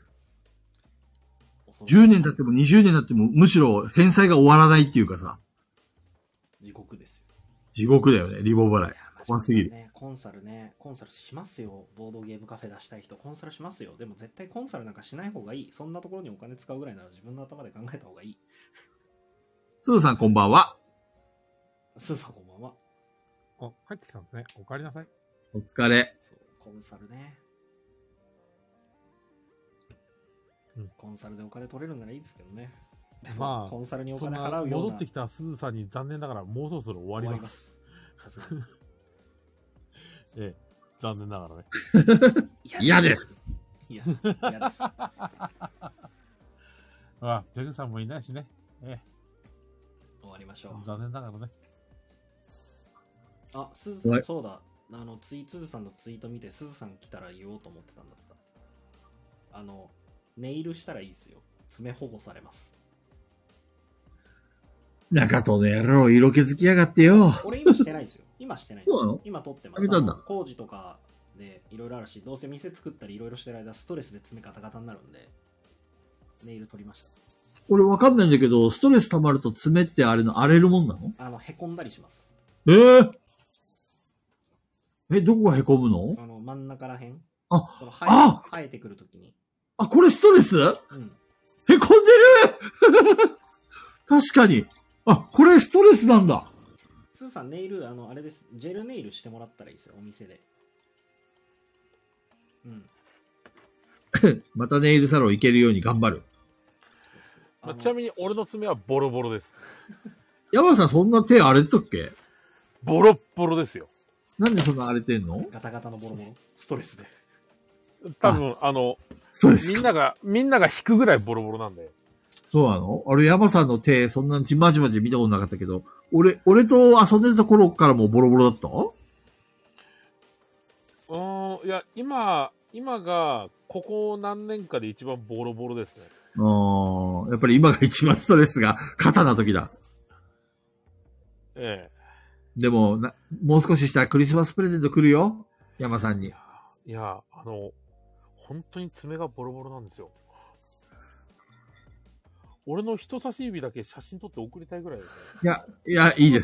じゅうねん経ってもにじゅうねん経っても、むしろ返済が終わらないっていうかさ。 地獄ですよ。 地獄だよね、リボ払い。怖すぎる。 ね、コンサルね、コンサルしますよ。ボードゲームカフェ出したい人、コンサルしますよ。でも絶対コンサルなんかしない方がいい。そんなところにお金使うぐらいなら自分の頭で考えた方がいい。 すずさんこんばんは。 すーさんこんばんは。 あ、帰ってきたんですね。お帰りなさい。 お疲れ。 そう、コンサルね。 うん、 コンサルでお金取れるならいいですけどね。でも、 まあ、 コンサルにお金払うような。 戻ってきたすずさんに残念ながらもうそろそろ終わります。 さすがに。 ええ、残念ながらね。 嫌です。 いや、嫌です。 あ、ジャグさんもいないしね。ええ。 終わりましょう。 残念ながらね。 あ、すずさん、そうだ。あの、ツイ、すずさんのツイート見て、すずさん来たら言おうと思ってたんだった。あの、ネイルしたらいいですよ。爪保護されます。 中戸の野郎、色気づきやがってよ。 俺今してないですよ。今してないですそうなの？ 今撮ってます。 あげたんだ。 工事とかでいろいろあるし、どうせ店作ったりいろいろしてる間、ストレスで爪ガタガタになるんで、ネイル取りました。 俺わかんないんだけど、ストレス溜まると爪ってあれの荒れるもんなの？ あの、へこんだりします。 えー、え、どこがへこむの？ あの、真ん中らへん。 あ、 その生えあ生えてくるときに。 あ、これストレス？ うん。 へこんでる確かに。あ、これストレスなんだ。 スーさん、ネイル、あの、あれです。ジェルネイルしてもらったらいいですよ、お店で。うん。 またネイルサロン行けるように頑張る。 まあ、ちなみに俺の爪はボロボロです。 山さんそんな手荒れてたっけ？ ボロッボロですよ。 なんでそんな荒れてんの？ ガタガタのボロボロ。ストレスで。 多分、あの、 ストレスか。 みんなが、みんなが引くぐらいボロボロなんで。 そうなの？俺山さんの手、そんなじまじまで見たことなかったけど、俺、俺と遊んでた頃からもボロボロだった？ うーん、いや、今、今が、ここ何年かで一番ボロボロですね。 あー、やっぱり今が一番ストレスが肩な時だ。 ええ。 でもな、もう少ししたらクリスマスプレゼント来るよ。山さんに。 いや、あの、本当に爪がボロボロなんですよ。俺の人差し指だけ写真撮って送りたいぐらいですね。 いや、いや、いいです。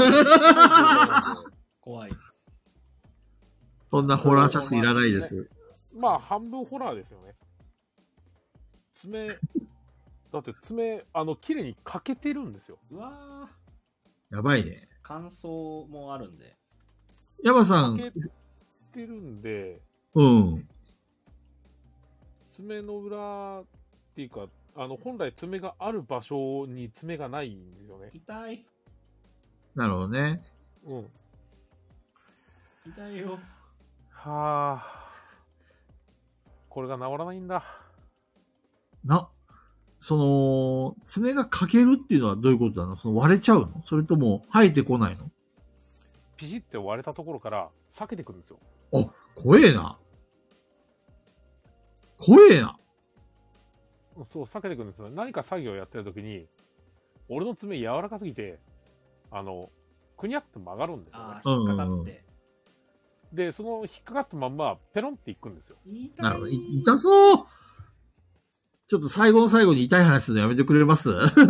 怖い。 そんなホラー写真いらないです。 まあ、半分ホラーですよね。爪、だって爪、あの、綺麗に欠けてるんですよ。 うわやばいね。 乾燥もあるんで。 山さん。 欠けてるんで、 うん。 爪の裏っていうか、あの、本来爪がある場所に爪がないんですよね。 痛い。 なるほどね。 うん。 痛いよ。 はあ。これが治らないんだ。 な、その、爪が欠けるっていうのはどういうことなの？その割れちゃうの？それとも生えてこないの？ ピシって割れたところから裂けてくるんですよ。 あ、怖えな。怖えな。 そう、裂けてくるんですよ。何か作業をやってるときに、俺の爪柔らかすぎて、あの、くにゃって曲がるんですよ、ね。 ああ、引っかかって。 で、その引っかかったまんま、ペロンっていくんですよ。 痛い。 なるほど。い痛そう。ちょっと最後の最後に痛い話するのやめてくれます？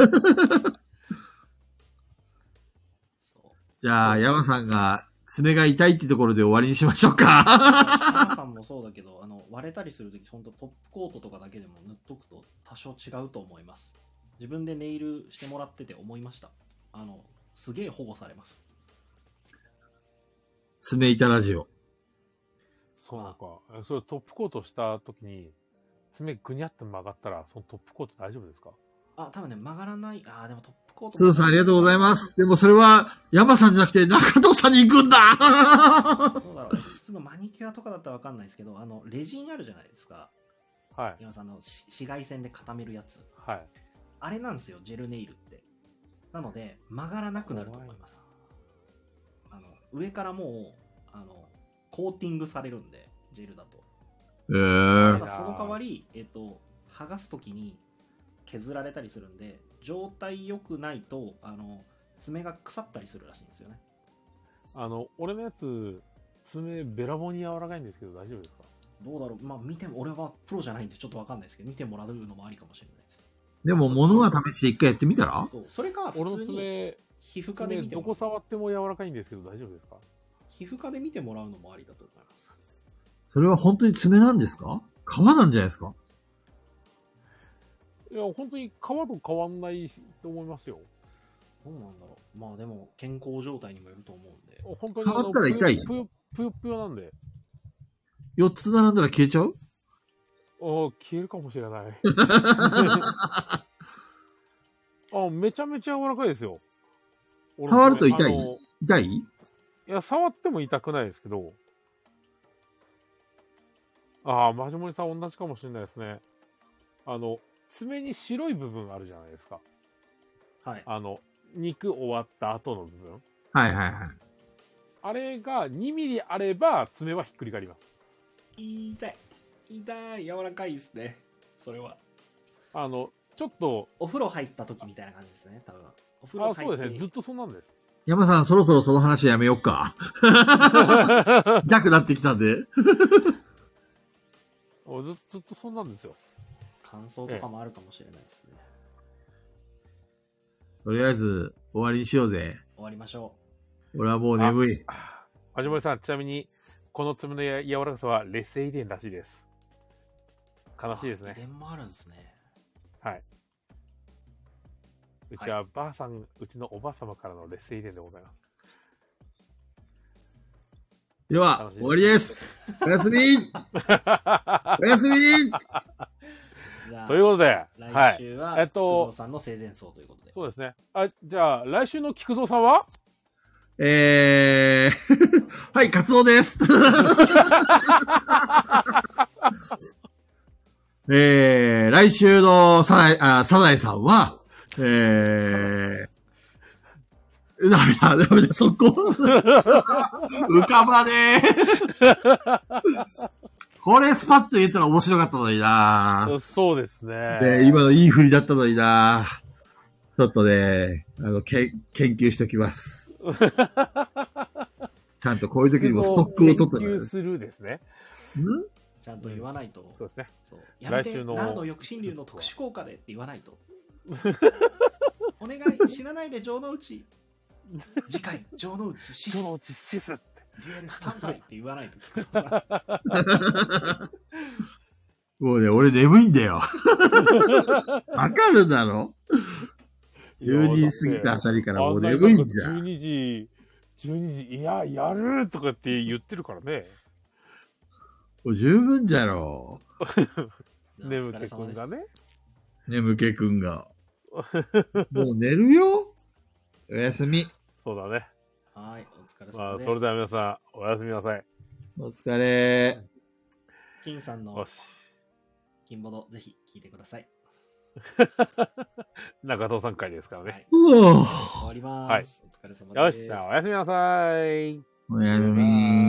じゃあ、山さんが爪が痛いってところで終わりにしましょうか。 山さんもそうだけど、あの、割れたりするとき、ほんとトップコートとかだけでも塗っとくと多少違うと思います。自分でネイルしてもらってて思いました。あの、すげえ保護されます。 爪痛ラジオ。 そうなんか、それトップコートした時に、爪ぐにゃって曲がったら、そのトップコート大丈夫ですか？ あ、多分ね、曲がらない。あ、でもトップコート。 スーさんありがとうございます。でもそれは、山さんじゃなくて中藤さんに行くんだどうだろう。普通のマニキュアとかだったらわかんないですけど、あの、レジンあるじゃないですか。 はい。 山さんの紫外線で固めるやつ。 はい。 あれなんですよ、ジェルネイルって。なので、曲がらなくなると思います。あの、上からもう、あの、コーティングされるんで、ジェルだと。 えー、 ただその代わり、えっと、剥がすときに削られたりするんで、状態良くないと、あの、爪が腐ったりするらしいんですよね。 あの、俺のやつ、爪べらぼうに柔らかいんですけど大丈夫ですか？ どうだろう。まあ、見ても、俺はプロじゃないんでちょっとわかんないですけど、見てもらうのもありかもしれないです。 でも物は試して一回やってみたら？ そう、それか、 俺の普通に爪、 皮膚科で見てどもらう。 こ触っても柔らかいんですけど大丈夫ですか？ 皮膚科で見てもらうのもありだと思います。 それは本当に爪なんですか？皮なんじゃないですか？ いや、本当に皮と変わんないと思いますよ。 どうなんだろう。まあでも、健康状態にもよると思うんで。 本当に触ったら痛い？ ぷよぷよぷよなんで。 よっつ並んだら消えちゃう？ ああ、消えるかもしれない。あ、めちゃめちゃ柔らかいですよ。 触ると痛い？ あの痛い？ いや、触っても痛くないですけど。ああ、マジモリさん同じかもしれないですね。あの、爪に白い部分あるじゃないですか。 はい。 あの、肉終わった後の部分。 はいはいはい。 あれがにミリあれば爪はひっくり返ります。 痛い。痛い。柔らかいですね。それは。 あの、ちょっと。 お風呂入った時みたいな感じですね、多分。お風呂入って。 あ、そうですね。ずっとそんなんです。 山さん、そろそろその話やめよっか。逆なってきたんで。 ず, ずっとそんなんですよ。 乾燥とかもあるかもしれないですね。 とりあえず、終わりにしようぜ。 終わりましょう。俺はもう眠い。 はじもりさん、ちなみに、この爪のや柔らかさは劣勢遺伝らしいです。悲しいですね。 遺伝もあるんですね。 はい。うちはばあさん、はい、うちのおばあ様からの劣勢遺伝でございます。 では、終わりです。おやすみおやすみということで、 来週は、 はい、えっと、 菊蔵さんの生前葬ということで。 そうですね。あ、じゃあ、来週の菊蔵さんはえー、はい、カツオです。えー、来週のサザエ、あ、サザエさんは、えー、ダメだ、ダメだ、そこ。浮かばねー。これスパッと言ったら面白かったのにな。 そうですね。 で、今のいい振りだったのにな。ちょっとね、あの、け研究しておきます。ちゃんとこういう時にもストックを取って、 研究するですね。 んちゃんと言わないと。 そうですね。 そうやめて、来週の何の抑止流の特殊効果でって言わないと。お願い、死なないで城之内。次回、城之内シス。 城之内シスって。 デュエルスタンバイって言わないと菊蔵さん。もうね、俺眠いんだよ。わかるだろ？じゅうにじ過ぎたあたりからもう眠いんじゃん。 じゅうにじ、じゅうにじ、いや、やるとかって言ってるからね。 もう十分じゃろ。 眠気くんがね。 眠気くんが。もう寝るよ。おやすみ。 そうだね。 はい、お疲れ様です。 まあ、それでは皆さん、おやすみなさい。 お疲れ。 金さんの金ボド、ぜひ聞いてください。 中藤さん会ですからね。 はい、終わります。はい、お疲れ様です。 よし、じゃあおやすみなさい。 おやすみ。